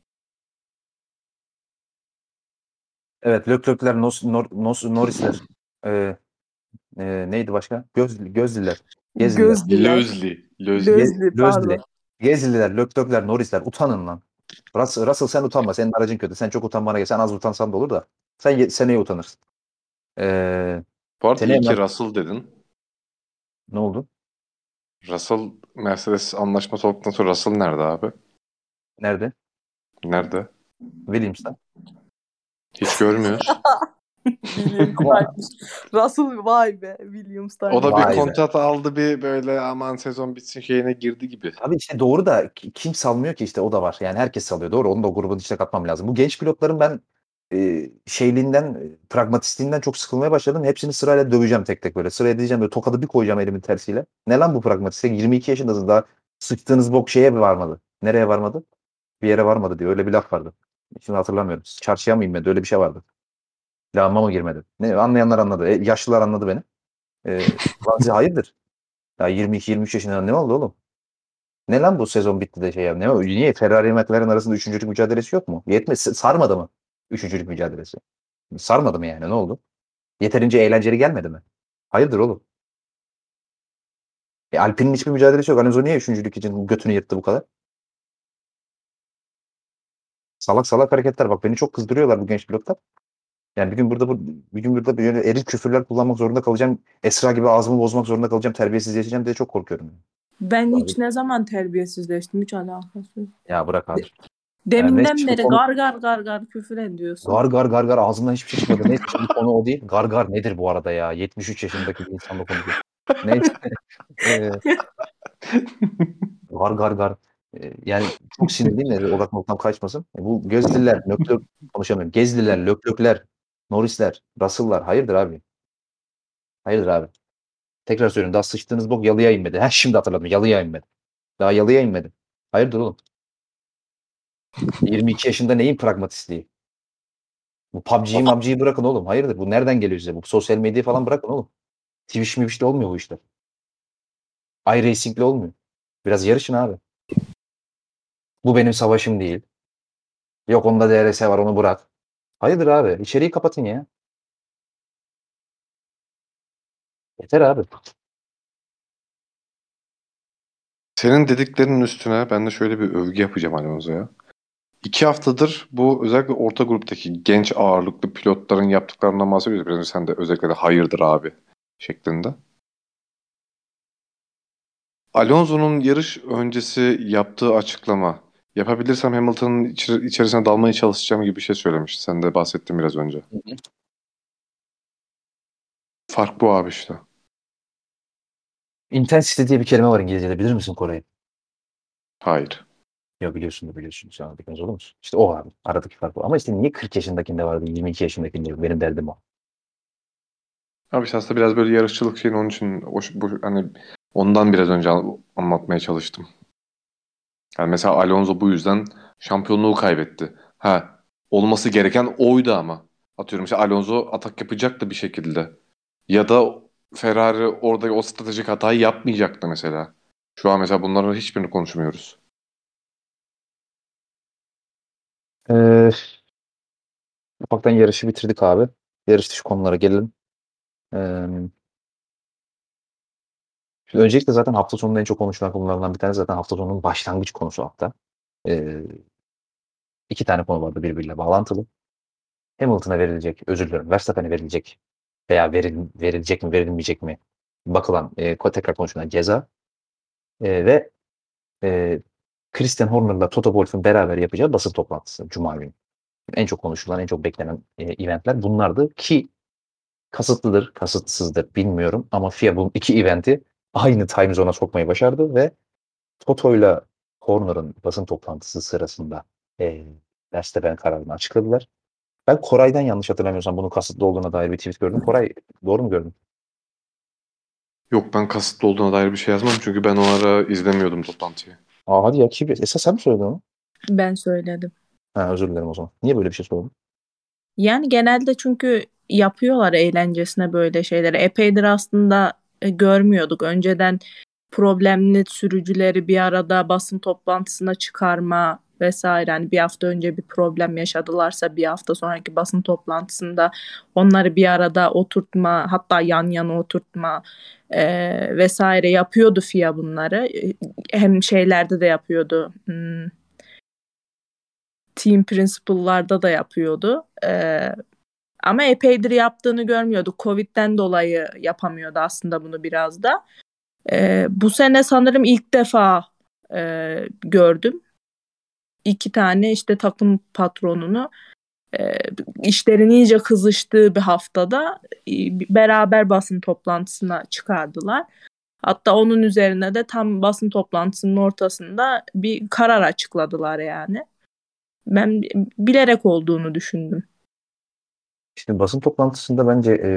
Evet, Leclerc'ler, Nos, Nor, Nos, Norris'ler. Ee, e, neydi başka? Göz, Gözliler. Gezliler. Gözlüler. Lözli. Lözli. Ge, Gözlü Gözli. pardon. Gezliler, Leclerc'ler, Norris'ler. Utanın lan. Russell, Russell sen utanma. Senin aracın kötü. Sen çok utanmana gerek. Sen az utansan da olur da. Sen ye- seneye utanırsın. Ee, Bu arada seneye iyi ki Mer- Russell dedin. ne oldu? Russell Mercedes anlaşması olduktan sonra Russell nerede abi? Nerede? Nerede? Williams'ta. Hiç görmüyoruz. Williams'taymış. Russell vay be Williams'taymış. O da bir Vay be. kontrat aldı, bir böyle aman sezon bitsin şeyine girdi gibi. Abi işte doğru da ki- kim salmıyor ki, işte o da var. Yani herkes salıyor. Doğru. Onu da o grubun içine katmam lazım. Bu genç pilotların ben e, şeyliğinden, e, pragmatistliğinden çok sıkılmaya başladım. Hepsini sırayla döveceğim tek tek böyle. Sıraya diyeceğim böyle, tokadı bir koyacağım elimin tersiyle. Ne lan bu pragmatistlik? yirmi iki yaşındasın, daha sıktığınız bok şeye mi varmadı? Nereye varmadı? Bir yere varmadı diyor. Öyle bir laf vardı. Şimdi hatırlamıyorum. Çarşıya mı inmedi? Öyle bir şey vardı. Lağıma mı girmedi? Ne, anlayanlar anladı. E, yaşlılar anladı beni. E, lan siz hayırdır? Ya yirmi iki yirmi üç yaşında ne oldu oğlum? Ne lan bu sezon bitti de şey ya? Ne, niye Ferrari McLaren arasında üçüncülük mücadelesi yok mu? Yetmez. Sarmadı mı? Üçüncülük mücadelesi. Sarmadı mı yani? Ne oldu? Yeterince eğlenceli gelmedi mi? Hayırdır oğlum? E, Alpine'in hiçbir mücadelesi yok. Alonso niye üçüncülük için götünü yırttı bu kadar? Salak salak hareketler. Bak beni çok kızdırıyorlar bu genç pilotlar. Yani bir gün burada bu bir gün burada böyle erik küfürler kullanmak zorunda kalacağım. Esra gibi ağzımı bozmak zorunda kalacağım. Terbiyesiz yaşayacağım diye çok korkuyorum. Ben Abi. hiç ne zaman terbiyesizleştim, hiç alakası yok. Ya bırak abi. Deminden neyse, beri konu- gar gar gar gar küfür ediyorsun. Gar gar gar gar ağzımdan hiçbir şey çıkmadı. Neyse şimdi konu o değil. Gar gar nedir bu arada ya? yetmiş üç yaşındaki bir insanla konuşuyor. Neyse. Ee, gar gar gar. Ee, yani çok sinirliyim de odak noktam kaçmasın. E, bu Gözliler, lök lök konuşamıyorum. Gezliler, lök lökler, Norris'ler, Russell'lar. Hayırdır abi? Hayırdır abi? Tekrar söylüyorum. Daha sıçtığınız bok yalıya inmedi. Ha şimdi hatırladım. Yalıya inmedi. Daha yalıya inmedi. Hayırdır oğlum? yirmi iki yaşında neyin pragmatistliği? Bu P U B G'yi M A B G'yi bırakın oğlum. Hayırdır? Bu nereden geliyor size? Bu sosyal medyayı falan bırakın oğlum. Twitch mivişle olmuyor bu işler. iRacing'le olmuyor. Biraz yarışın abi. Bu benim savaşım değil. Yok onda D R S var, onu bırak. Hayırdır abi? İçeriği kapatın ya. Yeter abi. Senin dediklerinin üstüne ben de şöyle bir övgü yapacağım Alonso'ya. İki haftadır bu özellikle orta gruptaki genç ağırlıklı pilotların yaptıklarından bahsediyoruz. Biraz önce sen de özellikle de hayırdır abi şeklinde. Alonso'nun yarış öncesi yaptığı açıklama, yapabilirsem Hamilton'ın içi- içerisine dalmaya çalışacağım gibi bir şey söylemiş. Sen de bahsettin biraz önce. Hı hı. Fark bu abi işte. Intensity diye bir kelime var İngilizce'de. Bilir misin Kore'yi? Hayır. Yok biliyorsun da biliyorsun. Sen bilmez olur musun? İşte o abi. Aradaki fark bu. Ama işte niye kırk yaşındakinde vardı, yirmi iki yaşındakinde yok? Benim derdim o. Abi işte aslında biraz böyle yarışçılık şeyin onun için o, bu, hani ondan biraz önce an- anlatmaya çalıştım. Yani mesela Alonso bu yüzden şampiyonluğu kaybetti. Ha, olması gereken oydu ama. Atıyorum işte Alonso atak yapacaktı bir şekilde. Ya da Ferrari orada o stratejik hatayı yapmayacaktı mesela. Şu an mesela bunların hiçbirini konuşmuyoruz. Ee, ufaktan yarışı bitirdik abi. Yarış dışı konulara gelelim. Ee, şimdi öncelikle zaten hafta sonunda en çok konuşulan konulardan bir tanesi zaten hafta sonunun başlangıç konusu hatta. Ee, iki tane konu vardı birbiriyle bağlantılı. Hamilton'a verilecek, özür diliyorum, Verstappen'e verilecek veya veril, verilecek mi, verilmeyecek mi bakılan, e, tekrar konuşulan ceza e, ve e, Christian Horner'la Toto Wolff'un beraber yapacağı basın toplantısı Cuma günü. En çok konuşulan, en çok beklenen e, eventler bunlardı ki kasıtlıdır, kasıtsızdır bilmiyorum ama F I A bu iki eventi aynı time zone'a sokmayı başardı ve Toto'yla Horner'ın basın toplantısı sırasında e, Verstappen kararını açıkladılar. Ben Koray'dan yanlış hatırlamıyorsam bunun kasıtlı olduğuna dair bir tweet gördüm. Koray doğru mu gördüm? Yok, ben kasıtlı olduğuna dair bir şey yazmam çünkü ben o ara izlemiyordum toplantıyı. Aa hadi ya kim? Esas sen mi söyledin onu? Ben söyledim. Ha özür dilerim o zaman. Niye böyle bir şey söyledin? Yani genelde çünkü yapıyorlar eğlencesine böyle şeyleri. Epeydir aslında e, görmüyorduk. Önceden problemli sürücüleri bir arada basın toplantısına çıkarma vesaire. Hani bir hafta önce bir problem yaşadılarsa bir hafta sonraki basın toplantısında onları bir arada oturtma, hatta yan yana oturtma e, vesaire yapıyordu F I A bunları. E, Hem şeylerde de yapıyordu. Hmm, Team Principle'larda da yapıyordu. E, Ama epeydir yaptığını görmüyorduk. Covid'den dolayı yapamıyordu aslında bunu biraz da. Ee, bu sene sanırım ilk defa e, gördüm. İki tane işte takım patronunu e, işlerin iyice kızıştığı bir haftada e, beraber basın toplantısına çıkardılar. Hatta onun üzerine de tam basın toplantısının ortasında bir karar açıkladılar yani. Ben bilerek olduğunu düşündüm. İşte basın toplantısında bence e,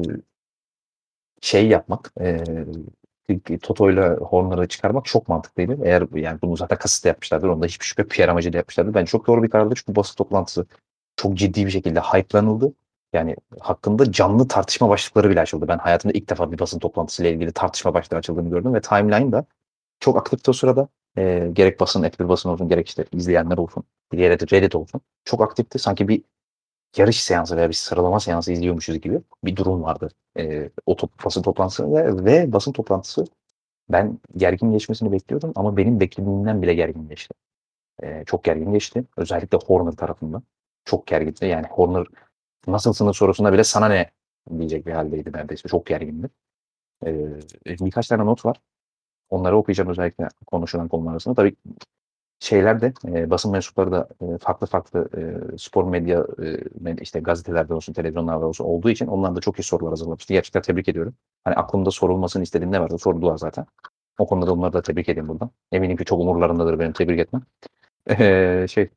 şey yapmak, e, Toto'yla Horner'ı çıkarmak çok mantıklıydı. Eğer yani bunu zaten kasıtlı yapmışlardır. Onda hiçbir şüphe P R amacıyla yapmışlardır. Bence çok doğru bir karardı çünkü basın toplantısı çok ciddi bir şekilde hype'lanıldı. Yani hakkında canlı tartışma başlıkları bile açıldı. Ben hayatımda ilk defa bir basın toplantısıyla ilgili tartışma başlığı açıldığını gördüm ve timeline'da çok aktifti o sırada. E, gerek basın, F bir basın olsun, gerek işte izleyenler olsun, Reddit, Reddit olsun. Çok aktifti. Sanki bir yarış seansı veya bir sıralama seansı izliyormuşuz gibi bir durum vardı. E, o top, basın toplantısı ve, ve basın toplantısı ben gergin geçmesini bekliyordum ama benim beklediğimden bile gergin geçti. E, çok gergin geçti. Özellikle Horner tarafından. Çok gergindi. Yani Horner nasılsınız sorusunda bile sana ne diyecek bir haldeydi neredeyse. Çok gergindi. E, birkaç tane not var. Onları okuyacağım özellikle konuşulan konular arasında. Tabii şeyler de e, basın mensupları da e, farklı farklı e, spor medya e, işte gazetelerde olsun televizyonlarda olsun olduğu için onlar da çok iyi sorular hazırlamıştı. Gerçekten tebrik ediyorum. Hani aklımda sorulmasını istediğim ne vardı sordular zaten. O konuda da onları da tebrik edeyim buradan. Eminim ki çok umurlarındadır benim tebrik etmem. E, şey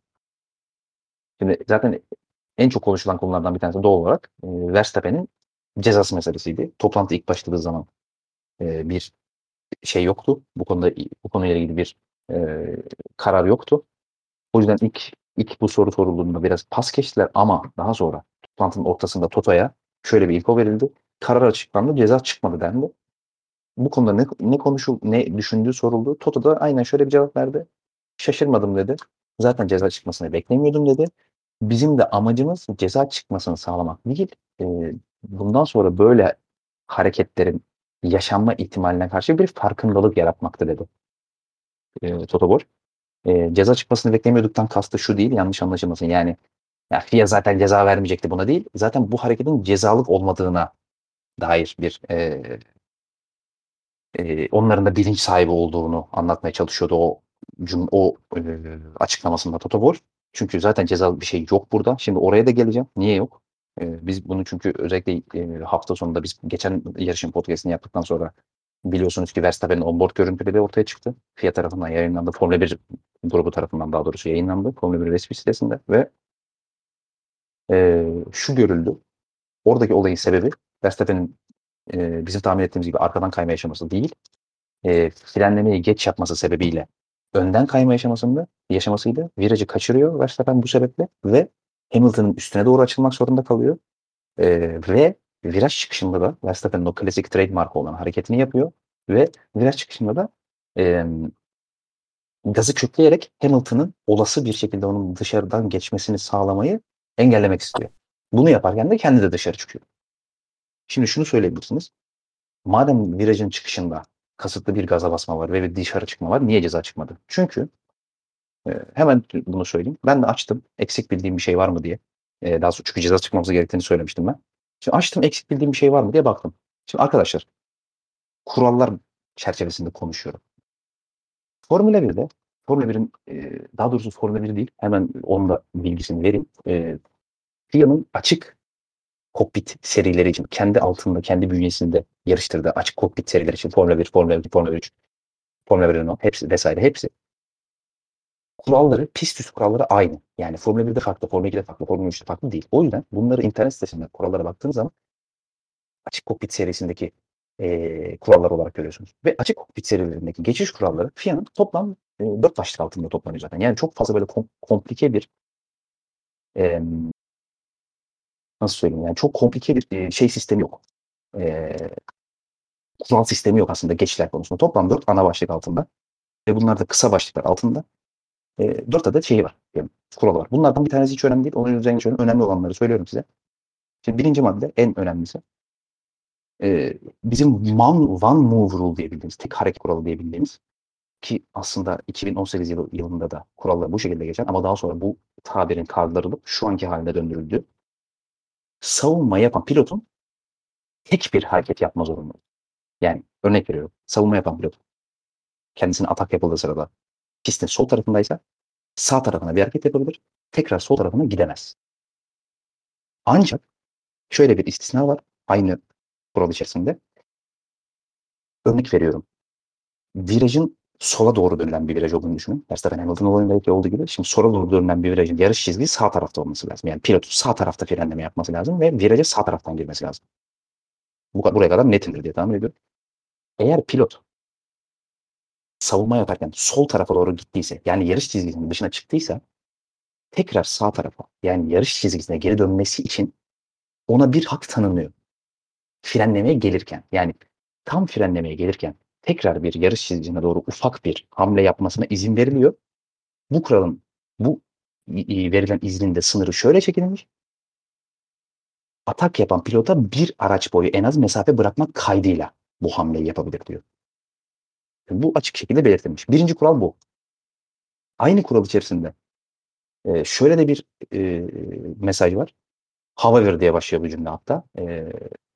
şimdi zaten en çok konuşulan konulardan bir tanesi doğal olarak e, Verstappen'in cezası meselesiydi. Toplantı ilk başladığı zaman e, bir şey yoktu. Bu konuda bu konuyla ilgili bir e, karar yoktu. O yüzden ilk ilk bu soru sorulduğunda biraz pas geçtiler ama daha sonra toplantının ortasında Toto'ya şöyle bir info verildi. Karar açıklandı, ceza çıkmadı dendi. Bu konuda ne, ne konuşul, ne düşündüğü soruldu. Toto da aynen şöyle bir cevap verdi. Şaşırmadım dedi. Zaten ceza çıkmasını beklemiyordum dedi. Bizim de amacımız ceza çıkmasını sağlamak değil. E, bundan sonra böyle hareketlerin yaşanma ihtimaline karşı bir farkındalık yaratmaktı dedi. E, Toto Wolff. E, ceza çıkmasını beklemiyorduktan kastı şu değil, yanlış anlaşılmasın. Yani ya F I A zaten ceza vermeyecekti buna değil. Zaten bu hareketin cezalık olmadığına dair bir e, e, onların da bilinç sahibi olduğunu anlatmaya çalışıyordu o cüm o e, açıklamasında Toto Wolff. Çünkü zaten cezalık bir şey yok burada. Şimdi oraya da geleceğim. Niye yok? E, biz bunu çünkü özellikle e, hafta sonunda biz geçen yarışın podcast'ini yaptıktan sonra biliyorsunuz ki Verstappen'in onboard görüntüleri ortaya çıktı. F I A tarafından yayınlandı. Formula bir grubu tarafından daha doğrusu yayınlandı. Formula bir resmi sitesinde ve e, şu görüldü. Oradaki olayın sebebi Verstappen'in e, bizim tahmin ettiğimiz gibi arkadan kayma yaşaması değil, e, frenlemeyi geç yapması sebebiyle önden kayma yaşamasında yaşamasıydı. Virajı kaçırıyor Verstappen bu sebeple ve Hamilton'ın üstüne doğru açılmak zorunda kalıyor. E, ve viraj çıkışında da Verstappen'in o klasik trademark olan hareketini yapıyor ve viraj çıkışında da e, gazı kökleyerek Hamilton'ın olası bir şekilde onun dışarıdan geçmesini sağlamayı engellemek istiyor. Bunu yaparken de kendi de dışarı çıkıyor. Şimdi şunu söyleyebilirsiniz. Madem virajın çıkışında kasıtlı bir gaza basma var ve bir dışarı çıkma var, niye ceza çıkmadı? Çünkü e, hemen bunu söyleyeyim. Ben de açtım eksik bildiğim bir şey var mı diye. E, daha sonra çünkü ceza çıkmamız gerektiğini söylemiştim ben. Şimdi açtım eksik bildiğim bir şey var mı diye baktım. Şimdi arkadaşlar kurallar çerçevesinde konuşuyorum. Formula birde Formula birin e, daha doğrusu Formula bir değil. Hemen onun da bilgisini vereyim. E, F I A'nın açık kokpit serileri için kendi altında, kendi bünyesinde yarıştırdığı açık kokpit serileri için Formula bir, Formula iki, Formula üç, Formula bir Renault hepsi vesaire hepsi kuralları, pist üstü kuralları aynı. Yani Formula birde farklı, Formula ikide farklı, Formula üçte farklı değil. O yüzden bunları internet sitesinde kurallara baktığınız zaman açık kokpit serisindeki e, kurallar olarak görüyorsunuz. Ve açık kokpit serilerindeki geçiş kuralları F I A'nın toplam e, dört başlık altında toplanıyor zaten. Yani çok fazla böyle kom- komplike bir e, nasıl söyleyeyim yani çok komplike bir e, şey sistemi yok. E, kural sistemi yok aslında geçişler konusunda. Toplam dört ana başlık altında ve bunlar da kısa başlıklar altında e, dört adet şeyi var. Yani kuralı var. Bunlardan bir tanesi hiç önemli değil. Onun üzerine geçiyorum. Önemli olanları söylüyorum size. Şimdi birinci madde en önemlisi. E, bizim one, one move rule diyebildiğimiz, tek hareket kuralı diyebildiğimiz ki aslında iki bin on sekiz yılı, yılında da kurallar bu şekilde geçen ama daha sonra bu tabirin kaldırılıp şu anki haline döndürüldü. Savunma yapan pilotun tek bir hareket yapma zorunlu. Yani örnek veriyorum. Savunma yapan pilot kendisine atak yapıldığı sırada pistin sol tarafındaysa sağ tarafına bir hareket yapabilir. Tekrar sol tarafına gidemez. Ancak şöyle bir istisna var. Aynı kural içerisinde. Örnek veriyorum. Virajın sola doğru dönülen bir viraj olduğunu düşünün. Verstappen Hamilton olayındaki olduğu gibi. Şimdi sola doğru dönülen bir virajın yarış çizgisi sağ tarafta olması lazım. Yani pilotun sağ tarafta frenleme yapması lazım ve viraja sağ taraftan girmesi lazım. Bu, buraya kadar netindir diye tahmin ediyorum. Eğer pilot savunma yaparken sol tarafa doğru gittiyse, yani yarış çizgisinin dışına çıktıysa tekrar sağ tarafa, yani yarış çizgisine geri dönmesi için ona bir hak tanınıyor. Frenlemeye gelirken, yani tam frenlemeye gelirken tekrar bir yarış çizgisine doğru ufak bir hamle yapmasına izin veriliyor. Bu kuralın, bu verilen iznin de sınırı şöyle çekilmiş. Atak yapan pilota bir araç boyu en az mesafe bırakmak kaydıyla bu hamleyi yapabilir diyor. Bu açık şekilde belirtilmiş. Birinci kural bu. Aynı kural içerisinde e, şöyle de bir e, mesaj var. However diye başlıyor bu cümle hatta. E,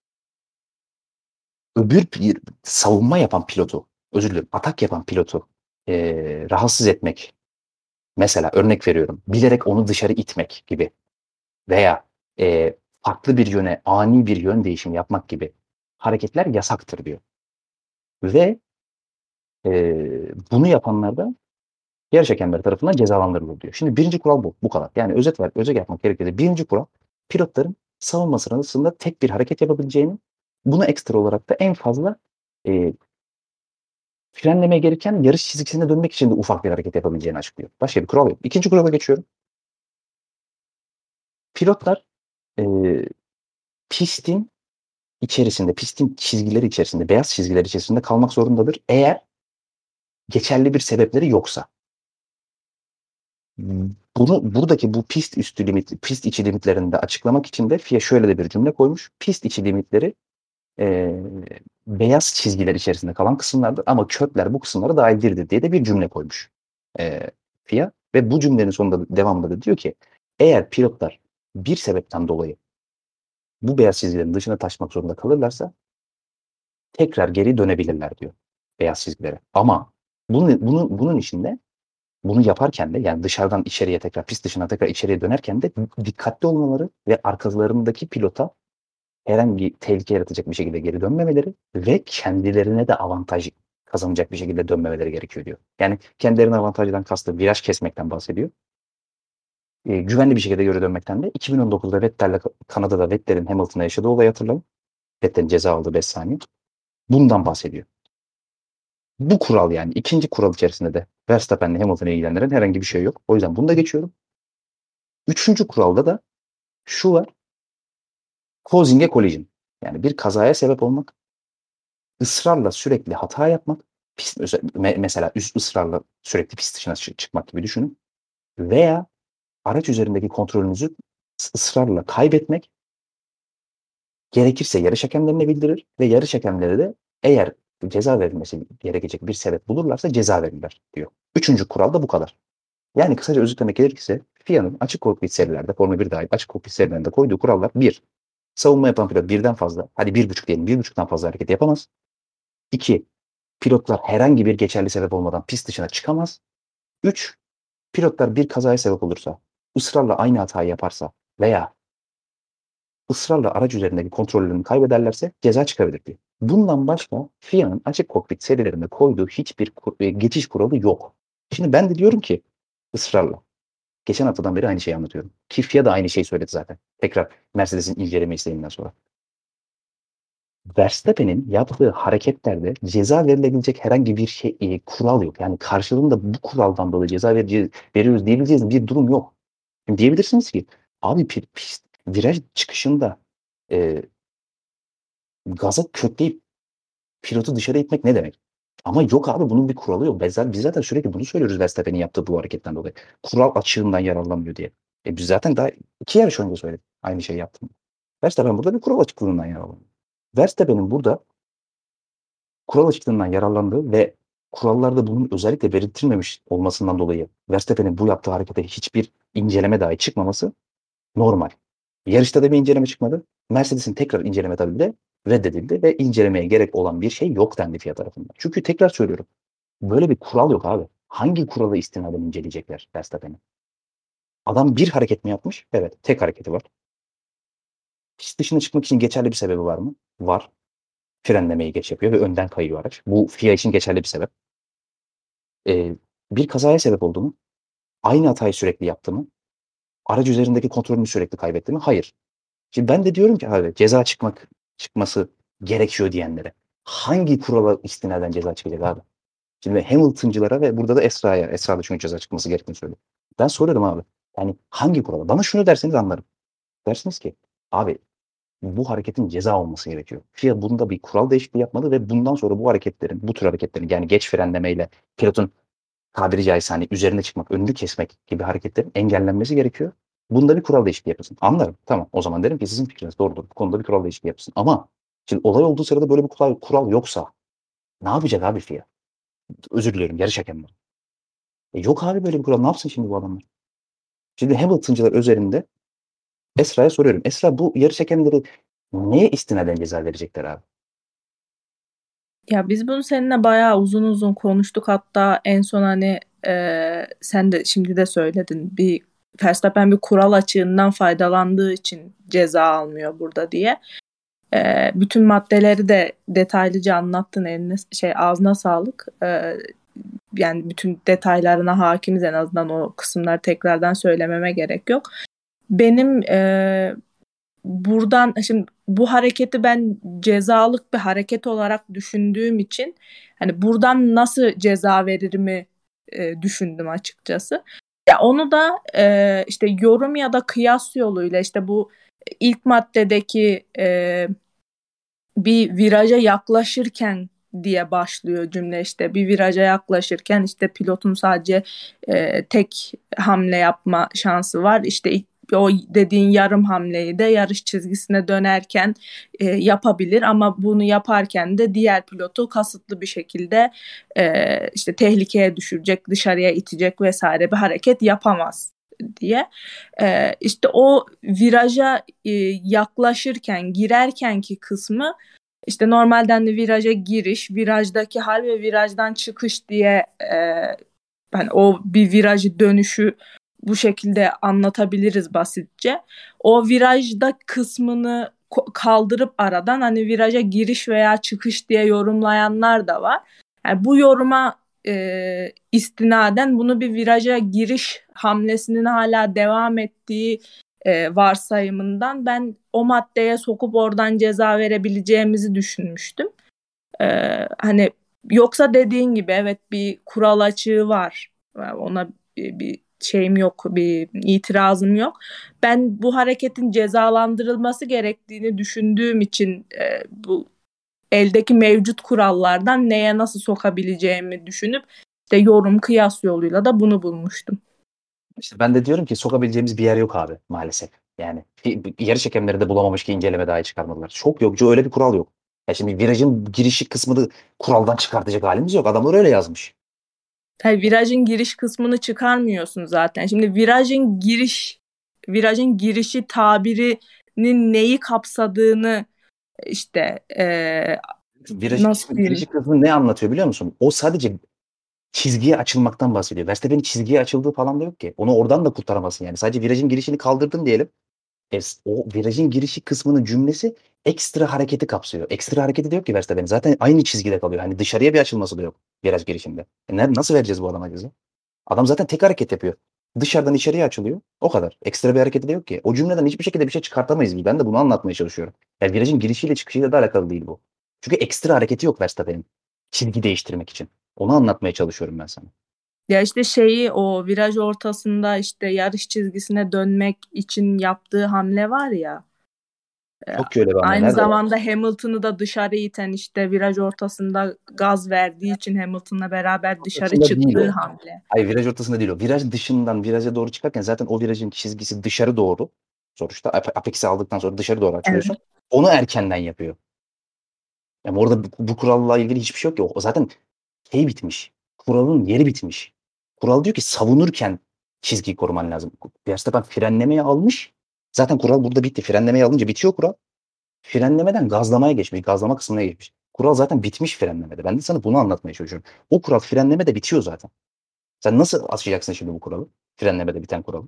öbür bir savunma yapan pilotu, özür dilerim, atak yapan pilotu e, rahatsız etmek, mesela örnek veriyorum, bilerek onu dışarı itmek gibi veya e, farklı bir yöne, ani bir yön değişimi yapmak gibi hareketler yasaktır diyor. Ve e, bunu yapanlar da yarış hakemleri tarafından cezalandırılır diyor. Şimdi birinci kural bu. Bu kadar. Yani özet ver, özet yapmak gerekirse birinci kural pilotların savunma sırasında tek bir hareket yapabileceğini, buna ekstra olarak da en fazla e, frenlemeye gelirken yarış çizgisine dönmek için de ufak bir hareket yapabileceğini açıklıyor. Başka bir kural yok. İkinci kurala geçiyorum. Pilotlar e, pistin içerisinde, pistin çizgileri içerisinde, beyaz çizgiler içerisinde kalmak zorundadır. Eğer geçerli bir sebepleri yoksa. Bunu buradaki bu pist üstü limit, pist içi limitlerini de açıklamak için de F I A şöyle de bir cümle koymuş. Pist içi limitleri e, beyaz çizgiler içerisinde kalan kısımlardır ama kökler bu kısımlara dahil değildir diye de bir cümle koymuş e, F I A. Ve bu cümlenin sonunda devamında da diyor ki eğer pilotlar bir sebepten dolayı bu beyaz çizgilerin dışına taşmak zorunda kalırlarsa tekrar geri dönebilirler diyor beyaz çizgilere. Ama bunun, bunun, bunun içinde bunu yaparken de yani dışarıdan içeriye tekrar pist dışına tekrar içeriye dönerken de dikkatli olmaları ve arkalarındaki pilota herhangi tehlike yaratacak bir şekilde geri dönmemeleri ve kendilerine de avantaj kazanacak bir şekilde dönmemeleri gerekiyor diyor. Yani kendilerine avantajdan kastı viraj kesmekten bahsediyor. E, güvenli bir şekilde geri dönmekten de iki bin on dokuzda Vettel'le Kanada'da Vettel'in Hamilton'a yaşadığı olayı hatırlayın. Vettel'in ceza aldığı beş saniye. Bundan bahsediyor. Bu kural yani ikinci kural içerisinde de Verstappen'le Hamilton'ı ilgilendiren herhangi bir şey yok. O yüzden bunu da geçiyorum. Üçüncü kuralda da şu var. Causing a collision. Yani bir kazaya sebep olmak. Israrla sürekli hata yapmak. Pist, mesela üst ısrarla sürekli pist dışına çıkmak gibi düşünün. Veya araç üzerindeki kontrolünüzü ısrarla kaybetmek. Gerekirse yarış hakemlerine bildirir ve yarış hakemleri de eğer ceza verilmesi gerekecek bir sebep bulurlarsa ceza verirler diyor. Üçüncü kural da bu kadar. Yani kısaca özetlemek gerekirse F I A'nın açık kokpit serilerde, Formula bir dahil açık kokpit serilerinde koyduğu kurallar bir, savunma yapan pilot birden fazla, hadi bir buçuk diyelim, bir buçuktan fazla hareket yapamaz. İki, pilotlar herhangi bir geçerli sebep olmadan pist dışına çıkamaz. Üç, pilotlar bir kazaya sebep olursa, ısrarla aynı hatayı yaparsa veya ısrarla araç üzerindeki kontrollerini kaybederlerse ceza çıkabilir diyor. Bundan başka F I A'nın açık kokpit serilerinde koyduğu hiçbir geçiş kuralı yok. Şimdi ben de diyorum ki ısrarla. Geçen haftadan beri aynı şeyi anlatıyorum. Ki F I A da aynı şeyi söyledi zaten. Tekrar Mercedes'in inceleme isteğinden sonra. Verstappen'in yaptığı hareketlerde ceza verilebilecek herhangi bir şey, e, kural yok. Yani karşılığında bu kuraldan dolayı ceza vereceğiz, veriyoruz diyebileceğiniz bir durum yok. Şimdi diyebilirsiniz ki abi pist, viraj çıkışında e, gaza kökleyip pilotu dışarı itmek ne demek? Ama yok abi, bunun bir kuralı yok. Biz zaten, biz zaten sürekli bunu söylüyoruz Verstappen'in yaptığı bu hareketten dolayı. Kural açığından yararlanmıyor diye. E biz zaten daha iki yarış önce söyledik aynı şeyi yaptım. Verstappen burada bir kural açıklığından yararlanıyor. Verstappen'in burada kural açıklığından yararlandığı ve kurallarda bunun özellikle belirtilmemiş olmasından dolayı Verstappen'in bu yaptığı harekete hiçbir inceleme dahi çıkmaması normal. Yarışta da bir inceleme çıkmadı. Mercedes'in tekrar inceleme talebi de reddedildi ve incelemeye gerek olan bir şey yok dendi F I A tarafından. Çünkü tekrar söylüyorum, böyle bir kural yok abi. Hangi kuralı istinaden inceleyecekler Verstappen'i? Adam bir hareket mi yapmış? Evet, tek hareketi var. Pist dışına çıkmak için geçerli bir sebebi var mı? Var. Frenlemeyi geç yapıyor ve önden kayıyor araç. Bu F I A için geçerli bir sebep. Ee, bir kazaya sebep oldu mu? Aynı hatayı sürekli yaptı mı? Aracı üzerindeki kontrolünü sürekli kaybetti mi? Hayır. Şimdi ben de diyorum ki abi, ceza çıkmak çıkması gerekiyor diyenlere hangi kurala istinaden ceza çıkacak abi? Şimdi Hamilton'cılara ve burada da Esra'ya, Esra da çünkü ceza çıkması gerektiğini söylüyor. Ben soruyorum abi. Yani hangi kurala? Bana şunu derseniz anlarım. Dersiniz ki abi, bu hareketin ceza olması gerekiyor. F I A bunda bir kural değişikliği yapmalı ve bundan sonra bu hareketlerin, bu tür hareketlerin, yani geç frenlemeyle pilotun tabiri caizse hani üzerine çıkmak, önünü kesmek gibi hareketlerin engellenmesi gerekiyor. Bunda bir kural değişikliği yapılsın. Anlarım. Tamam. O zaman derim ki sizin fikriniz doğrudur. Bu konuda bir kural değişikliği yapılsın. Ama şimdi olay olduğu sırada böyle bir kural, kural yoksa ne yapacak abi F I A? Özür diliyorum, yarış hakemleri. E yok abi böyle bir kural. Ne yapsın şimdi bu adamlar? Şimdi Hamilton'cılar üzerinde Esra'ya soruyorum. Esra, bu yarış hakemleri neye istinaden ceza verecekler abi? Ya biz bunu seninle bayağı uzun uzun konuştuk. Hatta en son hani e, sen de şimdi de söyledin. Bir Verstappen bir kural açığından faydalandığı için ceza almıyor burada diye. E, bütün maddeleri de detaylıca anlattın, eline şey ağzına sağlık. E, yani bütün detaylarına hakimiz, en azından o kısımları tekrardan söylememe gerek yok. Benim e, buradan şimdi bu hareketi ben cezalık bir hareket olarak düşündüğüm için hani buradan nasıl ceza veririmi e, düşündüm açıkçası. Ya onu da e, işte yorum ya da kıyas yoluyla, işte bu ilk maddedeki e, bir viraja yaklaşırken diye başlıyor cümle. İşte bir viraja yaklaşırken işte pilotun sadece e, tek hamle yapma şansı var. İşte o dediğin yarım hamleyi de yarış çizgisine dönerken e, yapabilir, ama bunu yaparken de diğer pilotu kasıtlı bir şekilde e, işte tehlikeye düşürecek, dışarıya itecek vesaire bir hareket yapamaz diye. E, işte o viraja e, yaklaşırken, girerkenki kısmı, işte normalden de viraja giriş, virajdaki hal ve virajdan çıkış diye e, yani o bir virajı dönüşü bu şekilde anlatabiliriz basitçe. O virajda kısmını kaldırıp aradan hani viraja giriş veya çıkış diye yorumlayanlar da var. Yani bu yoruma e, istinaden bunu bir viraja giriş hamlesinin hala devam ettiği e, varsayımından ben o maddeye sokup oradan ceza verebileceğimizi düşünmüştüm. E, hani yoksa dediğin gibi evet, bir kural açığı var. Ona bir, bir şeyim yok, bir itirazım yok. Ben bu hareketin cezalandırılması gerektiğini düşündüğüm için e, bu eldeki mevcut kurallardan neye nasıl sokabileceğimi düşünüp işte yorum kıyas yoluyla da bunu bulmuştum. İşte ben de diyorum ki sokabileceğimiz bir yer yok abi maalesef. Yani yarış hakemleri de bulamamış ki inceleme dahi çıkarmadılar. Çok yok. Öyle bir kural yok. Ya şimdi virajın girişi kısmını kuraldan çıkartacak halimiz yok. Adamlar öyle yazmış. Yani virajın giriş kısmını çıkarmıyorsun zaten. Şimdi virajın giriş virajın girişi tabirinin neyi kapsadığını işte ee, Virajın nasıl diyeyim? girişi kısmı ne anlatıyor biliyor musun? O sadece çizgiye açılmaktan bahsediyor. Verstappen'in çizgiye açıldığı falan da yok ki. Onu oradan da kurtaramazsın yani. Sadece virajın girişini kaldırdın diyelim. E, o virajın girişi kısmının cümlesi ekstra hareketi kapsıyor. Ekstra hareketi de yok ki Verstappen'in. Zaten aynı çizgide kalıyor. Hani dışarıya bir açılması da yok viraj girişinde. E ne- nasıl vereceğiz bu adama ceza? Adam zaten tek hareket yapıyor. Dışarıdan içeriye açılıyor. O kadar. Ekstra bir hareketi de yok ki. O cümleden hiçbir şekilde bir şey çıkartamayız biz. Ben de bunu anlatmaya çalışıyorum. Yani virajın girişiyle çıkışıyla da alakalı değil bu. Çünkü ekstra hareketi yok Verstappen'in. Çizgi değiştirmek için. Onu anlatmaya çalışıyorum ben sana. Ya işte şeyi o viraj ortasında işte yarış çizgisine dönmek için yaptığı hamle var ya. e, Yok ki öyle bir hamle. Aynı Nerede var? zamanda Hamilton'ı da dışarı iten işte viraj ortasında gaz verdiği için Hamilton'la beraber dışarı Ortasında değil çıktığı o. hamle. Hayır, viraj ortasında değil o. Viraj dışından viraja doğru çıkarken zaten o virajın çizgisi dışarı doğru. Sonuçta ap- apex'i aldıktan sonra dışarı doğru Evet. açılıyorsun. Onu erkenden yapıyor. Yani orada bu, bu kuralla ilgili hiçbir şey yok ki. O zaten şey bitmiş. Kuralın yeri bitmiş. Kural diyor ki savunurken çizgiyi koruman lazım. Verstappen frenlemeyi almış. Zaten kural burada bitti. Frenlemeyi alınca bitiyor kural. Frenlemeden gazlamaya geçmiş. Gazlama kısmına geçmiş. Kural zaten bitmiş frenlemede. Ben de sana bunu anlatmaya çalışıyorum. O kural frenlemede bitiyor zaten. Sen nasıl aşacaksın şimdi bu kuralı? Frenlemede biten kuralı.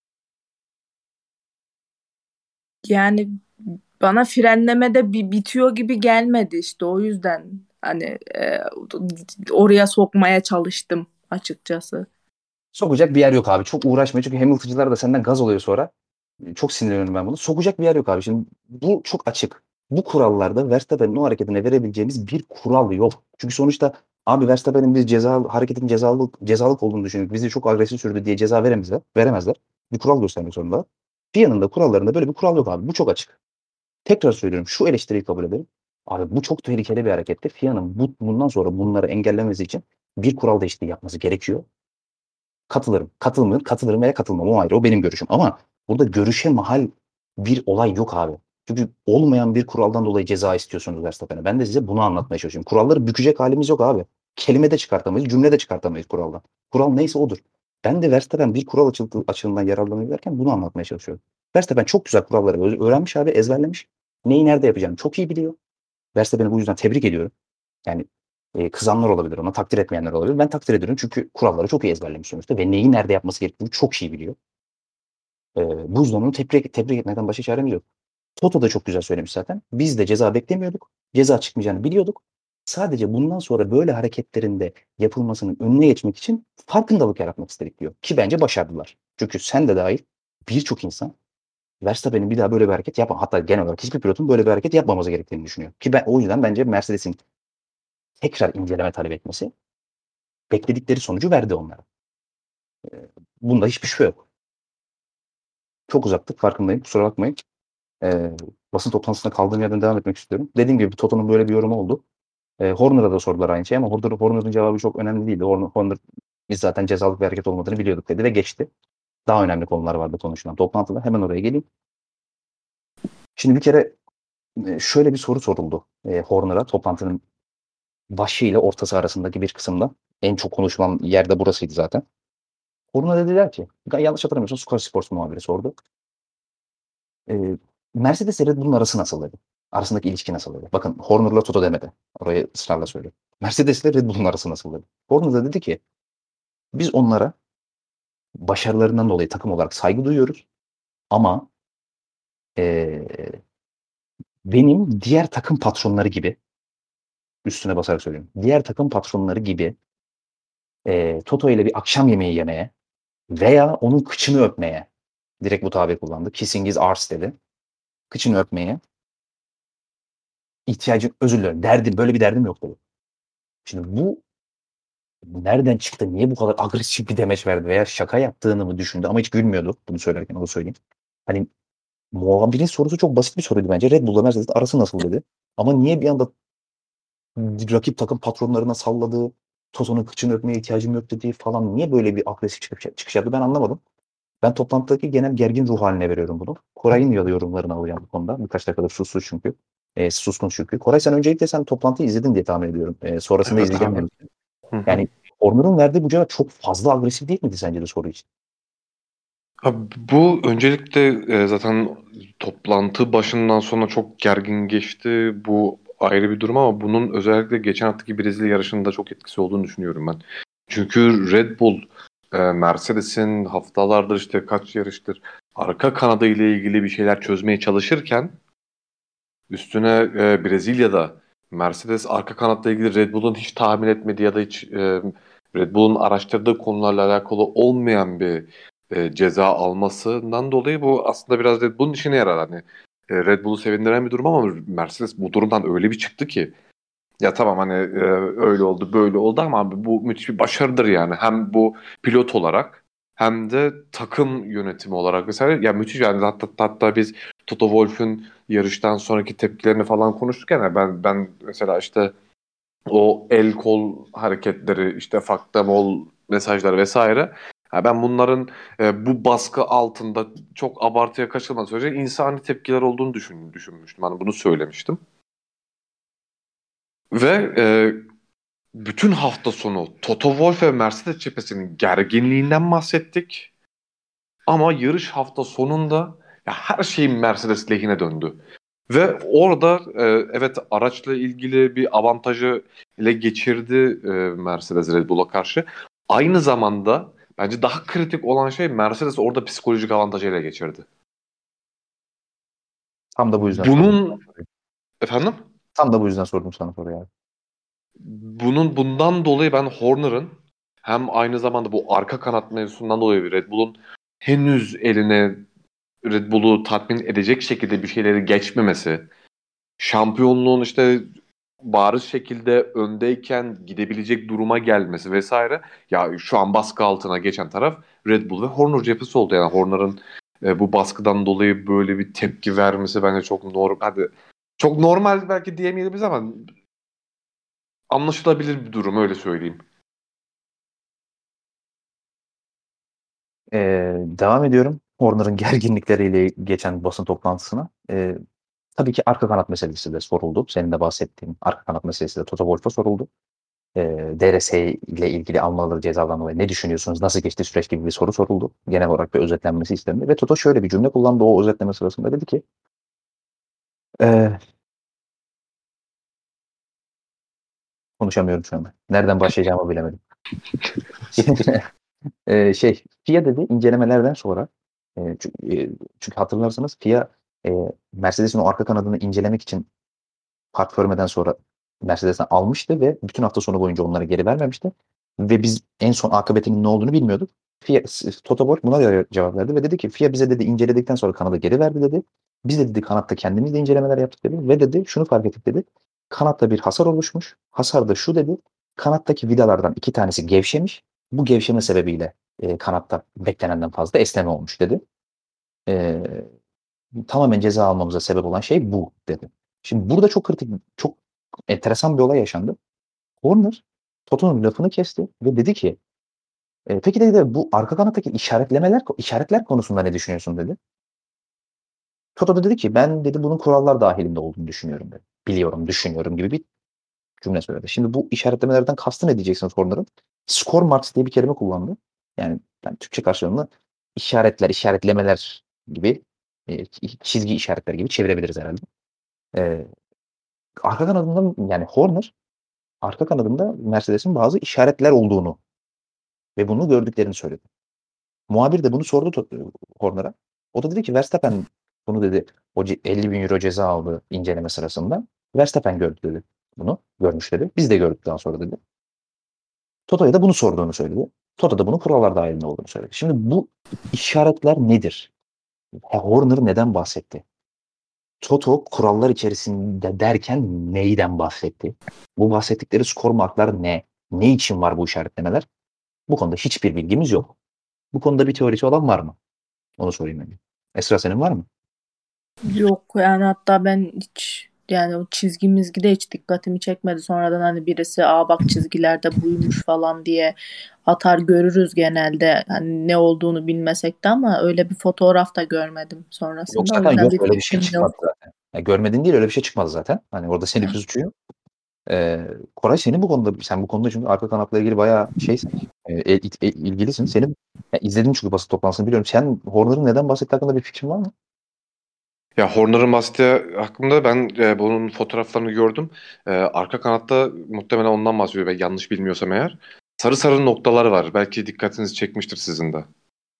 Yani bana frenlemede bir bitiyor gibi gelmedi işte o yüzden hani e, oraya sokmaya çalıştım açıkçası. Sokacak bir yer yok abi. Çok uğraşmıyor. Çünkü Hamilton'cılar da senden gaz oluyor sonra. Çok sinirleniyorum ben bunu. Sokacak bir yer yok abi. Şimdi bu çok açık. Bu kurallarda Verstappen'in o hareketine verebileceğimiz bir kural yok. Çünkü sonuçta abi Verstappen'in biz ceza hareketin cezalı cezalık olduğunu düşünüyoruz. Bizi çok agresif sürdü diye ceza veremezler. Veremezler. Bir kural göstermek zorunda. FIA'nın da kurallarında böyle bir kural yok abi. Bu çok açık. Tekrar söylüyorum. Şu eleştiriyi kabul edelim. Abi bu çok tehlikeli bir hareketti. FIA'nın bu, bundan sonra bunları engellemesi için bir kural değişikliği yapması gerekiyor. Katılırım. Katılmıyorum. Katılırım veya katılmam. O ayrı. O benim görüşüm. Ama burada görüşe mahal bir olay yok abi. Çünkü olmayan bir kuraldan dolayı ceza istiyorsunuz Verstappen'e. Ben de size bunu anlatmaya çalışıyorum. Kuralları bükecek halimiz yok abi. Kelime de çıkartamayız, cümle de çıkartamayız kuraldan. Kural neyse odur. Ben de Verstappen bir kural açıldığı, açığından yararlanıyor derken bunu anlatmaya çalışıyorum. Verstappen çok güzel kuralları ö- öğrenmiş abi, ezberlemiş. Neyi nerede yapacağını çok iyi biliyor. Verstappen'i bu yüzden tebrik ediyorum. Yani e, kızanlar olabilir ona, takdir etmeyenler olabilir. Ben takdir ediyorum çünkü kuralları çok iyi ezberlemiş sonuçta ve neyi nerede yapması gerektiğini çok iyi biliyor. E, bu yüzden onu tebrik, tebrik etmekten başka çaremiz yok. Toto da çok güzel söylemiş zaten. Biz de ceza beklemiyorduk. Ceza çıkmayacağını biliyorduk. Sadece bundan sonra böyle hareketlerinde yapılmasının önüne geçmek için farkındalık yaratmak istedik diyor. Ki bence başardılar. Çünkü sen de dahil birçok insan Verstappen'in bir daha böyle bir hareket yapma. Hatta genel olarak hiçbir pilotun böyle bir hareket yapmaması gerektiğini düşünüyor. Ki ben o yüzden bence Mercedes'in tekrar inceleme talep etmesi bekledikleri sonucu verdi onlara. Eee, bunda hiçbir şüphe yok. Çok uzattık farkındayım. Kusura bakmayın. Eee, basın toplantısında kaldığım yerden devam etmek istiyorum. Dediğim gibi Toto'nun böyle bir yorumu oldu. Eee, Horner'a da sordular aynı şeyi ama Horner, Horner'ın cevabı çok önemli değildi. Horner, Horner biz zaten cezalık bir hareket olmadığını biliyorduk dedi ve geçti. Daha önemli konular vardı konuşulan toplantıda. Hemen oraya geleyim. Şimdi bir kere e, şöyle bir soru soruldu e, Horner'a toplantının başı ile ortası arasındaki bir kısımda. En çok konuşulan yerde burasıydı zaten. Horner'a dediler ki, yanlış hatırlamıyorsam Sky Sports muhabiri sordu. Ee, Mercedes ile Red Bull'un arası nasıl dedi? Arasındaki ilişki nasıl dedi? Bakın Horner'la Toto demedi. Orayı ısrarla söylüyorum. Mercedes ile Red Bull'un arası nasıl dedi? Horner da dedi ki biz onlara başarılarından dolayı takım olarak saygı duyuyoruz. Ama ee, benim diğer takım patronları gibi üstüne basarak söylüyorum. Diğer takım patronları gibi ee, Toto ile bir akşam yemeği yemeye veya onun kıçını öpmeye direkt bu tabir kullandı. Kissing is arse dedi. Kıçını öpmeye ihtiyacım özür dilerim. Derdim böyle bir derdim yok dedi. Şimdi bu nereden çıktı? Niye bu kadar agresif bir demeç verdi? Veya şaka yaptığını mı düşündü? Ama hiç gülmüyordu bunu söylerken, onu söyleyeyim. Hani muhabirin sorusu çok basit bir soruydu bence. Red Bull'la Mercedes arası nasıl dedi. Ama niye bir anda rakip takım patronlarına salladığı, Toto'nun kıçını öpmeye ihtiyacım yok dediği falan niye böyle bir agresif çıkış, çıkış yaptı ben anlamadım. Ben toplantıdaki genel gergin ruh haline veriyorum bunu. Koray'ın ya da yorumlarını alacağım bu konuda. Birkaç dakikadır sussuz çünkü. E, suskun çünkü. Koray sen öncelikle sen toplantıyı izledin diye tahmin ediyorum. E, sonrasında Evet izleyeceğim abi. demiştin. Hı hı. Yani Horner'ın verdiği bu cevap çok fazla agresif değil miydi sence de soru için? Abi bu öncelikle e, zaten toplantı başından sonra çok gergin geçti. Bu ayrı bir durum ama bunun özellikle geçen haftaki Brezilya yarışında çok etkisi olduğunu düşünüyorum ben. Çünkü Red Bull, e, Mercedes'in haftalardır işte kaç yarıştır arka kanadı ile ilgili bir şeyler çözmeye çalışırken üstüne e, Brezilya'da Mercedes arka kanatla ilgili Red Bull'un hiç tahmin etmediği ya da hiç e, Red Bull'un araştırdığı konularla alakalı olmayan bir e, ceza almasından dolayı bu aslında biraz Red Bull'un işine yarar. Hani e, Red Bull'u sevindiren bir durum ama Mercedes bu durumdan öyle bir çıktı ki Ya tamam hani e, öyle oldu böyle oldu ama abi bu müthiş bir başarıdır yani. Hem bu pilot olarak hem de takım yönetimi olarak mesela ya müthiş yani hatta, hatta biz Toto Wolff'ün yarıştan sonraki tepkilerini falan konuştuk yani ben ben mesela işte o el kol hareketleri işte fuck them all mesajlar vesaire. Ya ben bunların e, bu baskı altında çok abartıya kaçılmadığı sürece insani tepkiler olduğunu düşün, düşünmüştüm. Hani bunu söylemiştim. Ve e, bütün hafta sonu Toto Wolff ve Mercedes cephesinin gerginliğinden bahsettik. Ama yarış hafta sonunda ya her şey Mercedes lehine döndü. Ve orada e, evet araçla ilgili bir avantajı ele geçirdi e, Mercedes Red Bull'a karşı. Aynı zamanda bence daha kritik olan şey Mercedes orada psikolojik avantajı ele geçirdi. Tam da bu yüzden sordum sana Bunun soruyu. efendim Tam da bu yüzden sordum sana soruyu abi. bunun bundan dolayı ben Horner'ın hem aynı zamanda bu arka kanat mevzusundan dolayı Red Bull'un henüz eline Red Bull'u tatmin edecek şekilde bir şeyleri geçmemesi, şampiyonluğun işte bariz şekilde öndeyken gidebilecek duruma gelmesi vesaire. Ya şu an baskı altına geçen taraf Red Bull ve Horner cephesi oldu. Yani Horner'ın e, bu baskıdan dolayı böyle bir tepki vermesi bence çok normal. Hadi çok normal belki diyemeyebiliriz ama anlaşılabilir bir durum öyle söyleyeyim. Ee, devam ediyorum. Horner'ın gerginlikleriyle geçen basın toplantısına. Ee, tabii ki arka kanat meselesi de soruldu. Senin de bahsettiğin arka kanat meselesi de Toto Wolff'a soruldu. Ee, D R S ile ilgili almaları cezadan dolayı ne düşünüyorsunuz? Nasıl geçti süreç gibi bir soru soruldu. Genel olarak bir özetlenmesi istendi. Ve Toto şöyle bir cümle kullandı o özetleme sırasında. Dedi ki ee, konuşamıyorum şu anda. Nereden başlayacağımı bilemedim. Ee, şey, F I A dedi incelemelerden sonra e, çünkü, e, çünkü hatırlarsanız F I A e, Mercedes'in o arka kanadını incelemek için park vermeden sonra Mercedes'ten almıştı ve bütün hafta sonu boyunca onları geri vermemişti. Ve biz en son akıbetinin ne olduğunu bilmiyorduk. F I A, Toto Wolff buna göre cevap verdi ve dedi ki F I A bize dedi inceledikten sonra kanadı geri verdi dedi. Biz de dedi kanatta kendimiz de incelemeler yaptık dedi ve dedi şunu fark ettik dedi. Kanatta bir hasar oluşmuş. Hasar da şu dedi. Kanattaki vidalardan iki tanesi gevşemiş. Bu gevşeme sebebiyle e, kanatta beklenenden fazla esneme olmuş dedi. E, tamamen ceza almamıza sebep olan şey bu dedi. Şimdi burada çok kritik, çok enteresan bir olay yaşandı. Horner Toto'nun lafını kesti ve dedi ki e, peki dedi bu arka kanattaki işaretlemeler işaretler konusunda ne düşünüyorsun dedi. Toto da dedi ki ben dedi bunun kurallar dahilinde olduğunu düşünüyorum dedi. Biliyorum, düşünüyorum gibi bir cümle söyledi. Şimdi bu işaretlemelerden kastı ne diyeceksiniz Horner'ın? Score marks diye bir kelime kullandı. Yani ben Türkçe karşılığını işaretler, işaretlemeler gibi e, çizgi işaretler gibi çevirebiliriz herhalde. E, arka kanadında yani Horner arka kanadında Mercedes'in bazı işaretler olduğunu ve bunu gördüklerini söyledi. Muhabir de bunu sordu Horner'a. O da dedi ki Verstappen bunu dedi o elli bin euro ceza aldı inceleme sırasında. Verstappen gördü dedi bunu. Görmüş dedi. Biz de gördük daha sonra dedi. Toto'ya da bunu sorduğunu söyledi. Toto da bunun kurallar dahilinde olduğunu söyledi. Şimdi bu işaretler nedir? Horner neden bahsetti? Toto kurallar içerisinde derken neyden bahsetti? Bu bahsettikleri skor marklar ne? Ne için var bu işaretlemeler? Bu konuda hiçbir bilgimiz yok. Bu konuda bir teorisi olan var mı? Onu sorayım önce. Esra senin var mı? Yok yani hatta ben hiç yani o çizgi mizgide hiç dikkatimi çekmedi. Sonradan hani birisi aa bak çizgilerde buymuş falan diye atar görürüz genelde. Hani ne olduğunu bilmesek de ama öyle bir fotoğraf da görmedim Yok sonrasında. O zaten yüzden yok bir öyle bir şey fikrim çıkmadı yok. zaten. Ya görmedin değil öyle bir şey çıkmadı zaten. Hani orada senin bir suçu yok. Ee, Koray senin bu konuda sen bu konuda çünkü arka kanatla ilgili bayağı şeysin. E, e, e, ilgilisin. Senin ya izledin çünkü basın toplantısını biliyorum. Sen Horner'ın neden bahsettiği hakkında bir fikrin var mı? Ya Horner'ın bahsettiği hakkında ben e, bunun fotoğraflarını gördüm. E, arka kanatta muhtemelen ondan bahsediyor ben yanlış bilmiyorsam eğer. Sarı sarı noktalar var. Belki dikkatinizi çekmiştir sizin de.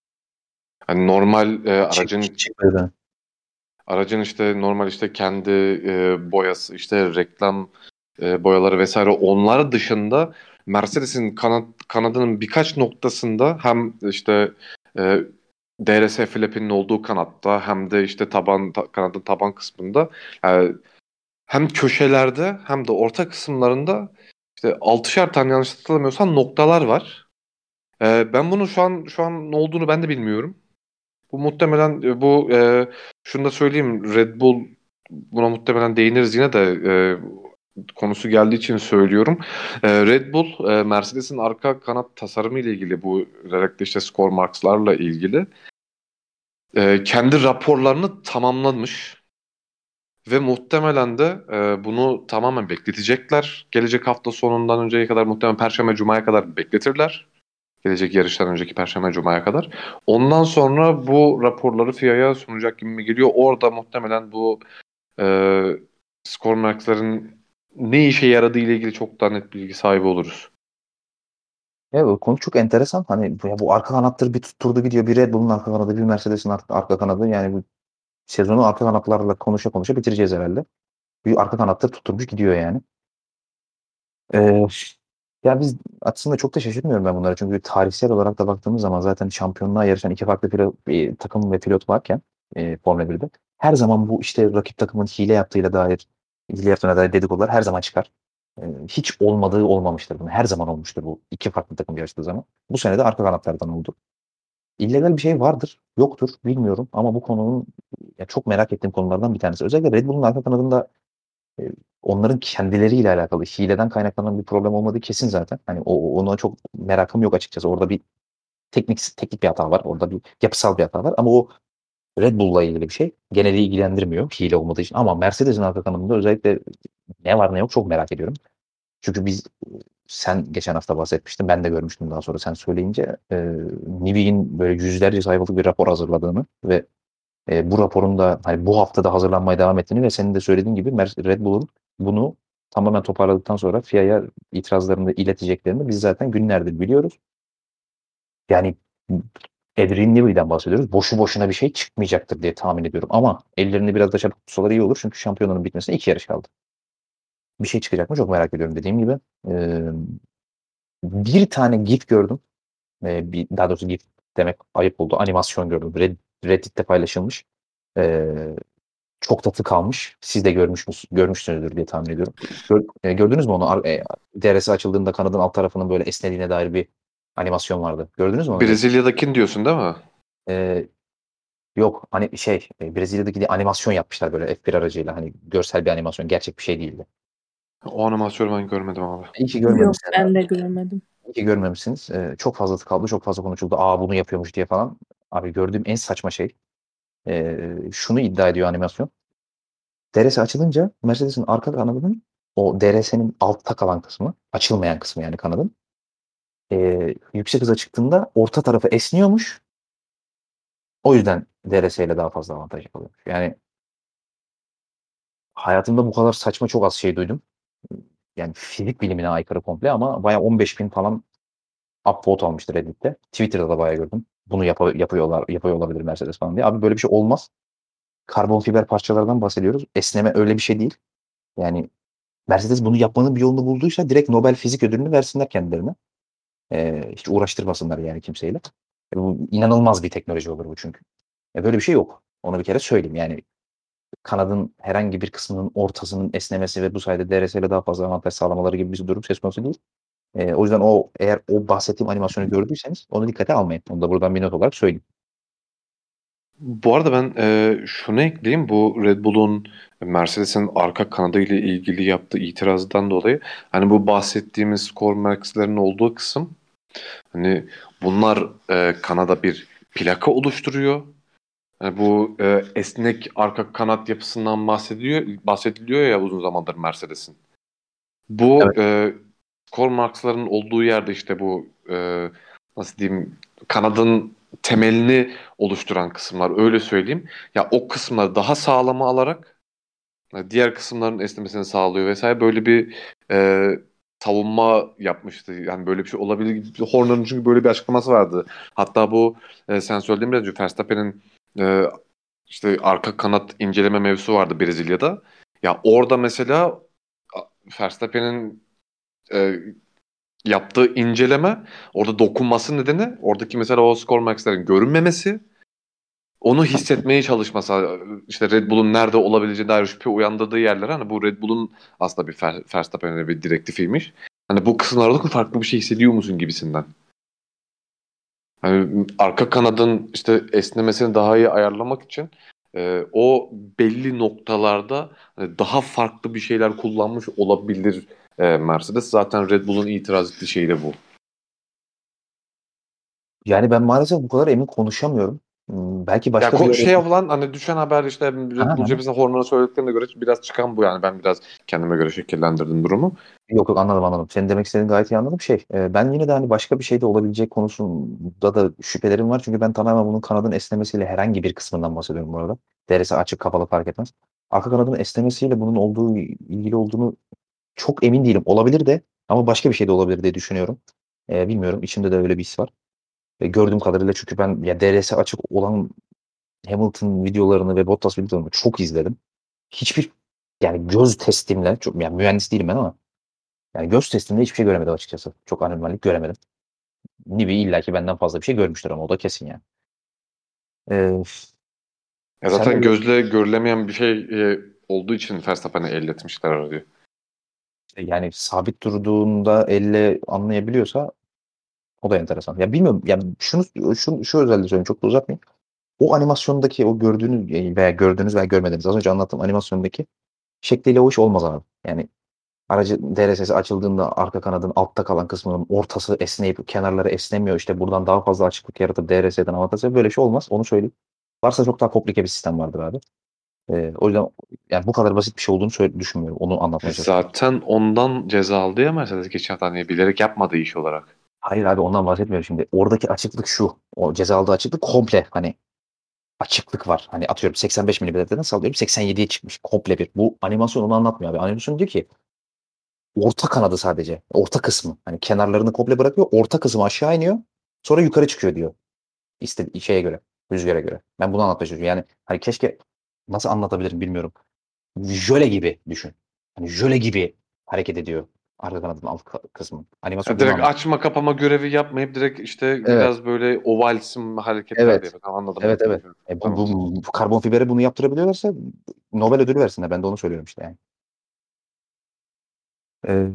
Hani normal e, Çık, aracın çıkmadı. aracın işte normal işte kendi e, boyası işte reklam e, boyaları vesaire onlar dışında Mercedes'in kanat kanadının birkaç noktasında hem işte e, D R S flap'inin olduğu kanatta hem de işte taban ta, kanadın taban kısmında e, hem köşelerde hem de orta kısımlarında işte altışar tane yanlış hatırlamıyorsam noktalar var. Ee, ben bunu şu an şu an ne olduğunu ben de bilmiyorum. Bu muhtemelen e, bu e, şunu da söyleyeyim, Red Bull buna muhtemelen değiniriz yine de e, konusu geldiği için söylüyorum. E, Red Bull e, Mercedes'in arka kanat tasarımı ile ilgili, bu özellikle işte skor markslarla ilgili e, kendi raporlarını tamamlamış ve muhtemelen de e, bunu tamamen bekletecekler. Gelecek hafta sonundan önceye kadar, muhtemelen Perşembe Cuma'ya kadar bekletirler. Gelecek yarıştan önceki Perşembe Cuma'ya kadar. Ondan sonra bu raporları F I A'ya sunacak gibi mi geliyor? Orada muhtemelen bu e, skor markların ne işe yaradığı ile ilgili çok daha net bilgi sahibi oluruz. Ya bu konu çok enteresan. Hani bu, ya bu arka kanattır bir tutturdu gidiyor. Bir Red Bull'un arka kanadı, bir Mercedes'in arka, arka kanadı. Yani bu sezonu arka kanatlarla konuşa konuşa bitireceğiz herhalde. Bir arka kanattır tutturmuş gidiyor yani. Ee, Ya biz aslında çok da şaşırmıyorum ben bunlara. Çünkü tarihsel olarak da baktığımız zaman zaten şampiyonluğa yarışan iki farklı pilot, e, takım ve pilot varken e, Formula birde her zaman bu işte rakip takımın hile yaptığıyla dair hile yaptığına dair dedikodular her zaman çıkar. E, hiç olmadığı olmamıştır bunu. Her zaman olmuştur bu iki farklı takım yarıştığı zaman. Bu sene de arka kanatlardan oldu. İllegal bir şey vardır, yoktur bilmiyorum ama bu konunun ya çok merak ettiğim konulardan bir tanesi. Özellikle Red Bull'un arka kanadında e, onların kendileriyle alakalı hileden kaynaklanan bir problem olmadığı kesin zaten. Hani o ona çok merakım yok açıkçası. Orada bir teknik teknik bir hata var. Orada bir yapısal bir hata var ama o Red Bull'la ilgili bir şey. Geneli ilgilendirmiyor hile olmadığı için. Ama Mercedes'in arka kanadında özellikle ne var ne yok çok merak ediyorum. Çünkü biz sen geçen hafta bahsetmiştin. Ben de görmüştüm daha sonra sen söyleyince. E, Nibi'nin böyle yüzlerce sayfalık bir rapor hazırladığını ve e, bu raporun da hani bu hafta da hazırlanmaya devam ettiğini ve senin de söylediğin gibi Red Bull'un bunu tamamen toparladıktan sonra F I A'ya itirazlarını da ileteceklerini biz zaten günlerdir biliyoruz. Yani Adrian Newey'den bahsediyoruz. Boşu boşuna bir şey çıkmayacaktır diye tahmin ediyorum. Ama ellerini biraz da çabuk tutsalar iyi olur. Çünkü şampiyonanın bitmesine iki yarış kaldı. Bir şey çıkacak mı çok merak ediyorum dediğim gibi. Ee, bir tane GIF gördüm. Ee, bir, daha doğrusu GIF demek ayıp oldu. Animasyon gördüm. Red, Reddit'te paylaşılmış. Ee, çok tatlı kalmış. Siz de görmüşsünüz, görmüşsünüzdür diye tahmin ediyorum. Gör, e, gördünüz mü onu? Ar- E, D R S açıldığında kanadın alt tarafının böyle esnediğine dair bir animasyon vardı. Gördünüz mü onu? Brezilya'dakini diyorsun değil mi? E, yok hani şey e, Brezilya'daki de animasyon yapmışlar böyle F bir aracıyla. Hani görsel bir animasyon. Gerçek bir şey değildi. O animasyonu ben görmedim abi. İyi ki Yok görmemişsiniz. ben de görmedim. İyi ki görmemişsiniz. E, çok fazla kaldı, çok fazla konuşuldu. Aa bunu yapıyormuş diye falan. Abi gördüğüm en saçma şey. E, şunu iddia ediyor animasyon. D R S açılınca Mercedes'in arka kanadının o D R S'nin altta kalan kısmı, açılmayan kısmı yani kanadın e, yüksek hıza çıktığında orta tarafı esniyormuş. O yüzden D R S ile daha fazla avantaj yakalıyormuş. Yani hayatımda bu kadar saçma çok az şey duydum. Yani fizik bilimine aykırı komple ama bayağı on beş bin falan upvote almıştır Reddit'te. Twitter'da da bayağı gördüm. Bunu yap- yapıyorlar, yapıyor olabilir Mercedes falan diye. Abi böyle bir şey olmaz. Karbon fiber parçalardan bahsediyoruz. Esneme öyle bir şey değil. Yani Mercedes bunu yapmanın bir yolunu bulduysa direkt Nobel Fizik Ödülünü versinler kendilerine. Ee, hiç uğraştırmasınlar yani kimseyle. E, bu inanılmaz bir teknoloji olur bu çünkü. E, böyle bir şey yok. Onu bir kere söyleyeyim. Yani kanadın herhangi bir kısmının ortasının esnemesi ve bu sayede D R S ile daha fazla avantaj sağlamaları gibi bir durum söz konusu değil. E, o yüzden o eğer o bahsettiğim animasyonu gördüyseniz onu dikkate almayın. Onu da buradan bir not olarak söyleyeyim. Bu arada ben e, şunu ekleyeyim. Bu Red Bull'un Mercedes'in arka kanadıyla ilgili yaptığı itirazdan dolayı hani bu bahsettiğimiz skor markslarının olduğu kısım, hani bunlar e, kanada bir plaka oluşturuyor. Yani bu e, esnek arka kanat yapısından bahsediliyor, bahsediliyor ya uzun zamandır Mercedes'in. Bu Evet. e, skor marksların olduğu yerde işte bu e, nasıl diyeyim, kanadın temelini oluşturan kısımlar, öyle söyleyeyim. Ya o kısımları daha sağlama alarak e, diğer kısımların esnemesini sağlıyor vesaire, böyle bir e, savunma yapmıştı. Yani böyle bir şey olabilir. Horner'ın çünkü böyle bir açıklaması vardı. Hatta bu e, sen söylediğin biraz önce Verstappen'in e, işte arka kanat inceleme mevzusu vardı Brezilya'da. Ya orada mesela Verstappen'in e, yaptığı inceleme, orada dokunması nedeni oradaki mesela o skor marksların görünmemesi onu hissetmeye çalışması, işte Red Bull'un nerede olabileceği dair şüphe uyandırdığı yerler, hani bu Red Bull'un aslında bir Fer- Verstappen'e bir direktifiymiş. Hani bu kısımlarda farklı bir şey hissediyor musun gibisinden. Hani arka kanadın işte esnemesini daha iyi ayarlamak için e, o belli noktalarda hani daha farklı bir şeyler kullanmış olabilir e, Mercedes. Zaten Red Bull'un itiraz ettiği şey de bu. Yani ben maalesef bu kadar emin konuşamıyorum. Hmm, Belki Ya başka bir ko- yere... şey olan hani düşen haber işte Red Aha, Bull aha. cephesine Horner'a söylediklerine göre biraz çıkan bu, yani ben biraz kendime göre şekillendirdim durumu. Yok yok, anladım anladım. Senin demek istediğini gayet iyi anladım. Şey, e, ben yine de hani başka bir şey de olabilecek konusunda da şüphelerim var. Çünkü ben tamamen bunun kanadın esnemesiyle herhangi bir kısmından bahsediyorum bu arada. D R S açık kapalı fark etmez. Arka kanadın esnemesiyle bunun olduğu ilgili olduğunu çok emin değilim. Olabilir de ama başka bir şey de olabilir diye düşünüyorum. E, bilmiyorum. İçimde de öyle bir his var. E, gördüğüm kadarıyla çünkü ben ya D R S açık olan Hamilton videolarını ve Bottas videolarını çok izledim. Hiçbir yani göz testimle çok, yani mühendis değilim ben ama yani göz testimle hiçbir şey göremedim açıkçası. Çok anormallik göremedim. Nibi illaki benden fazla bir şey görmüştür ama o da kesin yani. Ee, Ya sen zaten de gözle görülemeyen bir şey e, olduğu için Verstappen'e elletmişler aracı. yani sabit durduğunda elle anlayabiliyorsa o da enteresan. Ya bilmiyorum yani şunu şu, şu özelliği söyleyeyim, çok da uzatmayayım. O animasyondaki o gördüğünüz veya gördüğünüz veya görmediğiniz az önce anlattığım animasyondaki şekliyle o iş olmaz abi. Yani aracı D R S'si açıldığında arka kanadın altta kalan kısmının ortası esneyip kenarları esnemiyor. İşte buradan daha fazla açıklık yaratıp D R S'den avantaj. Böyle şey olmaz. Onu söyleyeyim. Varsa çok daha komplike bir sistem vardır abi. Ee, o yüzden yani bu kadar basit bir şey olduğunu söyle, düşünmüyorum. Onu E anlatmaya çalışıyorum. zaten ondan ceza aldı ya Mercedes geçen hafta, hani bilerek yapmadığı iş olarak. Hayır abi, ondan bahsetmiyorum şimdi. Oradaki açıklık şu. O ceza aldığı açıklık komple hani açıklık var. Hani atıyorum seksen beş milimetreden sallıyorum seksen yediye çıkmış. Komple bir. Bu animasyon onu anlatmıyor abi. Animasyon diyor ki orta kanadı sadece. Orta kısmı. Hani kenarlarını komple bırakıyor. Orta kısmı aşağı iniyor. Sonra yukarı çıkıyor diyor. İstediği şeye göre. Rüzgara göre. Ben bunu anlatmaya çalışıyorum. Yani hani keşke nasıl anlatabilirim bilmiyorum. Jöle gibi düşün. Hani jöle gibi hareket ediyor arka kanadın alt ka- kısmı. Ya Animasyon bunu direkt anlat. açma kapama görevi yapmayıp direkt işte Evet. biraz böyle ovalsim hareketler diye. Evet. Tamam, anladım Evet ben. evet. E bu, Tamam. bu, bu karbon fibere bunu yaptırabiliyorlarsa Nobel ödülü versinler. Ben de onu söylüyorum işte yani. Ee,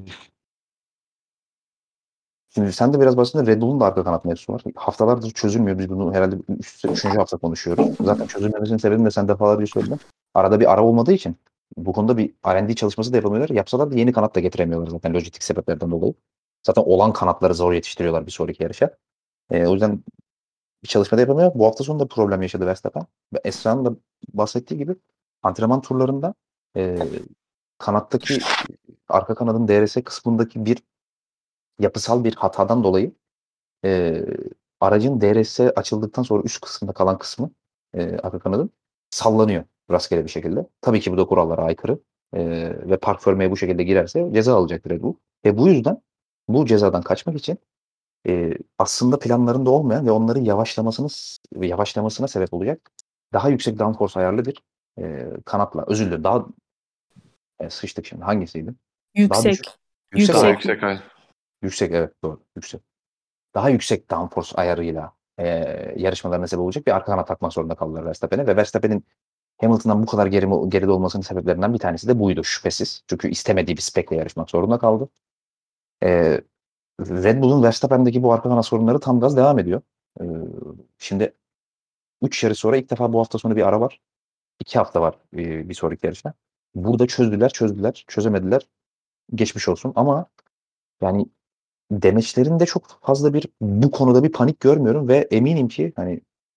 Şimdi sen de biraz bahsettin, Red Bull'un da arka kanat mevzusu var. Haftalardır çözülmüyor. Biz bunu herhalde üç, üçüncü hafta konuşuyoruz. Zaten çözülmemesinin sebebini de sen defalarca söyledin. Arada bir ara olmadığı için bu konuda bir R and D çalışması da yapamıyorlar. Yapsalar da yeni kanat da getiremiyorlar zaten lojistik sebeplerden dolayı. Zaten olan kanatları zor yetiştiriyorlar bir sonraki yarışa. Ee, o yüzden bir çalışma da yapamıyor. Bu hafta sonu da problem yaşadı Verstappen. Ve Esra'nın da bahsettiği gibi antrenman turlarında e, kanattaki arka kanadın D R S kısmındaki bir yapısal bir hatadan dolayı e, aracın D R S açıldıktan sonra üst kısmında kalan kısmı e, arka kanadın sallanıyor rastgele bir şekilde. Tabii ki bu da kurallara aykırı. E, ve park förmeye bu şekilde girerse ceza alacak Red Bull. Ve bu yüzden bu cezadan kaçmak için e, aslında planlarında olmayan ve onların yavaşlamasını yavaşlamasına sebep olacak daha yüksek downforce ayarlı bir e, kanatla. Özür dilerim. Daha e, sıçtık şimdi. Hangisiydi? Daha düşük. Yüksek. Yüksek Daha olan. Yüksek. yüksek ay. Yüksek, evet, doğru. Yüksek. Daha yüksek downforce ayarıyla e, yarışmalarına sebep olacak bir arka kanat takmak zorunda kaldılar Verstappen'e ve Verstappen'in Hamilton'dan bu kadar geri, geride olmasının sebeplerinden bir tanesi de buydu şüphesiz. Çünkü istemediği bir spekle yarışmak zorunda kaldı. E, Red Bull'un Verstappen'deki bu arka kanat sorunları tam gaz devam ediyor. E, şimdi üç yarış sonra ilk defa bu hafta sonu bir ara var. iki hafta var e, bir sonraki yarışta. Burada çözdüler, çözdüler, çözemediler. Geçmiş olsun ama yani demeçlerinde çok fazla bir bu konuda bir panik görmüyorum ve eminim ki hani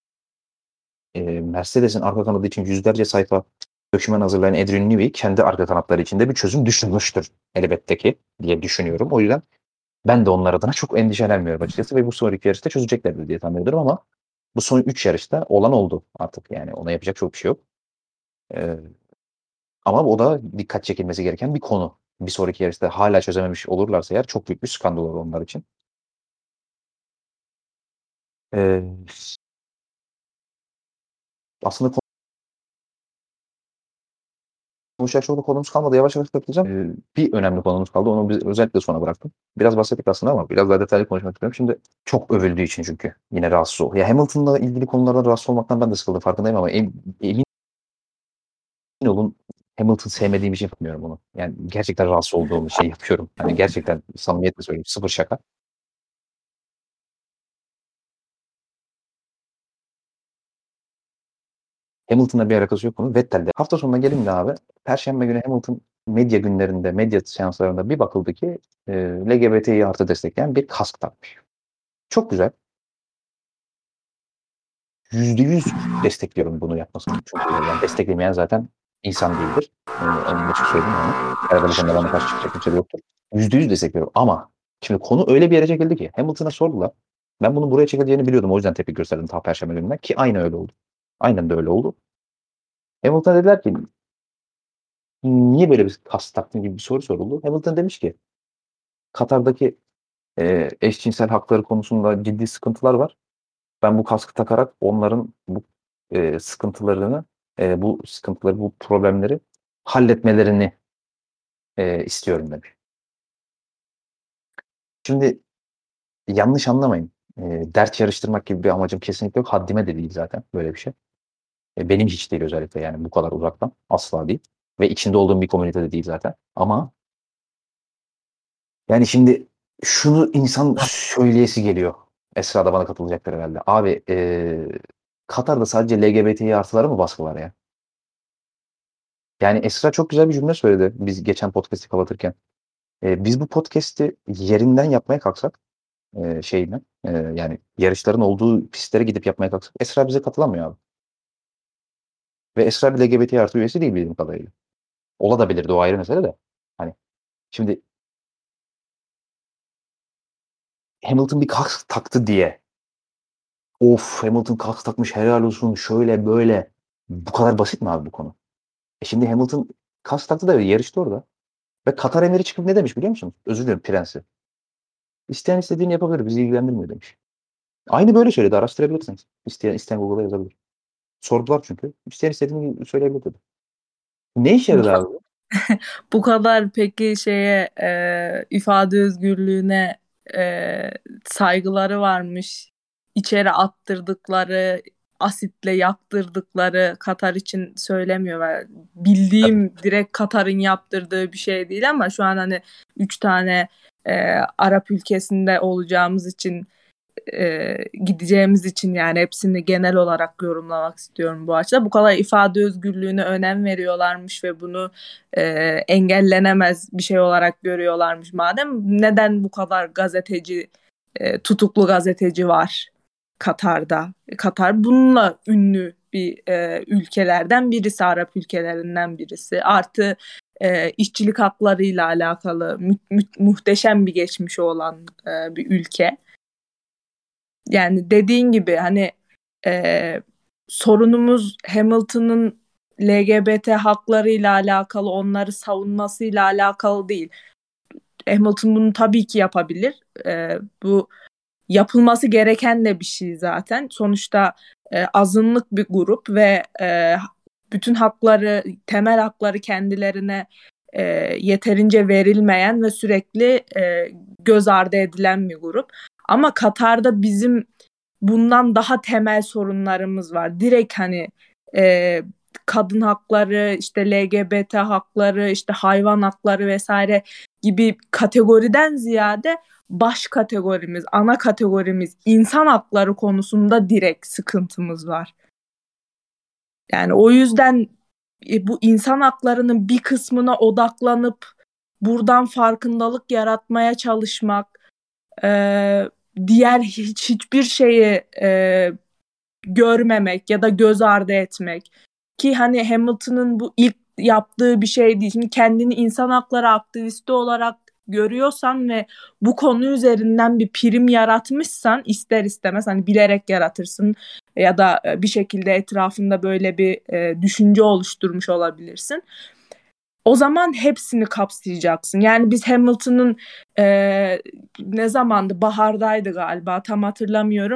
e, Mercedes'in arka kanadı için yüzlerce sayfa doküman hazırlayan Adrian Newey kendi arka kanatları içinde bir çözüm düşünmüştür elbette ki diye düşünüyorum. O yüzden ben de onlar adına çok endişelenmiyorum açıkçası ve bu sonraki yarışta çözeceklerdir diye tahmin ediyorum ama bu son üç yarışta olan oldu artık, yani ona yapacak çok bir şey yok. Ee, Ama o da dikkat çekilmesi gereken bir konu. Bir sonraki yarışta hala çözememiş olurlarsa eğer çok büyük bir skandal olur onlar için. Ee, Aslında konuşacak çok da konumuz kalmadı. Yavaş yavaş kapatacağım. Ee, bir önemli konumuz kaldı. Onu biz özellikle sona bıraktım. Biraz bahsettik aslında ama biraz daha detaylı konuşmak istiyorum. Şimdi çok övüldüğü için çünkü yine rahatsız ol. Ya Hamilton'la ilgili konulardan rahatsız olmaktan ben de sıkıldım farkındayım ama em, emin olun Hamilton sevmediğim için yapmıyorum bunu. Yani gerçekten rahatsız olduğum şey yapıyorum. Hani gerçekten samimiyetle söyleyeyim. Sıfır şaka. Hamilton'la bir alakası yok bunun. Vettel'de. Hafta sonuna gelince abi Perşembe günü Hamilton medya günlerinde, medya seanslarında bir bakıldı ki e, L G B T'yi artı destekleyen bir kask takmış. Çok güzel. Yüzde yüz destekliyorum bunu yapmasını. Çok güzel. Yani desteklemeyen zaten insan değildir. Onu, onu açık söyleyeyim yani. Herhalde bu konuda bana karşı çıkacak kimse de yoktur. Yüzde yüz destekliyorum ama şimdi konu öyle bir yere çekildi ki Hamilton'a sordular. Ben bunun buraya çekileceğini biliyordum. O yüzden tepki gösterdim ta Perşembe gününden ki aynı öyle oldu. Aynen de öyle oldu. Hamilton'a dediler ki niye böyle bir kas taktın gibi bir soru soruldu. Hamilton demiş ki Katar'daki e, eşcinsel hakları konusunda ciddi sıkıntılar var. Ben bu kaskı takarak onların bu e, sıkıntılarını, e, bu sıkıntıları, bu problemleri halletmelerini e, istiyorum demiş. Şimdi yanlış anlamayın. E, dert yarıştırmak gibi bir amacım kesinlikle yok. Haddime de değil zaten böyle bir şey. E, benim hiç değil özellikle yani bu kadar uzaktan. Asla değil. Ve içinde olduğum bir komünitede değil zaten. Ama yani şimdi şunu insan söyleyesi geliyor. Esra da bana katılacaktır herhalde. Abi e, Katar'da sadece L G B T artıları mı baskı var ya? Yani Esra çok güzel bir cümle söyledi biz geçen podcast'i kapatırken. E, biz bu podcast'i yerinden yapmaya kalksak e, şeyle e, yani yarışların olduğu pistlere gidip yapmaya kalksak Esra bize katılamıyor abi. Ve Esra bir L G B T artı üyesi değil bildiğim kadarıyla. Ola da bilirdi o ayrı mesele de. Hani şimdi Hamilton bir kask taktı diye of Hamilton kask takmış helal olsun şöyle böyle. Bu kadar basit mi abi bu konu? E şimdi Hamilton kask taktı da yarıştı orada. Ve Katar emiri çıkıp ne demiş biliyor musun? Özür dilerim prensi. İsteyen istediğini yapabilir. Bizi ilgilendirmiyor demiş. Aynı böyle söyledi. Araştırabilirsiniz. İsteyen, isteyen Google'a yazabilir. Sordular çünkü. İsteyen istediğini söyleyebilir dedi. Ne işe yaradı abi? Bu kadar peki şeye e, ifade özgürlüğüne e, saygıları varmış. İçeri attırdıkları, asitle yaktırdıkları Katar için söylemiyor. Ben bildiğim direkt Katar'ın yaptırdığı bir şey değil ama şu an hani üç tane e, Arap ülkesinde olacağımız için e, gideceğimiz için yani hepsini genel olarak yorumlamak istiyorum bu açıda. Bu kadar ifade özgürlüğüne önem veriyorlarmış ve bunu e, engellenemez bir şey olarak görüyorlarmış. Madem neden bu kadar gazeteci, e, tutuklu gazeteci var Katar'da? Katar bununla ünlü bir e, ülkelerden birisi, Arap ülkelerinden birisi. Artı e, işçilik haklarıyla alakalı mü- mü- muhteşem bir geçmişi olan e, bir ülke. Yani dediğin gibi hani e, sorunumuz Hamilton'ın L G B T haklarıyla alakalı, onları savunmasıyla alakalı değil. Hamilton bunu tabii ki yapabilir. E, bu yapılması gereken de bir şey zaten. Sonuçta e, azınlık bir grup ve e, bütün hakları, temel hakları kendilerine e, yeterince verilmeyen ve sürekli e, göz ardı edilen bir grup. Ama Katar'da bizim bundan daha temel sorunlarımız var. Direkt hani e, kadın hakları, işte L G B T hakları, işte hayvan hakları vesaire gibi kategoriden ziyade baş kategorimiz, ana kategorimiz insan hakları konusunda direkt sıkıntımız var. Yani o yüzden e, bu insan haklarının bir kısmına odaklanıp buradan farkındalık yaratmaya çalışmak, e, diğer hiç hiçbir şeyi e, görmemek ya da göz ardı etmek ki hani Hamilton'ın bu ilk yaptığı bir şey değil. Şimdi kendini insan hakları aktivisti olarak görüyorsan ve bu konu üzerinden bir prim yaratmışsan ister istemez hani bilerek yaratırsın ya da bir şekilde etrafında böyle bir e, düşünce oluşturmuş olabilirsin. O zaman hepsini kapsayacaksın. Yani biz Hamilton'ın e, ne zamandı? Bahardaydı galiba tam hatırlamıyorum.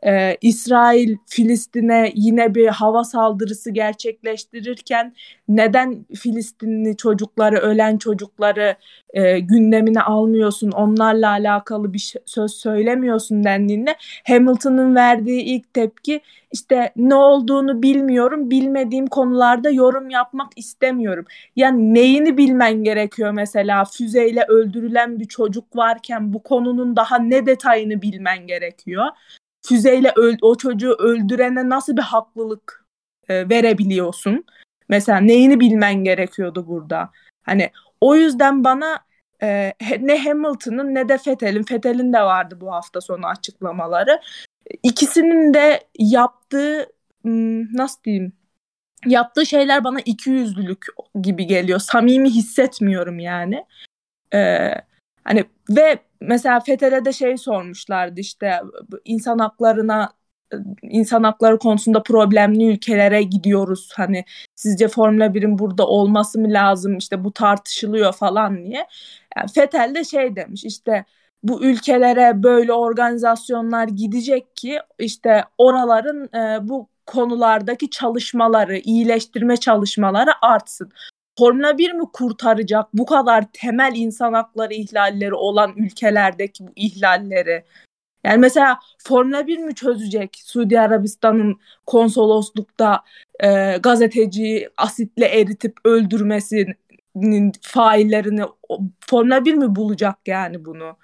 e, İsrail Filistin'e yine bir hava saldırısı gerçekleştirirken neden Filistinli çocukları, ölen çocukları e, gündemine almıyorsun, onlarla alakalı bir ş- söz söylemiyorsun dendiğinde Hamilton'ın verdiği ilk tepki işte ne olduğunu bilmiyorum, bilmediğim konularda yorum yapmak istemiyorum. Yani neyini bilmen gerekiyor mesela, füzeyle öldürülen bir çocuk varken bu konunun daha ne detayını bilmen gerekiyor? Füzeyle öl- o çocuğu öldürene nasıl bir haklılık e, verebiliyorsun? Mesela neyini bilmen gerekiyordu burada? Hani o yüzden bana e, ne Hamilton'ın ne de Vettel'in, Vettel'in de vardı bu hafta sonu açıklamaları. İkisinin de yaptığı hmm, nasıl diyeyim? Yaptığı şeyler bana ikiyüzlülük gibi geliyor. Samimi hissetmiyorum yani. Ee, hani ve mesela Fethel'e de şey sormuşlardı işte insan haklarına insan hakları konusunda problemli ülkelere gidiyoruz. Hani sizce Formula birin burada olması mı lazım? İşte bu tartışılıyor falan diye. Yani Vettel de şey demiş işte bu ülkelere böyle organizasyonlar gidecek ki işte oraların e, bu konulardaki çalışmaları, iyileştirme çalışmaları artsın. Formula bir mi kurtaracak bu kadar temel insan hakları ihlalleri olan ülkelerdeki bu ihlalleri? Yani mesela Formula bir mi çözecek Suudi Arabistan'ın konsoloslukta e, gazeteciyi asitle eritip öldürmesinin faillerini? O- Formula bir mi bulacak yani bunu?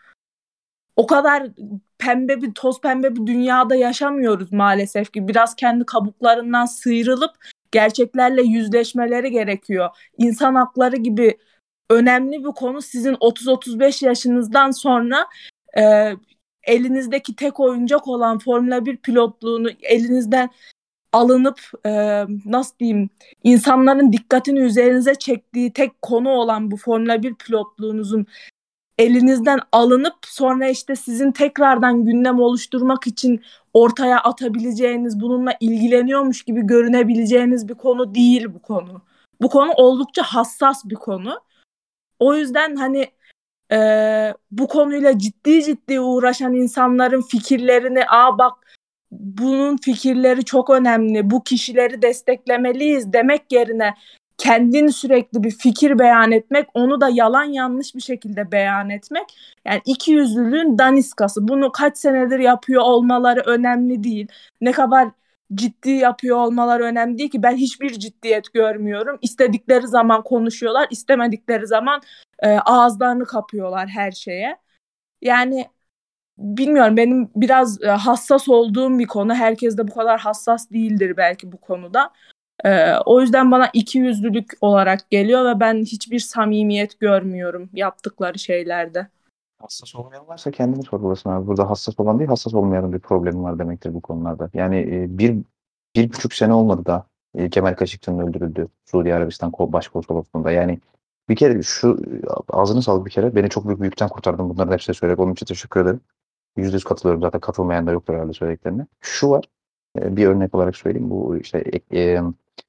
O kadar pembe bir toz pembe bir dünyada yaşamıyoruz maalesef ki. Biraz kendi kabuklarından sıyrılıp gerçeklerle yüzleşmeleri gerekiyor. İnsan hakları gibi önemli bir konu sizin otuz otuz beş yaşınızdan sonra e, elinizdeki tek oyuncak olan Formula bir pilotluğunu elinizden alınıp e, nasıl diyeyim insanların dikkatini üzerinize çektiği tek konu olan bu Formula bir pilotluğunuzun elinizden alınıp sonra işte sizin tekrardan gündem oluşturmak için ortaya atabileceğiniz, bununla ilgileniyormuş gibi görünebileceğiniz bir konu değil bu konu. Bu konu oldukça hassas bir konu. O yüzden hani e, bu konuyla ciddi ciddi uğraşan insanların fikirlerini, aa bak bunun fikirleri çok önemli, bu kişileri desteklemeliyiz demek yerine kendin sürekli bir fikir beyan etmek, onu da yalan yanlış bir şekilde beyan etmek. Yani ikiyüzlülüğün daniskası. Bunu kaç senedir yapıyor olmaları önemli değil. Ne kadar ciddi yapıyor olmaları önemli değil ki. Ben hiçbir ciddiyet görmüyorum. İstedikleri zaman konuşuyorlar, istemedikleri zaman e, ağızlarını kapıyorlar her şeye. Yani bilmiyorum, benim biraz e, hassas olduğum bir konu. Herkes de bu kadar hassas değildir belki bu konuda. E, o yüzden bana ikiyüzlülük olarak geliyor ve ben hiçbir samimiyet görmüyorum yaptıkları şeylerde. Hassas olmayan varsa kendini sorgulasın abi. Burada hassas olan değil, hassas olmayanın bir problemi var demektir bu konularda. Yani e, bir, bir buçuk sene olmadı da e, Cemal Kaşıkçı'nın öldürüldü Suudi Arabistan kol- Başkonsolosluğunda. Yani bir kere şu ağzını sağlık bir kere. Beni çok büyük bir yükten kurtardın. Bunların hepsini söyleyerek onun için teşekkür ederim. Yüzde yüz katılıyorum. Zaten katılmayan da yoktur herhalde söylediklerine. Şu var. e, Bir örnek olarak söyleyeyim. Bu işte e, e,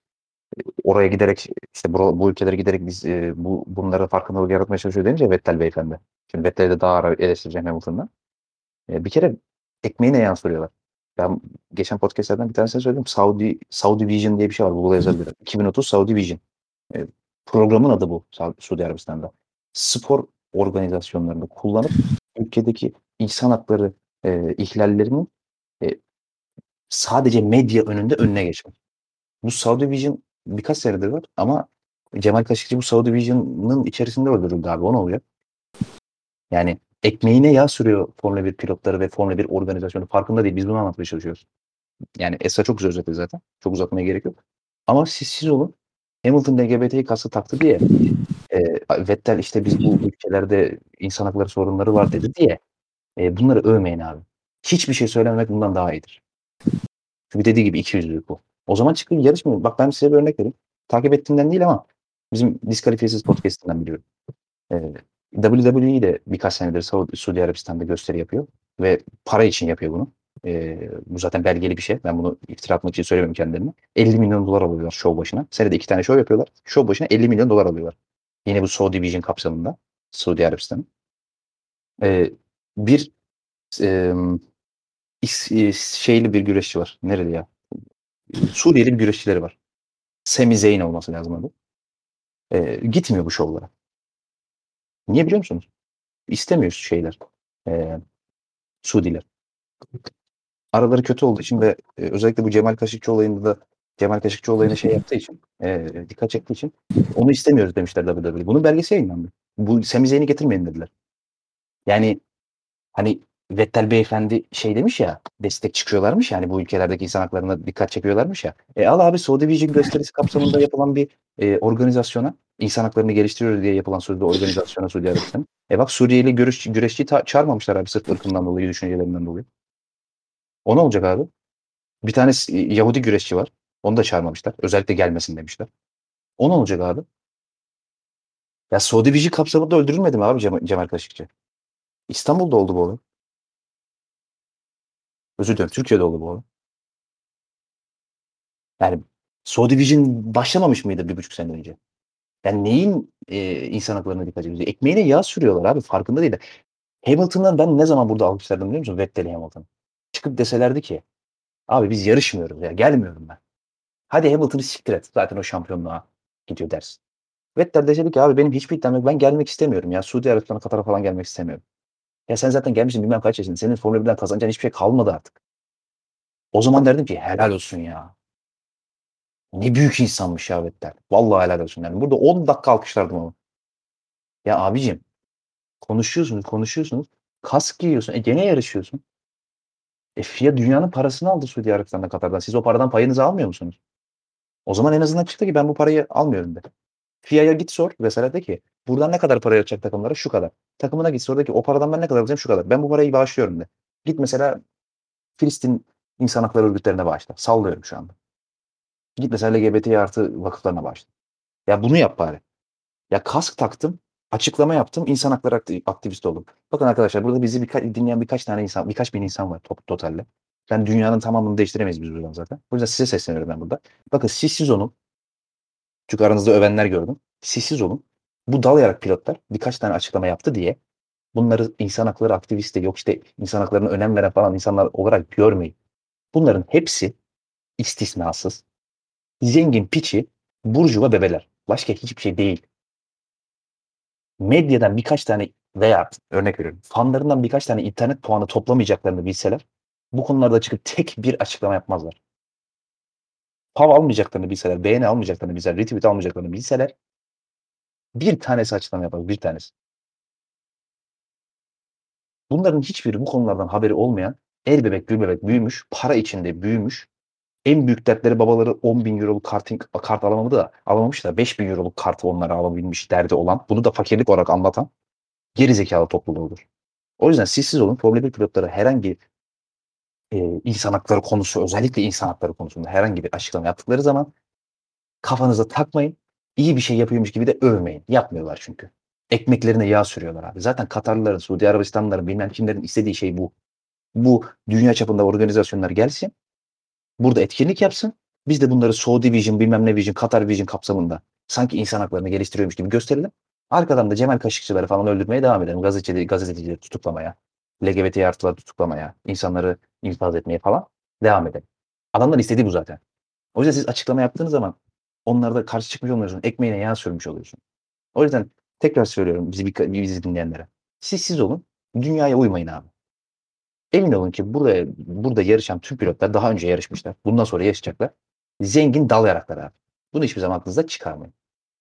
oraya giderek işte bu, bu ülkelere giderek biz e, bu bunlara farkındalık yaratmaya çalışıyor denince Vettel beyefendi. Şimdi Vettel'i de daha ara eleştireceğim Hamilton'dan. E, bir kere ekmeğine yansıtıyorlar. Ben geçen podcastlerden bir tanesini söyledim. Saudi Saudi Vision diye bir şey var. Google'a yazabilirim. iki bin otuz Saudi Vision. E, programın adı bu Sa- Suudi Arabistan'da. Spor organizasyonlarını kullanıp ülkedeki insan hakları e, ihlallerinin e, sadece medya önünde önüne geçmek. Bu Saudi Vision birkaç senedir var ama Cemal Kaşıkçı bu Saudi Vision'ın içerisinde öldürüldü abi. O ne oluyor? Yani ekmeğine yağ sürüyor Formula bir pilotları ve Formula bir organizasyonu. Farkında değil. Biz bunu anlatmaya çalışıyoruz. Yani Esra çok güzel özetledi zaten. Çok uzatmaya gerek yok. Ama siz siz olun. Hamilton L G B T kası taktı diye e, Vettel işte biz bu ülkelerde insan hakları sorunları var dedi diye e, bunları övmeyin abi. Hiçbir şey söylememek bundan daha iyidir. Çünkü dediği gibi ikiyüzlülük bu. O zaman çıkın yarışmayın. Bak ben size bir örnek vereyim. Takip ettiğimden değil ama bizim Diskalifiyesiz podcast'inden biliyorum. Ee, W W E de birkaç senedir Saudi, Suudi Arabistan'da gösteri yapıyor. Ve para için yapıyor bunu. Ee, bu zaten belgeli bir şey. Ben bunu iftira atmak için söylemiyorum kendilerine. elli milyon dolar alıyorlar show başına. Senede iki tane show yapıyorlar. Show başına elli milyon dolar alıyorlar. Yine bu Saudi Vision kapsamında. Suudi Arabistan'ın. Ee, bir e, İs- e, şeyli bir güreşçi var. Nereli ya? Suriyeli bir güreşçileri var. Sami Zayn olması lazım adı. Ee, gitmiyor bu şovlara. Niye biliyor musunuz? İstemiyor şeyler. Ee, Suudiler. Araları kötü olduğu için ve e, özellikle bu Cemal Kaşıkçı olayında da Cemal Kaşıkçı olayına şey yaptığı için e, dikkat çektiği için onu istemiyoruz demişler W W E. Bunun belgesi yayınlandı. Bu Sami Zayn'i getirmeyin dediler. Yani hani Vettel Beyefendi şey demiş ya, destek çıkıyorlarmış ya, hani bu ülkelerdeki insan haklarına dikkat çekiyorlarmış ya. E al abi, Saudi Vision gösterisi kapsamında yapılan bir e, organizasyona, insan haklarını geliştiriyoruz diye yapılan sözde organizasyona Suudi Arabistan. E bak, Suriyeli görüş, güreşçiyi ta- çağırmamışlar abi sırf ırkından dolayı, düşüncelerinden dolayı. O ne olacak abi? Bir tane s- Yahudi güreşçi var. Onu da çağırmamışlar. Özellikle gelmesin demişler. O ne olacak abi? Ya Saudi Vision kapsamında öldürülmedi mi abi Cemal, Cemal Kaşıkçı? İstanbul'da oldu bu olay. Özür dilerim, Türkiye'de oldu bu olay. Yani Saudi Vision başlamamış mıydı bir buçuk sene önce? Yani neyin e, insan haklarına dikkat ediyoruz? Ekmeğine yağ sürüyorlar abi, farkında değil de. Hamilton'dan ben ne zaman burada alkışlardım biliyor musun? Vettel'i, Hamilton. Çıkıp deselerdi ki abi biz yarışmıyoruz ya, gelmiyorum ben. Hadi Hamilton'ı siktir et. Zaten o şampiyonluğa gidiyor dersin. Vettel deseydi ki abi benim hiçbir iddiam yok, ben gelmek istemiyorum ya. Suudi Arabistan'a, Katar'a falan gelmek istemiyorum. Ya sen zaten gelmişsin bilmem kaç yaşında. Senin Formula birden kazanacağın hiçbir şey kalmadı artık. O zaman derdim ki helal olsun ya. Ne büyük insanmış ya Vettel. Vallahi helal olsun. Yani burada on dakika alkışlardım onu. Ya abicim, konuşuyorsunuz konuşuyorsunuz. Kask giyiyorsun. E gene yarışıyorsun. E F I A dünyanın parasını aldı Suudi Arabistan'da, Katar'dan. Siz o paradan payınızı almıyor musunuz? O zaman en azından çıktı ki ben bu parayı almıyorum de. F I A'ya git sor. Mesela de ki buradan ne kadar para yarayacak takımlara? Şu kadar. Takımına git sor de ki o paradan ben ne kadar alacağım? Şu kadar. Ben bu parayı bağışlıyorum de. Git mesela Filistin insan hakları örgütlerine bağışla. Sallıyorum şu anda. Git mesela L G B T artı vakıflarına bağışla. Ya bunu yap bari. Ya kask taktım, açıklama yaptım, insan hakları akti- aktivisti oldum. Bakın arkadaşlar, burada bizi birka- dinleyen birkaç tane insan, birkaç bin insan var top, totalde. Ben dünyanın tamamını değiştiremeyiz biz buradan zaten. O yüzden size sesleniyorum ben burada. Bakın siz siz olun. Çünkü aranızda övenler gördüm. Siz siz olun. Bu dal yarak pilotlar birkaç tane açıklama yaptı diye bunları insan hakları aktivisti, yok işte insan haklarına önem veren falan insanlar olarak görmeyin. Bunların hepsi istisnasız zengin piçi, burjuva bebeler. Başka hiçbir şey değil. Medyadan birkaç tane veya örnek veriyorum fanlarından birkaç tane internet puanı toplamayacaklarını bilseler bu konularda çıkıp tek bir açıklama yapmazlar. Pav almayacaklarını bilseler, beğeni almayacaklarını bilseler, retweet almayacaklarını bilseler bir tanesi açıklama yapar, bir tanesi. Bunların hiçbiri bu konulardan haberi olmayan, el bebek gül bebek büyümüş, para içinde büyümüş, en büyük dertleri babaları on bin euroluk kartın, kart alamadı da alamamış da beş bin euroluk kartı onlara alabilmiş derdi olan, bunu da fakirlik olarak anlatan geri zekalı topluluğudur. O yüzden siz siz olun, Formula bir pilotları herhangi e, insan hakları konusu, özellikle insan hakları konusunda herhangi bir açıklama yaptıkları zaman kafanıza takmayın. İyi bir şey yapıyormuş gibi de övmeyin. Yapmıyorlar çünkü. Ekmeklerine yağ sürüyorlar abi. Zaten Katarlıların, Suudi Arabistanlıların, bilmem kimlerin istediği şey bu. Bu dünya çapında organizasyonlar gelsin. Burada etkinlik yapsın. Biz de bunları Saudi Vision, bilmem ne Vision, Katar Vision kapsamında sanki insan haklarını geliştiriyormuş gibi gösterelim. Arkadan da Cemal Kaşıkçıları falan öldürmeye devam edelim. Gazetecileri, gazetecileri tutuklamaya, L G B T artıları tutuklamaya, insanları infaz etmeye falan devam edelim. Adamların istediği bu zaten. O yüzden siz açıklama yaptığınız zaman onlara karşı çıkmış olmuyorsun. Ekmeğine yağ sürmüş oluyorsun. O yüzden tekrar söylüyorum bizi, bizi dinleyenlere. Siz siz olun. Dünyaya uymayın abi. Emin olun ki buraya, burada yarışan tüm pilotlar daha önce yarışmışlar. Bundan sonra yarışacaklar. Zengin dal yaraklar abi. Bunu hiçbir zaman aklınızda çıkarmayın.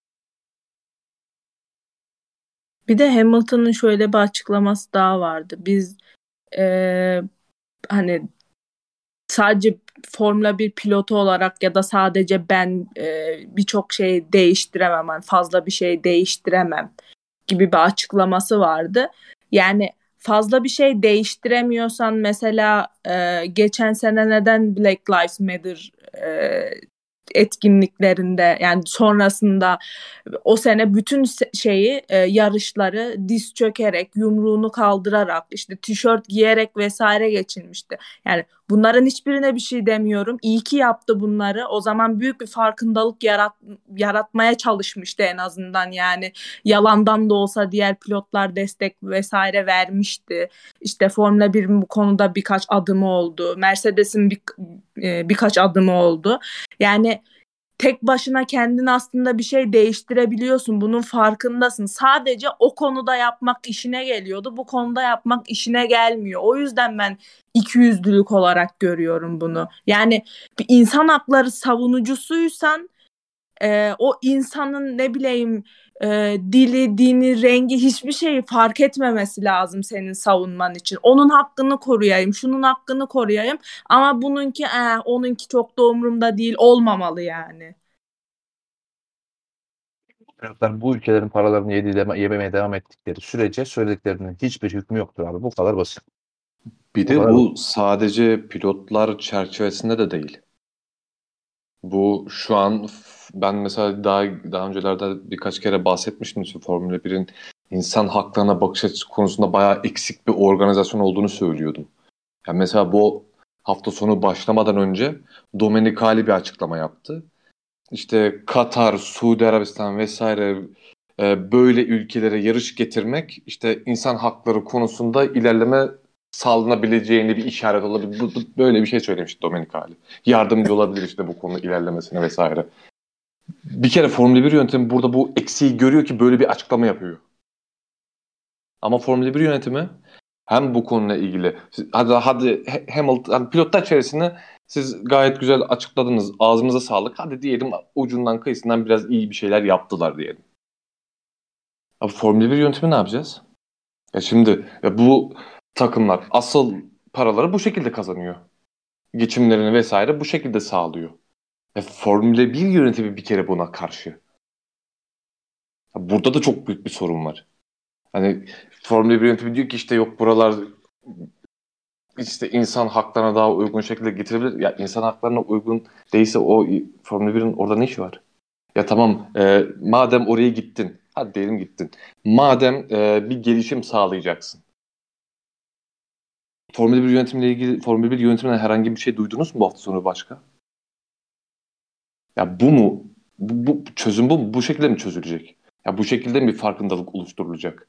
Bir de Hamilton'ın şöyle bir açıklaması daha vardı. Biz eee, hani sadece Formula bir pilotu olarak ya da sadece ben eee, birçok şey değiştiremem, yani fazla bir şey değiştiremem gibi bir açıklaması vardı. Yani fazla bir şey değiştiremiyorsan mesela eee, geçen sene neden Black Lives Matter eee, etkinliklerinde yani sonrasında o sene bütün se- şeyi e, yarışları diz çökerek, yumruğunu kaldırarak, işte tişört giyerek vesaire geçirmişti. Yani bunların hiçbirine bir şey demiyorum. İyi ki yaptı bunları. O zaman büyük bir farkındalık yarat yaratmaya çalışmıştı en azından yani. Yalandan da olsa diğer pilotlar destek vesaire vermişti. İşte Formula birin bu konuda birkaç adımı oldu. Mercedes'in bir, e, birkaç adımı oldu. Yani tek başına kendin aslında bir şey değiştirebiliyorsun. Bunun farkındasın. Sadece o konuda yapmak işine geliyordu. Bu konuda yapmak işine gelmiyor. O yüzden ben ikiyüzlülük olarak görüyorum bunu. Yani bir insan hakları savunucusuysan e, o insanın ne bileyim e, dili, dini, rengi hiçbir şeyi fark etmemesi lazım senin savunman için. Onun hakkını koruyayım, şunun hakkını koruyayım ama bununki e, onunki çok da umurumda değil olmamalı yani. Pilotlar bu ülkelerin paralarını yediği dema- yememeye devam ettikleri sürece söylediklerinin hiçbir hükmü yoktur abi. Bu kadar basit. Bir Bu de kadar bu sadece pilotlar çerçevesinde de değil. Bu şu an f- ben mesela daha daha öncelerde birkaç kere bahsetmiştim işte Formula birin insan haklarına bakış açısı konusunda bayağı eksik bir organizasyon olduğunu söylüyordum. Yani mesela bu hafta sonu başlamadan önce Domenicali bir açıklama yaptı. İşte Katar, Suudi Arabistan vesaire e, böyle ülkelere yarış getirmek işte insan hakları konusunda ilerleme sağlanabileceğini bir işaret olabilir. Bu- bu- Böyle bir şey söylemişti Domenicali. Yardımcı olabilir işte bu konu ilerlemesine vesaire. Bir kere Formula bir yönetimi burada bu eksiği görüyor ki böyle bir açıklama yapıyor. Ama Formula bir yönetimi hem bu konuyla ilgili hadi hadi Hamilton hani pilotlar içerisinde siz gayet güzel açıkladınız. Ağzınıza sağlık. Hadi diyelim ucundan kıyısından biraz iyi bir şeyler yaptılar diyelim. Ama Formula bir yönetimi ne yapacağız? Ya şimdi ya bu takımlar asıl paraları bu şekilde kazanıyor. Geçimlerini vesaire bu şekilde sağlıyor. E, Formula bir yönetimi bir kere buna karşı. Ya burada da çok büyük bir sorun var. Hani Formula bir yönetimi diyor ki işte yok buralar işte insan haklarına daha uygun şekilde getirebilir. Ya insan haklarına uygun değilse o Formula birin orada ne işi var? Ya tamam e, madem oraya gittin, hadi diyelim gittin. Madem e, bir gelişim sağlayacaksın. Formula bir yönetimiyle ilgili Formula bir yönetiminden herhangi bir şey duydunuz mu bu hafta sonu başka? Ya bu mu? Bu, bu çözüm bu mu? Bu şekilde mi çözülecek? Ya bu şekilde mi bir farkındalık oluşturulacak?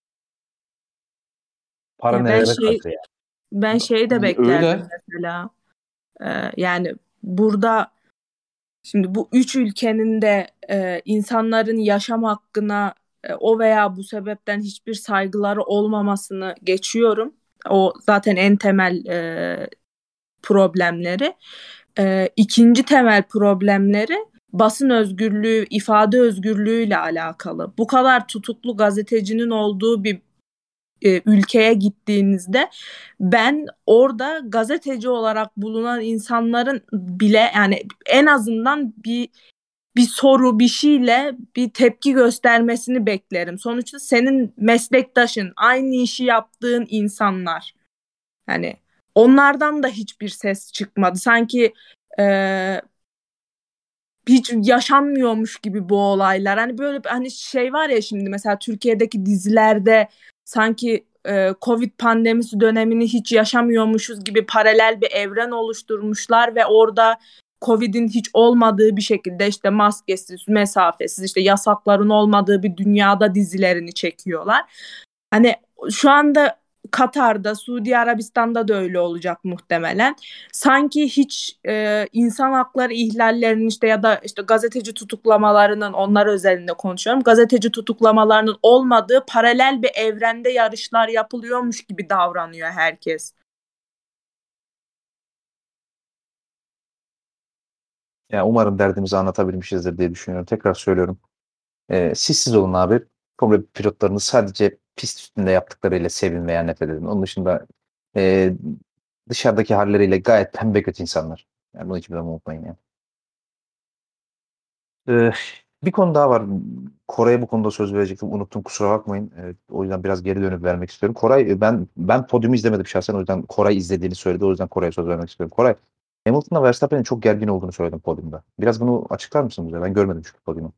para Ya ben nelere şey kaldı ya? ben şey de beklerdim Öyle. mesela. Ee, yani burada şimdi bu üç ülkenin de e, insanların yaşam hakkına e, o veya bu sebepten hiçbir saygıları olmamasını geçiyorum. O zaten en temel e, problemleri. E, ikinci temel problemleri basın özgürlüğü, ifade özgürlüğüyle alakalı. Bu kadar tutuklu gazetecinin olduğu bir e, ülkeye gittiğinizde ben orada gazeteci olarak bulunan insanların bile yani en azından bir bir soru bir şeyle bir tepki göstermesini beklerim. Sonuçta senin meslektaşın, aynı işi yaptığın insanlar. Yani onlardan da hiçbir ses çıkmadı. Sanki e, hiç yaşanmıyormuş gibi bu olaylar. Hani böyle hani şey var ya şimdi mesela Türkiye'deki dizilerde sanki e, Covid pandemisi dönemini hiç yaşamıyormuşuz gibi paralel bir evren oluşturmuşlar ve orada Covid'in hiç olmadığı bir şekilde işte maskesiz, mesafesiz, işte yasakların olmadığı bir dünyada dizilerini çekiyorlar. Hani şu anda Katar'da, Suudi Arabistan'da da öyle olacak muhtemelen. Sanki hiç e, insan hakları ihlallerinin işte ya da işte gazeteci tutuklamalarının onlar özelinde konuşuyorum. Gazeteci tutuklamalarının olmadığı paralel bir evrende yarışlar yapılıyormuş gibi davranıyor herkes. Ya umarım derdimizi anlatabilmişizdir diye düşünüyorum. Tekrar söylüyorum. Ee, siz siz olun abi. Formula bir pilotlarını sadece pist üstünde yaptıklarıyla sevin veya nefret edin. Onun dışında e, dışarıdaki halleriyle gayet pembe kötü insanlar. Yani bunu hiçbir zaman unutmayın yani. Ee, bir konu daha var. Koray'a bu konuda söz verecektim. Unuttum kusura bakmayın. Ee, o yüzden biraz geri dönüp vermek istiyorum. Koray ben ben podyumu izlemedim şahsen. O yüzden Koray izlediğini söyledi. O yüzden Koray'a söz vermek istiyorum. Koray Hamilton'la Verstappen'in çok gergin olduğunu söyledim podyumda. Biraz bunu açıklar mısın bize? Ben görmedim çünkü podyumu.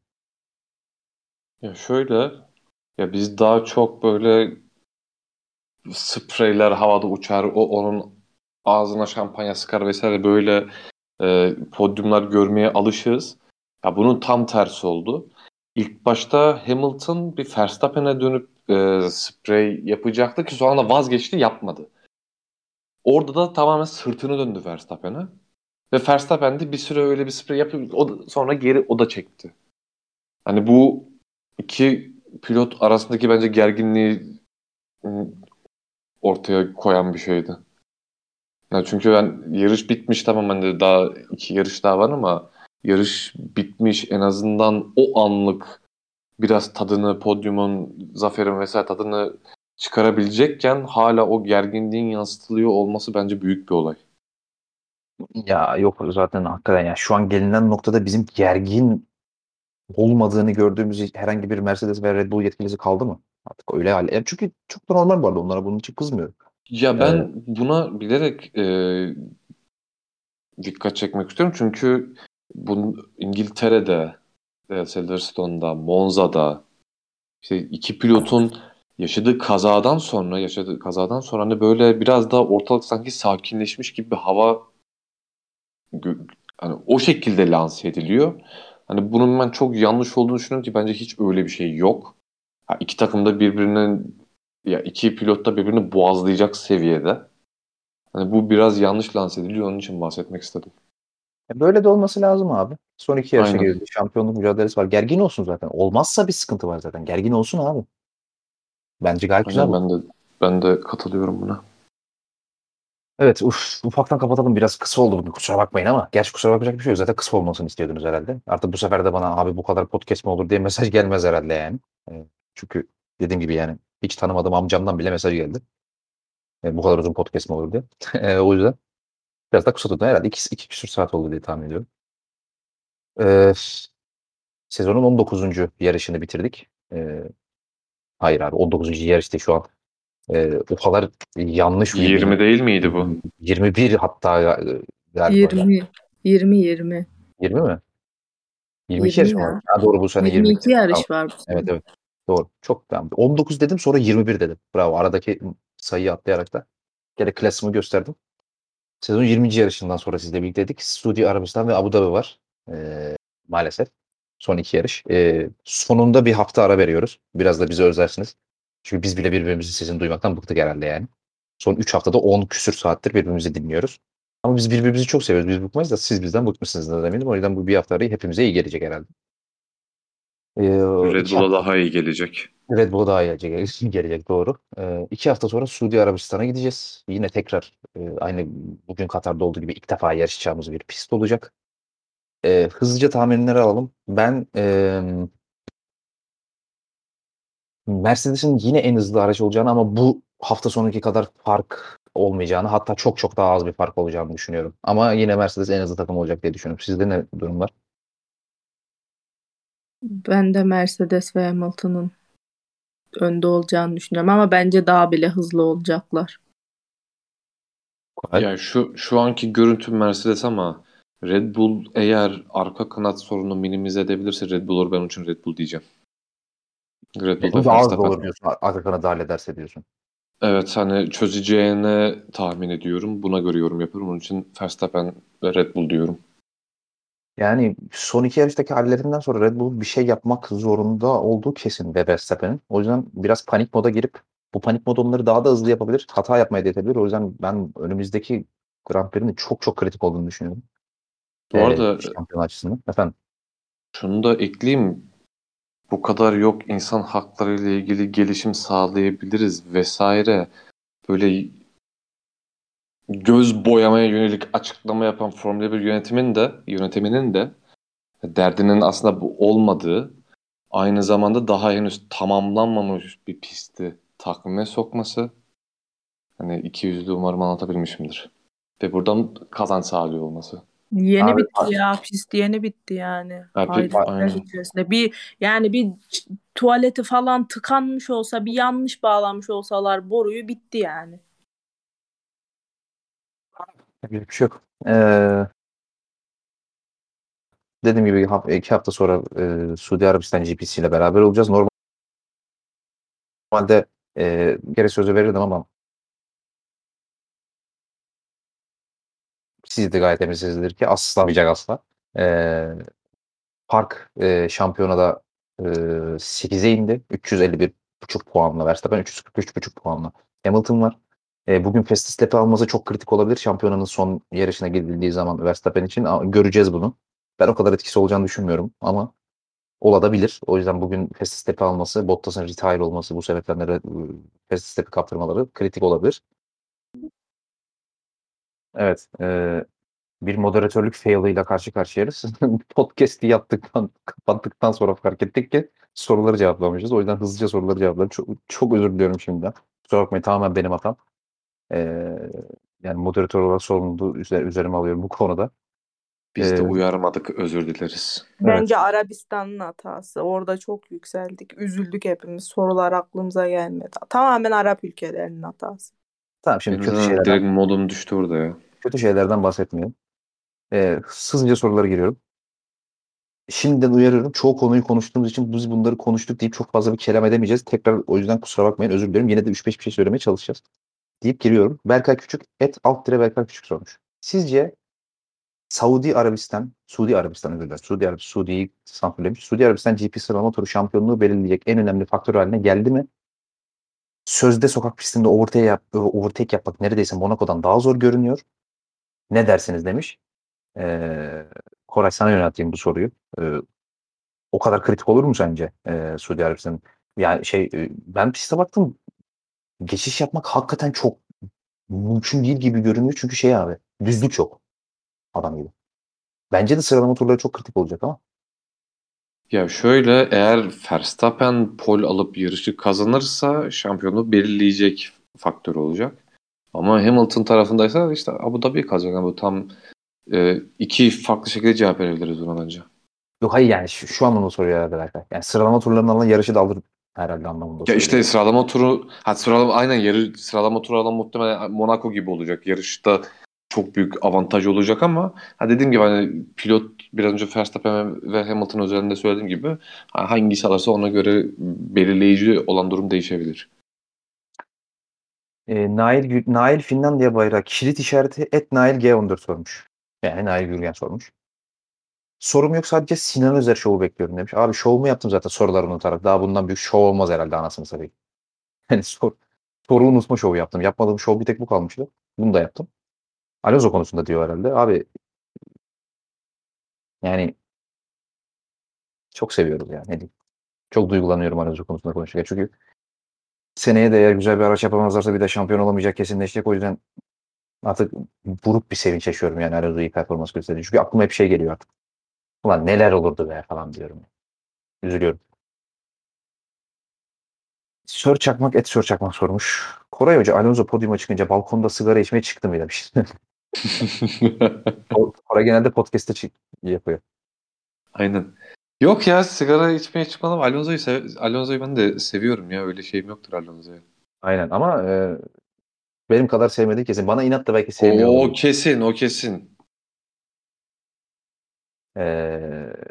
Ya şöyle, ya biz daha çok böyle spreyler havada uçar, o onun ağzına şampanya sıkar vesaire böyle e, podyumlar görmeye alışığız. Ya bunun tam tersi oldu. İlk başta Hamilton bir Verstappen'e dönüp e, sprey yapacaktı ki sonra da vazgeçti, yapmadı. Orada da tamamen sırtını döndü Verstappen'e. Ve Verstappen de bir süre öyle bir sprey yapıp o da- sonra geri o da çekti. Hani bu iki pilot arasındaki bence gerginliği ım, ortaya koyan bir şeydi. Ya çünkü ben yarış bitmiş, tamam hani daha iki yarış daha var ama yarış bitmiş, en azından o anlık biraz tadını, podyumun, zaferin vesaire tadını çıkarabilecekken hala o gerginliğin yansıtılıyor olması bence büyük bir olay. Ya yok zaten hakikaten ya şu an gelinen noktada bizim gergin olmadığını gördüğümüz herhangi bir Mercedes ve Red Bull yetkilisi kaldı mı? Artık öyle hale. Yani çünkü çok da normal bu arada onlara bunun için kızmıyorum. Ya Ee, ben buna bilerek e, dikkat çekmek istiyorum çünkü bu İngiltere'de, e, Silverstone'da, Monza'da işte iki pilotun yaşadığı kazadan sonra yaşadığı kazadan sonra hani böyle biraz daha ortalık sanki sakinleşmiş gibi bir hava gö- hani o şekilde lanse ediliyor. Hani bunun ben çok yanlış olduğunu düşünüyorum ki bence hiç öyle bir şey yok. Ha, iki takım da birbirinin ya iki pilot da birbirini boğazlayacak seviyede. Hani bu biraz yanlış lanse ediliyor, onun için bahsetmek istedim. böyle de olması lazım abi. Son iki yarışa Aynen. girdi. Şampiyonluk mücadelesi var. Gergin olsun zaten. Olmazsa bir sıkıntı var zaten. Gergin olsun abi. Bence gayet güzel Aynen bu. ben de ben de katılıyorum buna. Evet, uf, ufaktan kapatalım. Biraz kısa oldu bugün. Kusura bakmayın ama. Gerçi kusura bakacak bir şey yok. Zaten kısa olmasını istiyordunuz herhalde. Artık bu sefer de bana abi bu kadar podcast mi olur diye mesaj gelmez herhalde yani. Ee, çünkü dediğim gibi yani hiç tanımadığım amcamdan bile mesaj geldi. Ee, bu kadar uzun podcast mi olur diye. Ee, o yüzden biraz da kısa tutun. Herhalde iki, iki küsur saat oldu diye tahmin ediyorum. Ee, sezonun on dokuzuncu yarışını bitirdik. Ee, hayır abi on dokuzuncu yarışta şu an. Ee, o kadar yanlış bir yirmi benim. değil miydi bu? yirmi bir hatta e, galiba ya. yirmi. yirmi yirmi. yirmi mi? yirmi iki yirmi yarış mı var? ya. Ha, doğru bu sene yirmi yirmi iki. iki Tamam. yarış var bu Evet sene. evet. Doğru. Çok tamam. on dokuz dedim sonra yirmi bir dedim. Bravo. Aradaki sayıyı atlayarak da gene klasımı gösterdim. Sezon yirminci yarışından sonra sizle birlikteydik. Suudi Arabistan ve Abu Dhabi var. Ee, maalesef. Son iki yarış. Ee, sonunda bir hafta ara veriyoruz. Biraz da bize özlersiniz. Çünkü biz bile birbirimizin sesini duymaktan bıktık herhalde yani. Son üç haftada on küsür saattir birbirimizi dinliyoruz. Ama biz birbirimizi çok seviyoruz. Biz bıkmayız da siz bizden bıkmışsınızdır eminim. O yüzden bu bir hafta arayı hepimize iyi gelecek herhalde. Ee, Red iki Bull'a hafta daha iyi gelecek. Red Bull'a daha iyi gelecek, gelecek doğru. Ee, iki hafta sonra Suudi Arabistan'a gideceğiz. Yine tekrar e, aynı bugün Katar'da olduğu gibi ilk defa yarışacağımız bir pist olacak. Ee, hızlıca tahminleri alalım. Ben e, Mercedes'in yine en hızlı araç olacağını ama bu hafta sonunki kadar fark olmayacağını, hatta çok çok daha az bir fark olacağını düşünüyorum. Ama yine Mercedes en hızlı takım olacak diye düşünüyorum. Sizde ne durumlar? Ben de Mercedes ve Hamilton'ın önde olacağını düşünüyorum ama bence daha bile hızlı olacaklar. Alp? Ya şu şu anki görüntü Mercedes ama Red Bull eğer arka kanat sorununu minimize edebilirse Red Bull olur. Ben onun için Red Bull diyeceğim. Red Bull ve Daha hızlı Verstappen. olur diyorsun. Arka kanada hallederse diyorsun. Evet, hani çözeceğini tahmin ediyorum. Buna göre yorum yapıyorum. Onun için Verstappen ve Red Bull diyorum. Yani son iki yarıştaki hallerinden sonra Red Bull bir şey yapmak zorunda olduğu kesin ve Verstappen'in. O yüzden biraz panik moda girip bu panik mod onları daha da hızlı yapabilir. Hata yapmaya da yetebilir. O yüzden ben önümüzdeki Grand Prix'nin çok çok kritik olduğunu düşünüyorum. Bu Ee, arada şampiyon açısından. Efendim. şunu da ekleyeyim. Bu kadar yok insan hakları ile ilgili gelişim sağlayabiliriz vesaire. Böyle göz boyamaya yönelik açıklama yapan Formula bir yönetimin de yönetiminin de derdinin aslında bu olmadığı, aynı zamanda daha henüz tamamlanmamış bir pisti takvime sokması. Hani iki yüzlü, umarım anlatabilmişimdir. Ve buradan kazanç sağlıyor olması. Yeni Abi, bitti ya. Pist yeni bitti yani. Abi, Hayretler aynen. içerisinde. Bir yani bir ç- tuvaleti falan tıkanmış olsa, bir yanlış bağlamış olsalar boruyu bitti yani. bir şey yok. Ee, dediğim gibi haf- iki hafta sonra e, Suudi Arabistan G P C ile beraber olacağız. Normalde e, bir kere sözü verirdim ama siz de gayet eminsinizdir ki asla olmayacak asla. Ee, Park e, şampiyonada e, sekize indi. üç yüz elli bir buçuk puanla. Verstappen üç yüz kırk üç buçuk puanla. Hamilton var. E, bugün Verstappen'i alması çok kritik olabilir. Şampiyonanın son yarışına gidildiği zaman Verstappen için. A- Göreceğiz bunu. Ben o kadar etkisi olacağını düşünmüyorum ama olabilir. O yüzden bugün Verstappen'i alması, Bottas'ın retire olması bu sebepten de Verstappen'i kaptırmaları kritik olabilir. Evet. E, bir moderatörlük fail'iyle karşı karşıyayız. Podcast'i yaptıktan, kapattıktan sonra fark ettik ki soruları cevaplamışız. O yüzden hızlıca soruları cevapladım. Çok, çok özür diliyorum şimdiden. Kusura bakmayın, tamamen benim hatam. Ee, yani moderatör olarak sorumluluğu üzer- üzerime alıyorum bu konuda. Biz de Ee, uyarmadık, özür dileriz. Bence Arabistan'ın hatası. Orada çok yükseldik. Üzüldük hepimiz. Sorular aklımıza gelmedi. Tamamen Arap ülkelerinin hatası. tamam, şimdi Benim kötü zaten şeylerden direkt modum düştü orada ya. kötü şeylerden bahsetmiyorum. Ee, hızlıca sorulara giriyorum. Şimdiden uyarıyorum. Çoğu konuyu konuştuğumuz için biz bunları konuştuk deyip çok fazla bir kelam edemeyeceğiz. Tekrar o yüzden kusura bakmayın, özür dilerim. Yine de üç beş bir şey söylemeye çalışacağız deyip giriyorum. Berkay Küçük et alt dire Berkay Küçük sormuş. Sizce Saudi Arabistan, Suudi Arabistan özür dilerim. Suudi Arabistan, Suudi'yi sansürlemiş. Suudi Arabistan G P sıralama turu şampiyonluğu belirleyecek en önemli faktör haline geldi mi? Sözde sokak pistinde overtake, yap, overtake yapmak neredeyse Monaco'dan daha zor görünüyor. Ne dersiniz demiş. Ee, Koray, sana yönelteyim bu soruyu. Ee, o kadar kritik olur mu sence ee, Suudi Arabistan? Yani şey e, ben piste baktım, geçiş yapmak hakikaten çok mümkün değil gibi görünüyor. Çünkü şey abi, düzlük yok adam gibi. Bence de sıralama turları çok kritik olacak ama. Ya şöyle, eğer Verstappen pole alıp yarışı kazanırsa şampiyonluğu belirleyecek faktör olacak. Ama Hamilton tarafındaysa işte Abu Dhabi kazanacak. Bu tam e, iki farklı şekilde cevap verebiliriz buna bence. Yok hayır, yani şu, şu anlamda soruyor herhalde Berkay. Yani sıralama turlarının alan yarışı da alır herhalde anlamında Ya söylüyor. işte sıralama turu, ha sıralama aynen yarı sıralama turu alan muhtemelen Monaco gibi olacak. Yarışta çok büyük avantaj olacak ama ha dediğim gibi hani pilot biraz önce Verstappen ve Hamilton özelinde söylediğim gibi ha, hangisi alırsa ona göre belirleyici olan durum değişebilir. E, Nail, Gü- Nail Finlandiya bayrağı kilit işareti et Nail G on dört sormuş. Yani Nail Gürgen sormuş. Sorum yok, sadece Sinan Özer şovu bekliyorum demiş. Abi şovumu yaptım zaten soruları unutarak. Daha bundan büyük şov olmaz herhalde anasını satayım. Yani sor, soru unutma şovu yaptım. Yapmadığım şov bir tek bu kalmıştı. Bunu da yaptım. Alonso konusunda diyor herhalde. Abi yani çok seviyoruz yani. Ne diyeyim. Çok duygulanıyorum Alonso konusunda konuşurken. Çünkü seneye de eğer güzel bir araç yapamazlarsa bir de şampiyon olamayacak, kesinleşecek. O yüzden artık buruk bir sevinç yaşıyorum yani Alonso iyi performans gösterdi. Çünkü aklıma hep şey geliyor artık. Ulan neler olurdu be falan diyorum. Üzülüyorum. Sör Çakmak et Sör Çakmak sormuş. Koray Hoca Alonso podyuma çıkınca balkonda sigara içmeye çıktı mı demiş. O- Koray genelde podcast'te çık yapıyor. Aynen. Yok ya, sigara içmeye çıkmadım. Alonso'yu sev Alonso'yu ben de seviyorum ya. Öyle şeyim yoktur Alonso'ya. Aynen ama e, benim kadar sevmediği kesin. Bana inat da belki sevmiyor O olabilir. kesin, o kesin. E,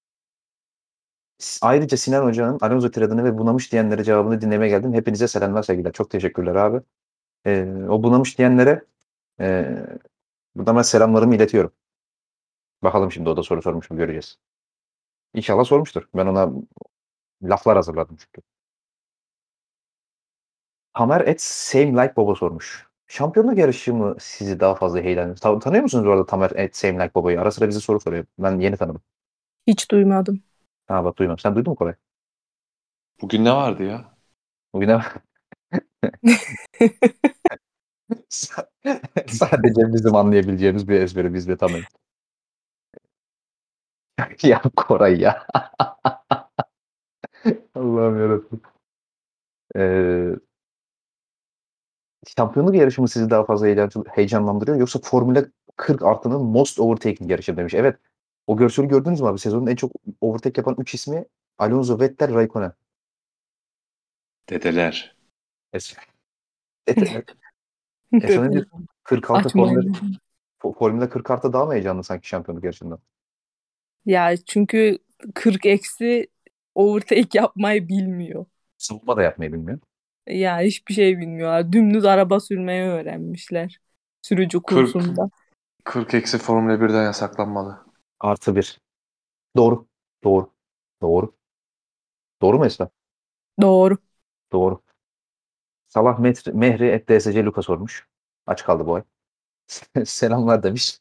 ayrıca Sinan Hoca'nın Alonso tiradını ve bunamış diyenlere cevabını dinlemeye geldim. Hepinize selamlar, sevgiler. Çok teşekkürler abi. E, o bunamış diyenlere e, buradan ben selamlarımı iletiyorum. Bakalım şimdi o da soru sormuş mu, göreceğiz. İnşallah sormuştur. Ben ona laflar hazırladım çünkü. Tamer et same like baba sormuş. Şampiyonluk yarışı mı sizi daha fazla heyecanlandırıyor? Ta- tanıyor musunuz bu arada Tamer et same like babayı? Ara sıra bize soru soruyor. Ben yeni tanıdım. Hiç duymadım. Ha bak, duymadım. Sen duydun mu Koray? Bugün ne vardı ya? Bugüne sadece bizim anlayabileceğimiz bir ezberi biz de tanıyoruz. Ya Koray ya. Allah'ım yarabbim. Ee, şampiyonluk yarışı mı sizi daha fazla heyecan, heyecanlandırıyor yoksa Formula kırk artının most overtaking yarışı demiş. Evet. O görseli gördünüz mü abi? Sezonun en çok overtake yapan üç ismi Alonso, Vettel, Raikkonen. Dedeler. Es- Et- Efendim diyor, kırk altı Formula Açmayın. Fo- Formula kırk artı daha mı heyecanlı sanki şampiyonluk yarışından? Ya çünkü kırk eksi overtake yapmayı bilmiyor. Savunma da yapmayı bilmiyor. Ya hiçbir şey bilmiyorlar. Dümdüz araba sürmeyi öğrenmişler. Sürücü kırk kursunda. kırk eksi Formula birden yasaklanmalı. Artı bir. Doğru. Doğru. Doğru. Doğru mu Esra? Doğru. Doğru. Salah Metri, Mehri et D S C Luka sormuş. Aç kaldı bu ay. Selamlar demiş.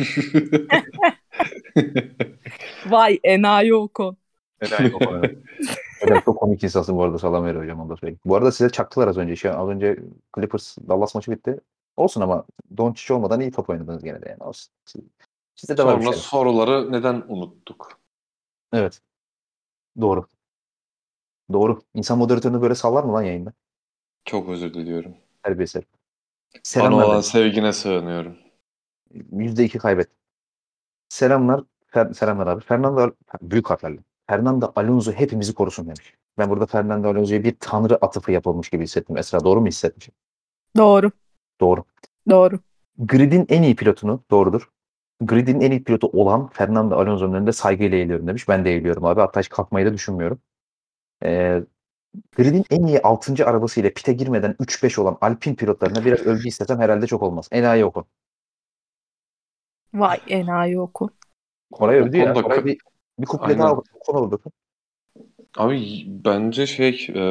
Vay enayi Okon. Enayi Okan, evet. Hocam çok komik insansın bu arada Salah Mehri hocam, onu da söyleyeyim. Bu arada size çaktılar az önce. Şey, az önce Clippers Dallas maçı bitti. Olsun ama Doncic olmadan iyi top oynadınız gene de yani. Olsun. Siz- Sizde de var bir Sonra şey. soruları neden unuttuk? Evet. Doğru. Doğru. İnsan moderatörünü böyle sallar mı lan yayında? Çok özür diliyorum. Terbiyesiz. Bana Selamlar olan demiş. sevgine sığınıyorum. yüzde iki kaybet. Selamlar. Fer- selamlar abi. Fernando büyük harflerle. Fernando Alonso hepimizi korusun demiş. Ben burada Fernando Alonso'ya bir tanrı atıfı yapılmış gibi hissettim. Esra doğru mu hissetmişim? Doğru. Doğru. Doğru. Grid'in en iyi pilotunu doğrudur. Grid'in en iyi pilotu olan Fernando Alonso'nun önünde saygıyla eğiliyorum demiş. Ben de eğiliyorum abi. Hatta hiç kalkmayı da düşünmüyorum. Ee, Grid'in en iyi altıncı arabasıyla pite girmeden üç beş olan Alpine pilotlarına biraz övgü istesem herhalde çok olmaz. Enayi Ocon. Vay enayi Okon. Koray övdü Ocon ya. da Koray kı- bir, bir kuple Aynen. daha Ocon oldu. Abi bence şey e,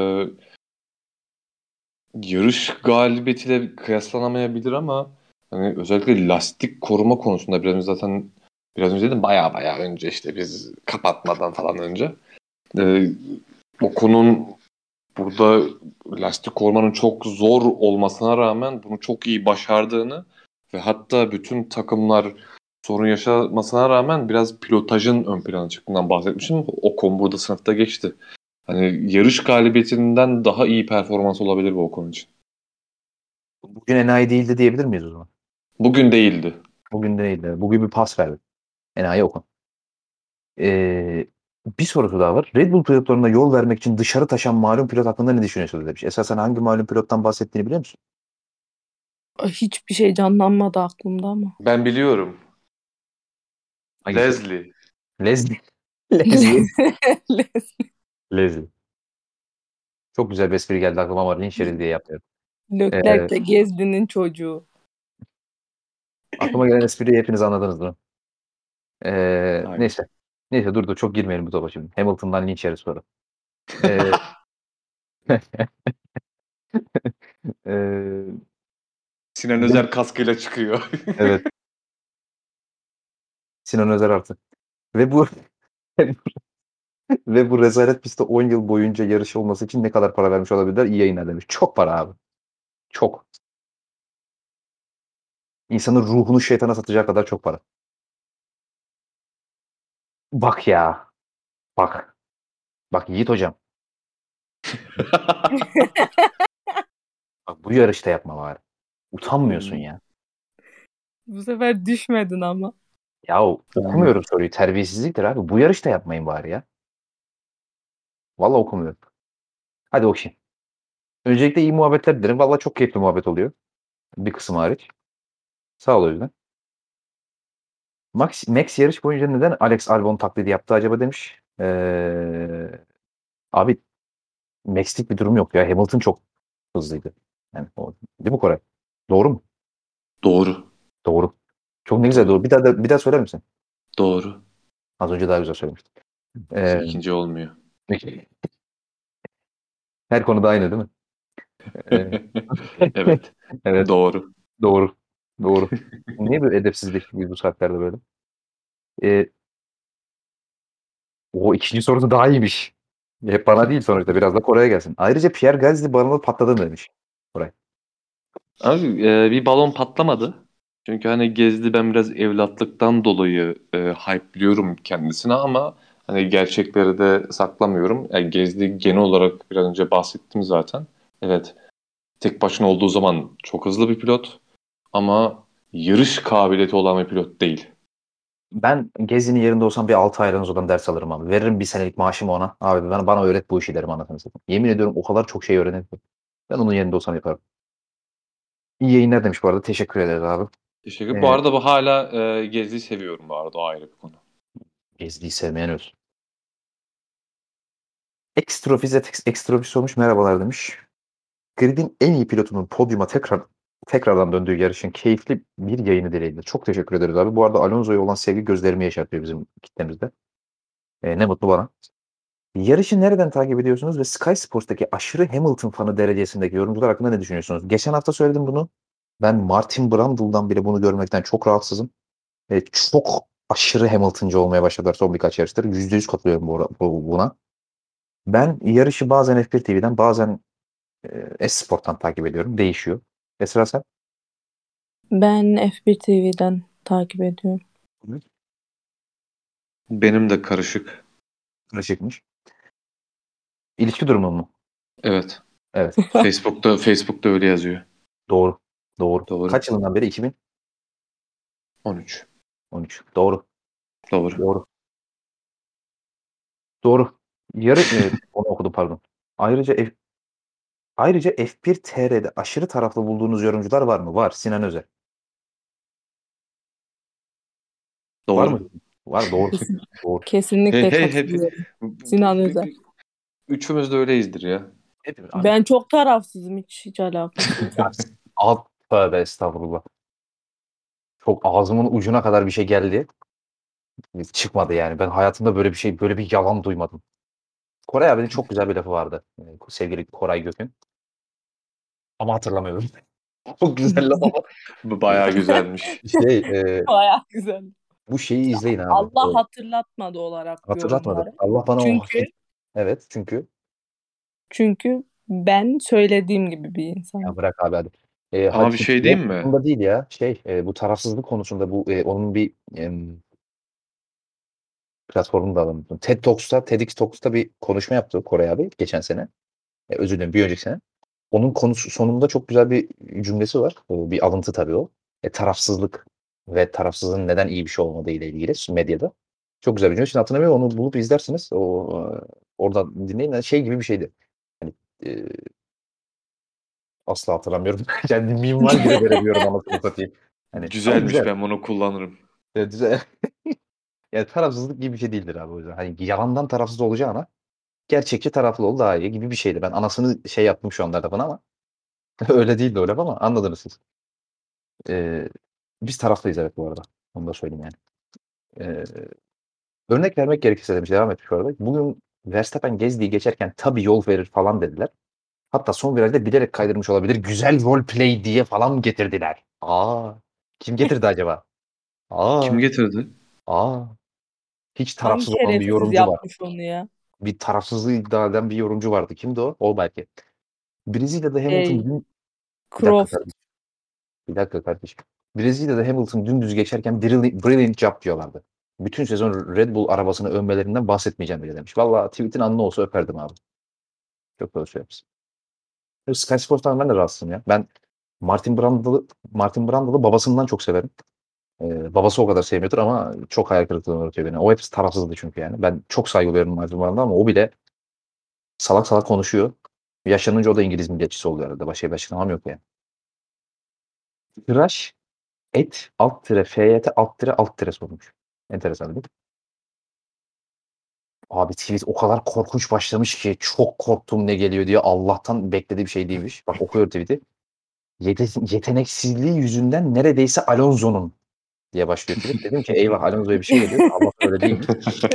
yarış galibiyetiyle kıyaslanamayabilir ama hani özellikle lastik koruma konusunda biraz önce zaten biraz önce dedim baya baya önce işte biz kapatmadan falan önce e, Ocon'un burada lastik korumanın çok zor olmasına rağmen bunu çok iyi başardığını ve hatta bütün takımlar sorun yaşamasına rağmen biraz pilotajın ön plana çıktığından bahsetmişim. Ocon burada sınıfta geçti. Hani yarış galibiyetinden daha iyi performans olabilir bu Ocon için. Bugün enayi değildi diyebilir miyiz o zaman? Bugün değildi. Bugün değildi. Bugün bir pas verdi. Enayi Ocon. Ee, bir sorusu daha var. Red Bull pilotlarına yol vermek için dışarı taşan malum pilot hakkında ne düşünüyorsunuz demiş. Esasen hangi malum pilottan bahsettiğini biliyor musun? Hiçbir şey canlanmadı aklımda ama. Ben biliyorum. Hangisi? Leslie. Leslie. Leslie. Leslie. Çok güzel bir espri geldi aklıma ama linç yeriz diye yapmıyorum. Leclerc'le Gezli'nin çocuğu. Aklıma gelen espriyi hepiniz anladınız değil mi? Ee, Aynen. neyse. Neyse dur dur çok girmeyelim bu topa şimdi. Hamilton'dan linç yeriz sonra. Ee, ee, Sinan Özer kaskıyla çıkıyor. evet. Sinan Özer artı. Ve bu ve bu rezalet pistte on yıl boyunca yarış olması için ne kadar para vermiş olabilirler? İyi yayınlar demiş. Çok para abi. Çok. İnsanın ruhunu şeytana satacağı kadar çok para. Bak ya. Bak. Bak Yiğit hocam. Bak bu yarışta yapma bari. Utanmıyorsun Hmm. ya. Bu sefer düşmedin ama. Ya okumuyorum soruyu. Terbiyesizliktir abi. Bu yarışta yapmayın bari ya. Vallahi okumuyorum. Hadi okuyayım. Öncelikle iyi muhabbetler dilerim. Vallahi çok keyifli muhabbet oluyor. Bir kısım hariç. Sağ ol o yüzden. Max, Max yarış boyunca neden Alex Albon taklidi yaptı acaba demiş. Ee, abi Max'lik bir durum yok ya. Hamilton çok hızlıydı. Yani, o, değil mi Koray? Doğru mu? Doğru. Doğru. Çok ne güzel Doğru. doğru. Bir daha da, bir daha söyler misin? Doğru. Az önce daha güzel söylemiştin. Ee, İkinci olmuyor. her konuda aynı değil mi? Ee, Evet. evet. Doğru. Doğru. Doğru. Niye böyle edepsizlik biz bu saatlerde böyle? Ee, o ikinci sorusu daha iyiymiş. Hep bana değil sonuçta. Biraz da Koray'a gelsin. Ayrıca Pierre Gasly balonu patladı mı demiş. Koray. Abi e, bir balon patlamadı. Çünkü hani Gezdi ben biraz evlatlıktan dolayı e, hype'liyorum kendisine ama hani gerçekleri de saklamıyorum. Yani Gezdi genel olarak biraz önce bahsettim zaten. Evet, tek başına olduğu zaman çok hızlı bir pilot ama yarış kabiliyeti olan bir pilot değil. Ben Gezi'nin yerinde olsam bir altı ay Alonso'dan ders alırım abi. Veririm bir senelik maaşımı ona. Abi bana, bana öğret bu işi derim anasını satayım. Yemin ediyorum o kadar çok şey öğrenirim. Ben onun yerinde olsam yaparım. İyi yayınlar demiş bu arada. Teşekkür ederiz abi. Teşekkür. Ee, Bu arada bu hala e, Gezi'yi seviyorum bu arada. O ayrı bir konu. Gezdiği sevmeyen ölsün. Ekstrofizet ekstrofis olmuş merhabalar demiş. Grid'in en iyi pilotunun podyuma tekrar tekrardan döndüğü yarışın keyifli bir yayını dileğiyle. Çok teşekkür ederiz abi. Bu arada Alonso'ya olan sevgi gözlerimi yaşartıyor bizim kitlemizde. Ee, ne mutlu bana. Yarışı nereden takip ediyorsunuz ve Sky Sports'taki aşırı Hamilton fanı derecesindeki yorumcular hakkında ne düşünüyorsunuz? Geçen hafta söyledim bunu. Ben Martin Brundle'dan bile bunu görmekten çok rahatsızım. Ve çok aşırı Hamilton'cı olmaya başladılar son birkaç yarıştır. yüzde yüz katılıyorum bu, bu- buna. Ben yarışı bazen F bir T V'den bazen e, S-Sport'tan takip ediyorum. Değişiyor. Esra sen? Ben F bir T V'den takip ediyorum. Benim de karışık. Karışıkmış. İlişki durumu mu? Evet. Evet. Facebook'ta Facebook'ta öyle yazıyor. Doğru. Doğru. Doğru. Kaç yılından beri? iki bin on üç. on üç. Doğru. Doğru. Doğru. Doğru. Yarı e, onu okudum pardon. Ayrıca F, ayrıca F bir T R'de aşırı taraflı bulduğunuz yorumcular var mı? Var. Sinan Özer. Doğru. Var mı? Var. Doğru. Kesin- Doğru. Kesinlikle Hey, hey, hey. katılıyorum. Sinan Özer. Üçümüz de öyleyizdir ya. Hepimiz. Ben çok tarafsızım, hiç, hiç alakası yok. Ya, alt tövbe estağfurullah. Çok ağzımın ucuna kadar bir şey geldi. Çıkmadı yani. Ben hayatımda böyle bir şey, böyle bir yalan duymadım. Koray abinin çok güzel bir lafı vardı. Ee, Sevgili Koray Gökün. Ama hatırlamıyorum. Çok güzel laf ama. Bu bayağı güzelmiş. Şey, e, Bayağı güzel. bu şeyi izleyin abi. Allah Ee, hatırlatmadı olarak hatırlatmadı. yorumları. Allah bana o Çünkü Evet çünkü. çünkü ben söylediğim gibi bir insanım. Ya bırak abi hadi. Ee, Ama hadi bir şey diyeyim mi? konusunda değil ya. Şey, e, bu tarafsızlık konusunda bu e, onun bir em, platformunu da alalım. TED Talks'ta, TEDx Talks'ta bir konuşma yaptı Koray abi geçen sene. E, özür dilerim bir önceki sene. Onun konusu sonunda çok güzel bir cümlesi var. O, bir alıntı tabii o. E, tarafsızlık ve tarafsızlığın neden iyi bir şey olmadığı ile ilgili medyada. Çok güzel bir cümle. Şimdi hatırlamıyorum onu bulup izlersiniz. O e, oradan dinleyin. Yani şey gibi bir şeydi. Hani e, asla hatırlamıyorum. Kendi minval bile veremiyorum anasını satayım. Hani, ama Güzelmiş, güzel. ben bunu kullanırım. E, güzel. Yani tarafsızlık gibi bir şey değildir abi o yüzden. Hani yalandan tarafsız olacağına gerçekçi taraflı ol daha iyi gibi bir şeydi. Ben anasını şey yaptım şu anda lafın ama öyle değildi o laf ama anladınız siz. Ee, biz taraflıyız evet bu arada. Onu da söyleyeyim yani. Ee, örnek vermek gerekirse demiş devam etmiş bu arada. Bugün Verstappen Gezdi'yi geçerken tabii yol verir falan dediler. Hatta son virajda bilerek kaydırmış olabilir. Güzel role play diye falan getirdiler. Aa, kim getirdi acaba? Aa, Kim getirdi? aa. Hiç Hangi tarafsız olan bir şerefsiz yorumcu var. yapmış onu ya? Bir tarafsızlığı iddia eden bir yorumcu vardı. Kimdi o? O belki. Brezilya'da Hamilton Şey, dün... Bir dakika Croft. kardeşim. Bir dakika kardeşim. Brezilya'da Hamilton dümdüz geçerken brilliant, brilliant job diyorlardı. Bütün sezon Red Bull arabasını övmelerinden bahsetmeyeceğim bile demiş. Valla tweet'in anlı olsa öperdim abi. Çok doğru söylemişsin. Sky Sports'tan ben de rahatsızım ya. Ben Martin Brundle'ı Martin Brundle'ı babasından çok severim. Ee, babası o kadar sevmiyordur ama çok hayal kırıklığına uğratıyor beni. O hepsi tarafsızdı çünkü yani. Ben çok saygı duyuyorum Martin Brundle'a ama o bile salak salak konuşuyor. Yaşlanınca o da İngiliz milliyetçisi oluyor herhalde. Başka bir açıklamam yok yani. Tıraş et alt tire fyt alt tire alt tire sormuş. Enteresan değil mi? Abi tweet o kadar korkunç başlamış ki çok korktum ne geliyor diye Allah'tan beklediği bir şey değilmiş. Bak okuyor tweet'i. Yete- yeteneksizliği yüzünden neredeyse Alonso'nun diye başlıyor tweet. Dedim ki eyvah Alonso'ya bir şey geliyor. Allah öyle değilmiş.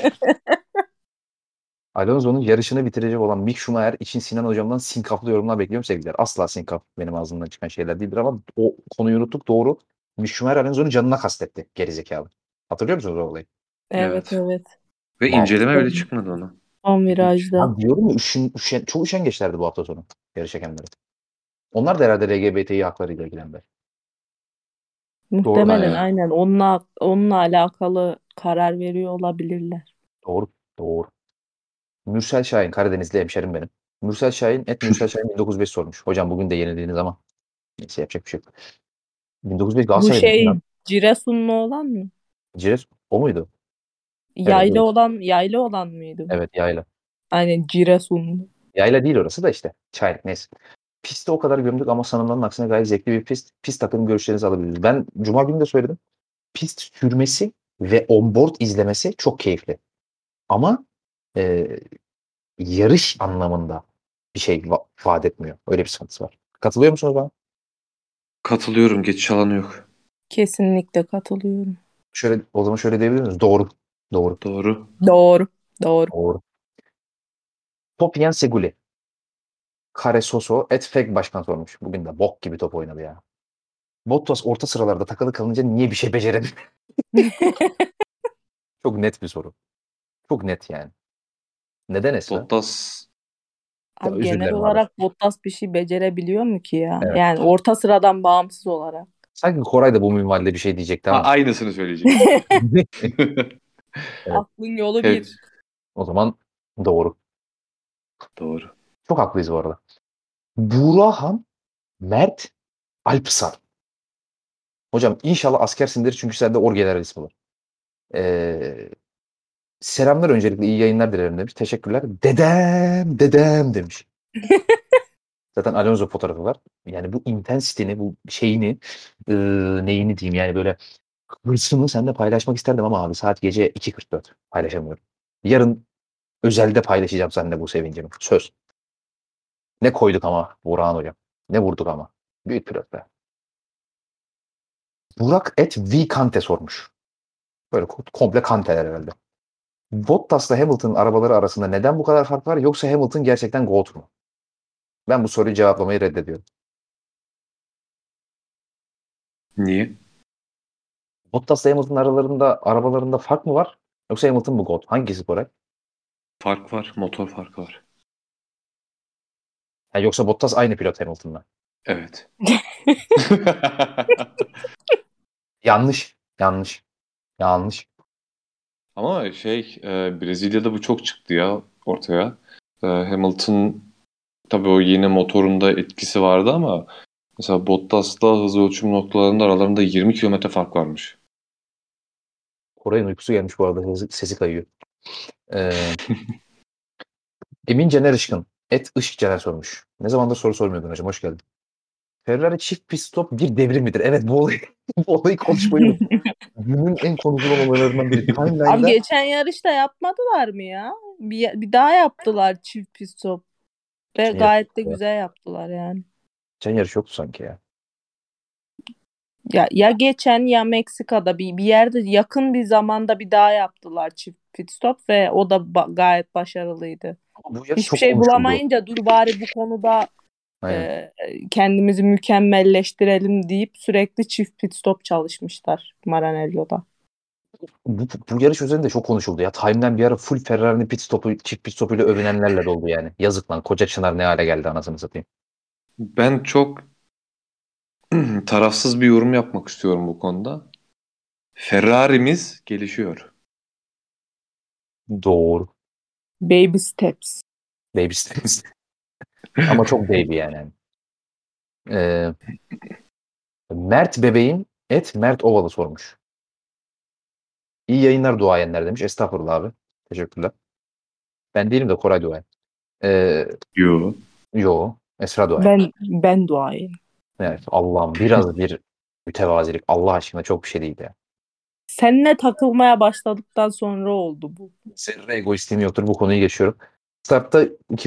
Alonso'nun yarışını bitirecek olan Mick Schumacher için Sinan hocamdan sinkaflı yorumlar bekliyorum sevgiler. Asla sinkaf benim ağzımdan çıkan şeyler değildir ama o konuyu unuttuk doğru. Mick Schumacher Alonso'nun canına kastetti gerizekalı. Hatırlıyor musunuz o olayı? Evet Evet. evet. Ve Mal. inceleme bile çıkmadı ona. Son virajda. Ya diyorum ya üşün, üşen, çok üşengeçlerdi bu hafta sonu yarış hakemleri. Onlar da herhalde L G B T İ haklarıyla ilgilendiler. Muhtemelen Aynen. aynen onunla onunla alakalı karar veriyor olabilirler. Doğru. Doğru. Mürsel Şahin Karadenizli hemşerim benim. Mürsel Şahin et Mürsel Şahin bin dokuz yüz beş sormuş. Hocam bugün de yenildiğiniz ama neyse yapacak bir şey yok. bin dokuz yüz beş Bu Galatasaray'da değil mi şey lan? Giresunlu olan mı? Cires o muydu? Yayla evet. olan yayla olan mıydı bu? Evet yayla. Aynen Giresunlu. Yayla değil orası da işte. Çaylık neyse. Pisti o kadar gömdük ama sanılanın aksine gayet zevkli bir pist. Pist takım görüşlerinizi alabiliriz. Ben Cuma günü de söyledim. Pist sürmesi ve onboard izlemesi çok keyifli. Ama e, yarış anlamında bir şey va- vaat etmiyor. Öyle bir sıkıntısı var. Katılıyor musunuz bana? Katılıyorum. Geçiş alanı yok. Kesinlikle katılıyorum. Şöyle, o zaman şöyle diyebilir miyiz? Doğru. Doğru. Doğru. Doğru. Doğru. Doğru. Topyen Seguli. Kare Soso et Fek başkan sormuş. Bugün de bok gibi top oynadı ya. Bottas orta sıralarda takılı kalınca niye bir şey beceremedi? Çok net bir soru. Çok net yani. Neden Esra? Bottas Ya Abi özür genel dilerim abi. olarak Bottas bir şey becerebiliyor mu ki ya? Evet. Yani orta sıradan bağımsız olarak. Sanki Koray da bu minvalde bir şey diyecekti ha, ama. aynısını söyleyecek. Evet. Aklın yolu Hep bir. O zaman doğru. doğru. Çok haklıyız bu arada. Burahan Mert Alpsar. Hocam inşallah askersindir çünkü sende orgeneral ismi var. Ee, selamlar öncelikle iyi yayınlar dilerim demiş. Teşekkürler. Dedem dedem demiş. Zaten Alonso fotoğrafı var. Yani bu intensity'ni, bu şeyini, e, neyini diyeyim yani böyle hırsını seninle paylaşmak isterdim ama abi saat gece iki kırk dört paylaşamıyorum. Yarın özelde paylaşacağım seninle bu sevincimi. Söz. Ne koyduk ama Burhan hocam. Ne vurduk ama. Büyük pilot be. Burak et V Kante sormuş. Böyle komple Kanteler herhalde. Bottas'la Hamilton'ın arabaları arasında neden bu kadar fark var yoksa Hamilton gerçekten GOAT mu? Ben bu soruyu cevaplamayı reddediyorum. Niye? Bottas'la Hamilton aralarında arabalarında fark mı var yoksa Hamilton mı GOAT? Hangisi Koray? Fark var. Motor farkı var. Yani yoksa Bottas aynı pilot Hamilton'la. Evet. Yanlış. Yanlış. Yanlış. Ama şey e, Brezilya'da bu çok çıktı ya ortaya. E, Hamilton tabii o yeni motorunda etkisi vardı ama mesela Bottas'la hız ölçüm noktalarında aralarında yirmi kilometre fark varmış. Koray'ın uykusu gelmiş bu arada. Sesi, sesi kayıyor. Ee, Emin Caner Işkın. Et Işık Caner sormuş. Ne zamandır soru sormuyordun hocam. Hoş geldin. Ferrari çift pit stop bir devrim midir? Evet bu olayı, bu olayı konuşmayı unuttum. Günün en konuşulan olaylarından biri. Abi Timeline'da geçen yarışta yapmadılar mı ya? Bir, bir daha yaptılar çift pit stop. Ve Geçen gayet de yarış, güzel yaptılar yani. geçen yarış yoktu sanki ya. Ya, ya geçen ya Meksika'da bir, bir yerde yakın bir zamanda bir daha yaptılar çift pit stop ve o da ba- gayet başarılıydı. Ama bu yarış Hiçbir çok şey konuşuldu. bulamayınca dur bari bu konuda Aynen. e, kendimizi mükemmelleştirelim deyip sürekli çift pit stop çalışmışlar Maranello'da. Bu, bu yarış üzerinde çok konuşuldu ya. Time'den bir ara full Ferrari'nin pit stopu, çift pit stopuyla övünenlerle doldu yani. Yazık lan. Koca Çınar ne hale geldi anasını satayım. Ben çok tarafsız bir yorum yapmak istiyorum bu konuda. Ferrari'miz gelişiyor. Doğru. Baby steps. Baby steps. Ama çok baby yani. Ee, Mert bebeğim et Mert Ovalı sormuş. İyi yayınlar duayenler demiş. Estağfurullah abi. Teşekkürler. Ben değilim de Koray duayen. Ee, Yo. yo. Esra duayen. Ben ben duayım. Evet, Allah'ım biraz bir mütevazilik. Allah aşkına çok bir şey değil ya. Seninle takılmaya başladıktan sonra oldu bu. Senin egoistliğim yoktur. Bu konuyu geçiyorum. Startta iki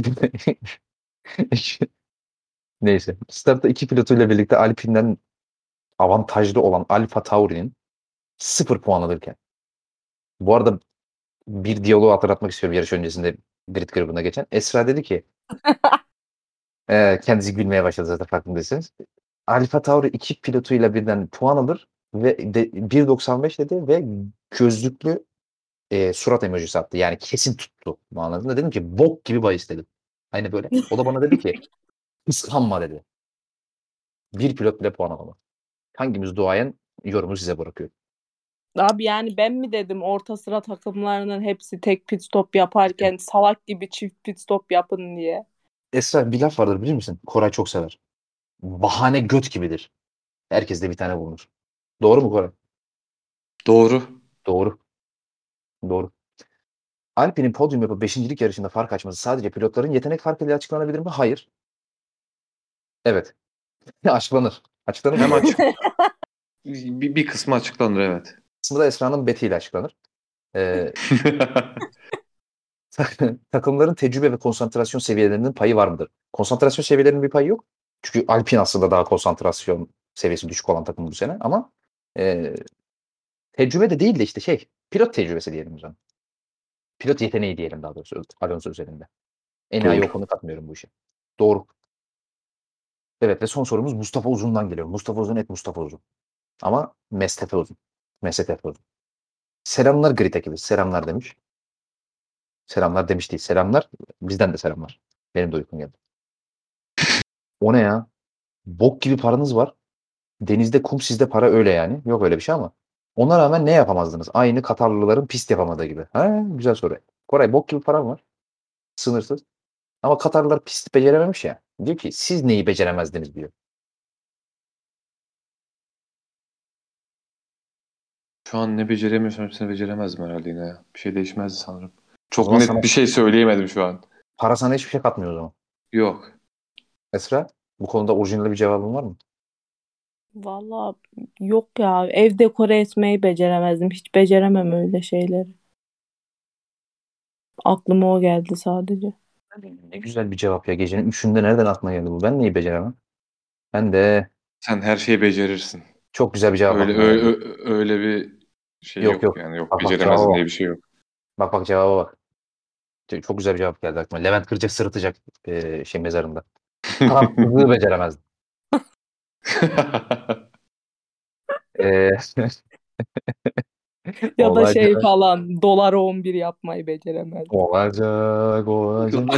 neyse. Startta iki pilotuyla birlikte Alpine'den avantajlı olan Alfa Tauri'nin sıfır puan alırken. Bu arada bir diyaloğu hatırlatmak istiyorum yarış öncesinde grid grubunda geçen. Esra dedi ki e, kendisi gülmeye başladı zaten farkındaysanız. Alfa Tauri iki pilotuyla birden puan alır ve de bir doksan beş dedi ve gözlüklü e, surat emojisi attı. Yani kesin tuttu manasında. Dedim ki bok gibi bahis dedim. Aynı böyle. O da bana dedi ki kıskanma dedi. Bir pilot bile puan alamadı. Hangimiz duayen yorumu size bırakıyor. Abi yani ben mi dedim orta sıra takımlarının hepsi tek pit stop yaparken salak gibi çift pit stop yapın diye. Esra bir laf vardır bilir misin? Koray çok sever. Bahane göt gibidir. Herkes de bir tane bulunur. Doğru mu Koray? Doğru. Doğru. Doğru. Alpine'in podyum yapıp beşincilik yarışında fark açması sadece pilotların yetenek farkıyla açıklanabilir mi? Hayır. Evet. Açıklanır. Açıklanır mı? Hem açık bir, bir kısmı açıklanır evet. Aslında Esra'nın Betty ile açıklanır. Ee, takımların tecrübe ve konsantrasyon seviyelerinin payı var mıdır? Konsantrasyon seviyelerinin bir payı yok. Çünkü Alpine aslında daha konsantrasyon seviyesi düşük olan takım bu sene ama e, tecrübe de değil de işte şey pilot tecrübesi diyelim o zaman. Pilot yeteneği diyelim daha doğrusu Alonso üzerinde. Enayi Doğru. Ocon'u katmıyorum bu işe. Doğru. Evet ve son sorumuz Mustafa Uzun'dan geliyor. Mustafa Uzun et Mustafa Uzun. Ama Mestefe Uzun. Mestefe Uzun. Selamlar Grit ekibi. Selamlar demiş. Selamlar demiş değil. Selamlar. Bizden de selamlar. Benim de uykum geldi. O ne ya? Bok gibi paranız var. Denizde kum sizde para öyle yani. Yok öyle bir şey ama. Ona rağmen ne yapamazdınız? Aynı Katarlıların pist yapamadığı gibi. Ha, güzel soru. Koray bok gibi param var. Sınırsız. Ama Katarlılar pist becerememiş ya. Diyor ki siz neyi beceremezdiniz diyor. Şu an ne beceremiyorsam hepsini beceremezdim herhalde yine ya. Bir şey değişmezdi sanırım. O Çok zaman net sana- bir şey söyleyemedim şu an. Para sana hiçbir şey katmıyor o zaman. Yok. Esra bu konuda orijinal bir cevabın var mı? Valla yok ya. Ev dekore etmeyi beceremezdim. Hiç beceremem öyle şeyleri. Aklıma o geldi sadece. Ne güzel bir cevap ya. Gecenin üçünde nereden aklına geldi bu? Ben neyi beceremem? Ben de Sen her şeyi becerirsin. çok güzel bir cevap Öyle aklıma öyle, geldi. ö- öyle bir şey Yok yok, yok. yani. Yok Bak bak cevaba beceremezsin diye bak. bir şey yok. Bak bak cevaba bak. Çok çok güzel bir cevap geldi aklıma. Levent Kırcak sırıtacak e, şey mezarında. Tarafsızlığı beceremezdim. E, Ya da şey olacak, falan dolar on bir yapmayı beceremezdim. olacak, olacak.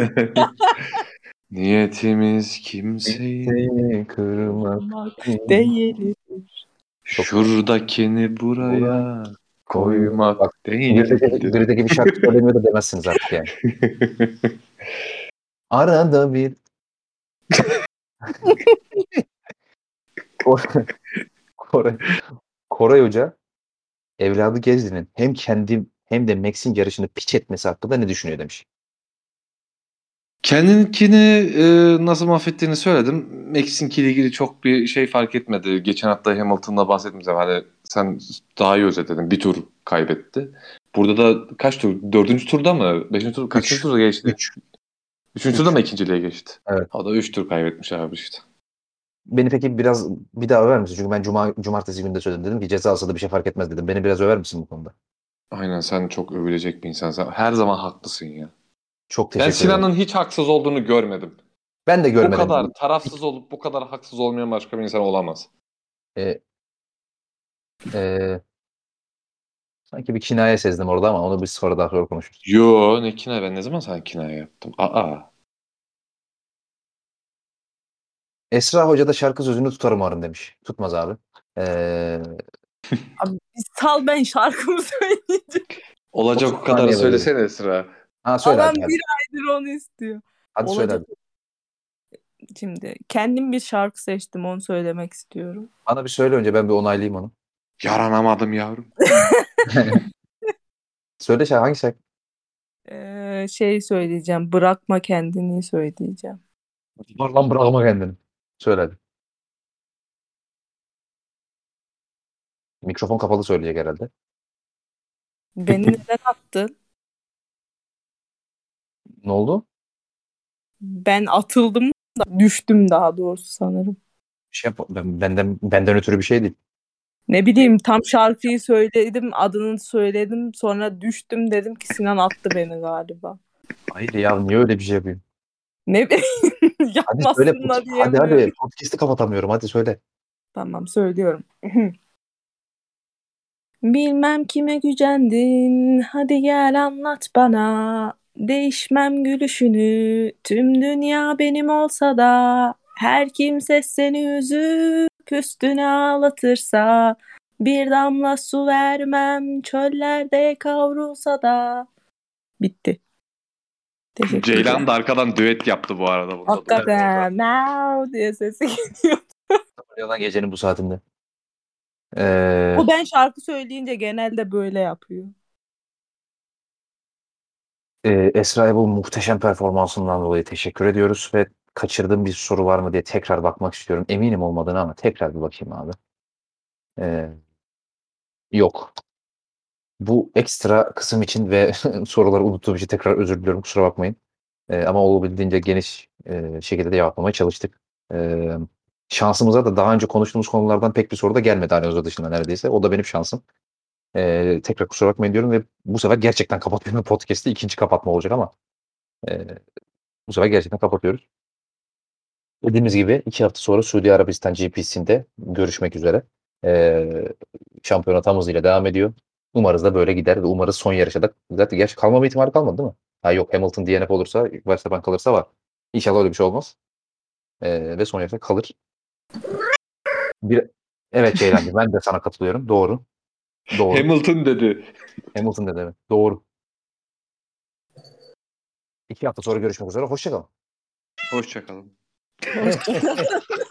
Niyetimiz kimseyi Seni kırmak Değil. şuradakini buraya koymak Bak, Grid'deki, değildir. Grid'deki bir şarkı söylemiyor da demezsiniz artık yani. Arada bir Koray, Koray, Koray Hoca evladı Gezdi'nin hem kendi hem de Max'in yarışını piç etmesi hakkında ne düşünüyor demiş. Kendininkini e, nasıl mahvettiğini söyledim. Max'inkiyle ilgili çok bir şey fark etmedi. Geçen hafta Hamilton'da bahsetmiştim. Hani sen daha iyi özetledin. Bir tur kaybetti. Burada da kaç tur? Dördüncü turda mı? Beşinci tur? Kaçıncı Üç. turda geçti? Üç. Üçüncü Üç. turda mı ikinciliğe geçti? Evet. O da üç tur kaybetmiş abi işte. Beni peki biraz bir daha över misin? Çünkü ben cuma, cumartesi günde söyledim. Dedim ki ceza alsa da bir şey fark etmez dedim. Beni biraz över misin bu konuda? Aynen, sen çok övülecek bir insansın. Her zaman haklısın ya. Çok Ben teşekkür ederim. Sinan'ın hiç haksız olduğunu görmedim. Ben de Bu görmedim. kadar tarafsız olup bu kadar haksız olmayan başka bir insan olamaz. E, e, sanki bir kinaye sezdim orada ama onu biz sonra daha sonra konuşuruz. Yo, ne kinaye, ben ne zaman sana kinaye yaptım? Aa. Esra Hoca da şarkı sözünü tutar umarım demiş. Tutmaz abi. Ee, Abi, sal ben şarkımı söyleyeceğim. Olacak otuz o kadar saniye söylesene Esra. ha söyle Adam hadi. Hadi, bir aydır onu istiyor. hadi söyle Olacak. hadi. Şimdi kendim bir şarkı seçtim, onu söylemek istiyorum. Bana bir söyle önce ben bir onaylayayım onu. Yaranamadım yavrum. Söyle şarkı hangi şarkı? Ee, şey söyleyeceğim. Bırakma kendini söyleyeceğim. Var lan bırakma kendini. Söyle hadi. Mikrofon kapalı söyleyecek herhalde. Beni neden attın? Ne oldu? Ben atıldım da düştüm daha doğrusu sanırım. Bir şey yap ben, benden benden ötürü bir şey değil. Ne bileyim, tam şarkıyı söyledim, adını söyledim, sonra düştüm, dedim ki Sinan attı beni galiba. Hayır ya niye öyle bir şey yapayım? Ne bileyim, Hadi söyle. yapmasın da Hadi diyemiyorum. hadi. Podcast'ı kapatamıyorum. Hadi söyle. Tamam, söylüyorum. Bilmem kime gücendin, hadi gel anlat bana. Değişmem gülüşünü, tüm dünya benim olsa da. Her kimse seni üzüp üstüne ağlatırsa. Bir damla su vermem, çöllerde kavrulsa da. Bitti. Teşekkürler. Ceylan da arkadan düet yaptı bu arada. Bunda Hakikaten now diye sesi geliyor. Yalan gecenin bu saatinde. Ee, O ben şarkı söyleyince genelde böyle yapıyor. e, Esra'ya bu muhteşem performansından dolayı teşekkür ediyoruz ve kaçırdığım bir soru var mı diye tekrar bakmak istiyorum. Eminim olmadığını ama tekrar bir bakayım abi. Ee, yok. Bu ekstra kısım için ve soruları unuttuğum için tekrar özür diliyorum. Kusura bakmayın. Ee, ama olabildiğince geniş e, şekilde de cevaplamaya çalıştık. Ee, şansımıza da daha önce konuştuğumuz konulardan pek bir soru da gelmedi Alonso dışında neredeyse. O da benim şansım. Ee, tekrar kusura bakmayın diyorum ve bu sefer gerçekten kapatıyorum podcast'i. İkinci kapatma olacak ama e, bu sefer gerçekten kapatıyoruz. Dediğimiz gibi iki hafta sonra Suudi Arabistan G P'sinde görüşmek üzere. Ee, şampiyona tam hızıyla devam ediyor. Umarız da böyle gider ve umarız son yarışa da zaten gerçi kalmama ihtimali kalmadı değil mi? Ha yok, Hamilton D N F olursa, Verstappen kalırsa var. İnşallah öyle bir şey olmaz. Ee, ve son yarışta kalır. Bir... Evet Ceylan, ben de sana katılıyorum. Doğru. Doğru. Hamilton dedi. Hamilton dedi evet. Doğru. İki hafta sonra görüşmek üzere. Hoşça kalın. Hoşçakalın.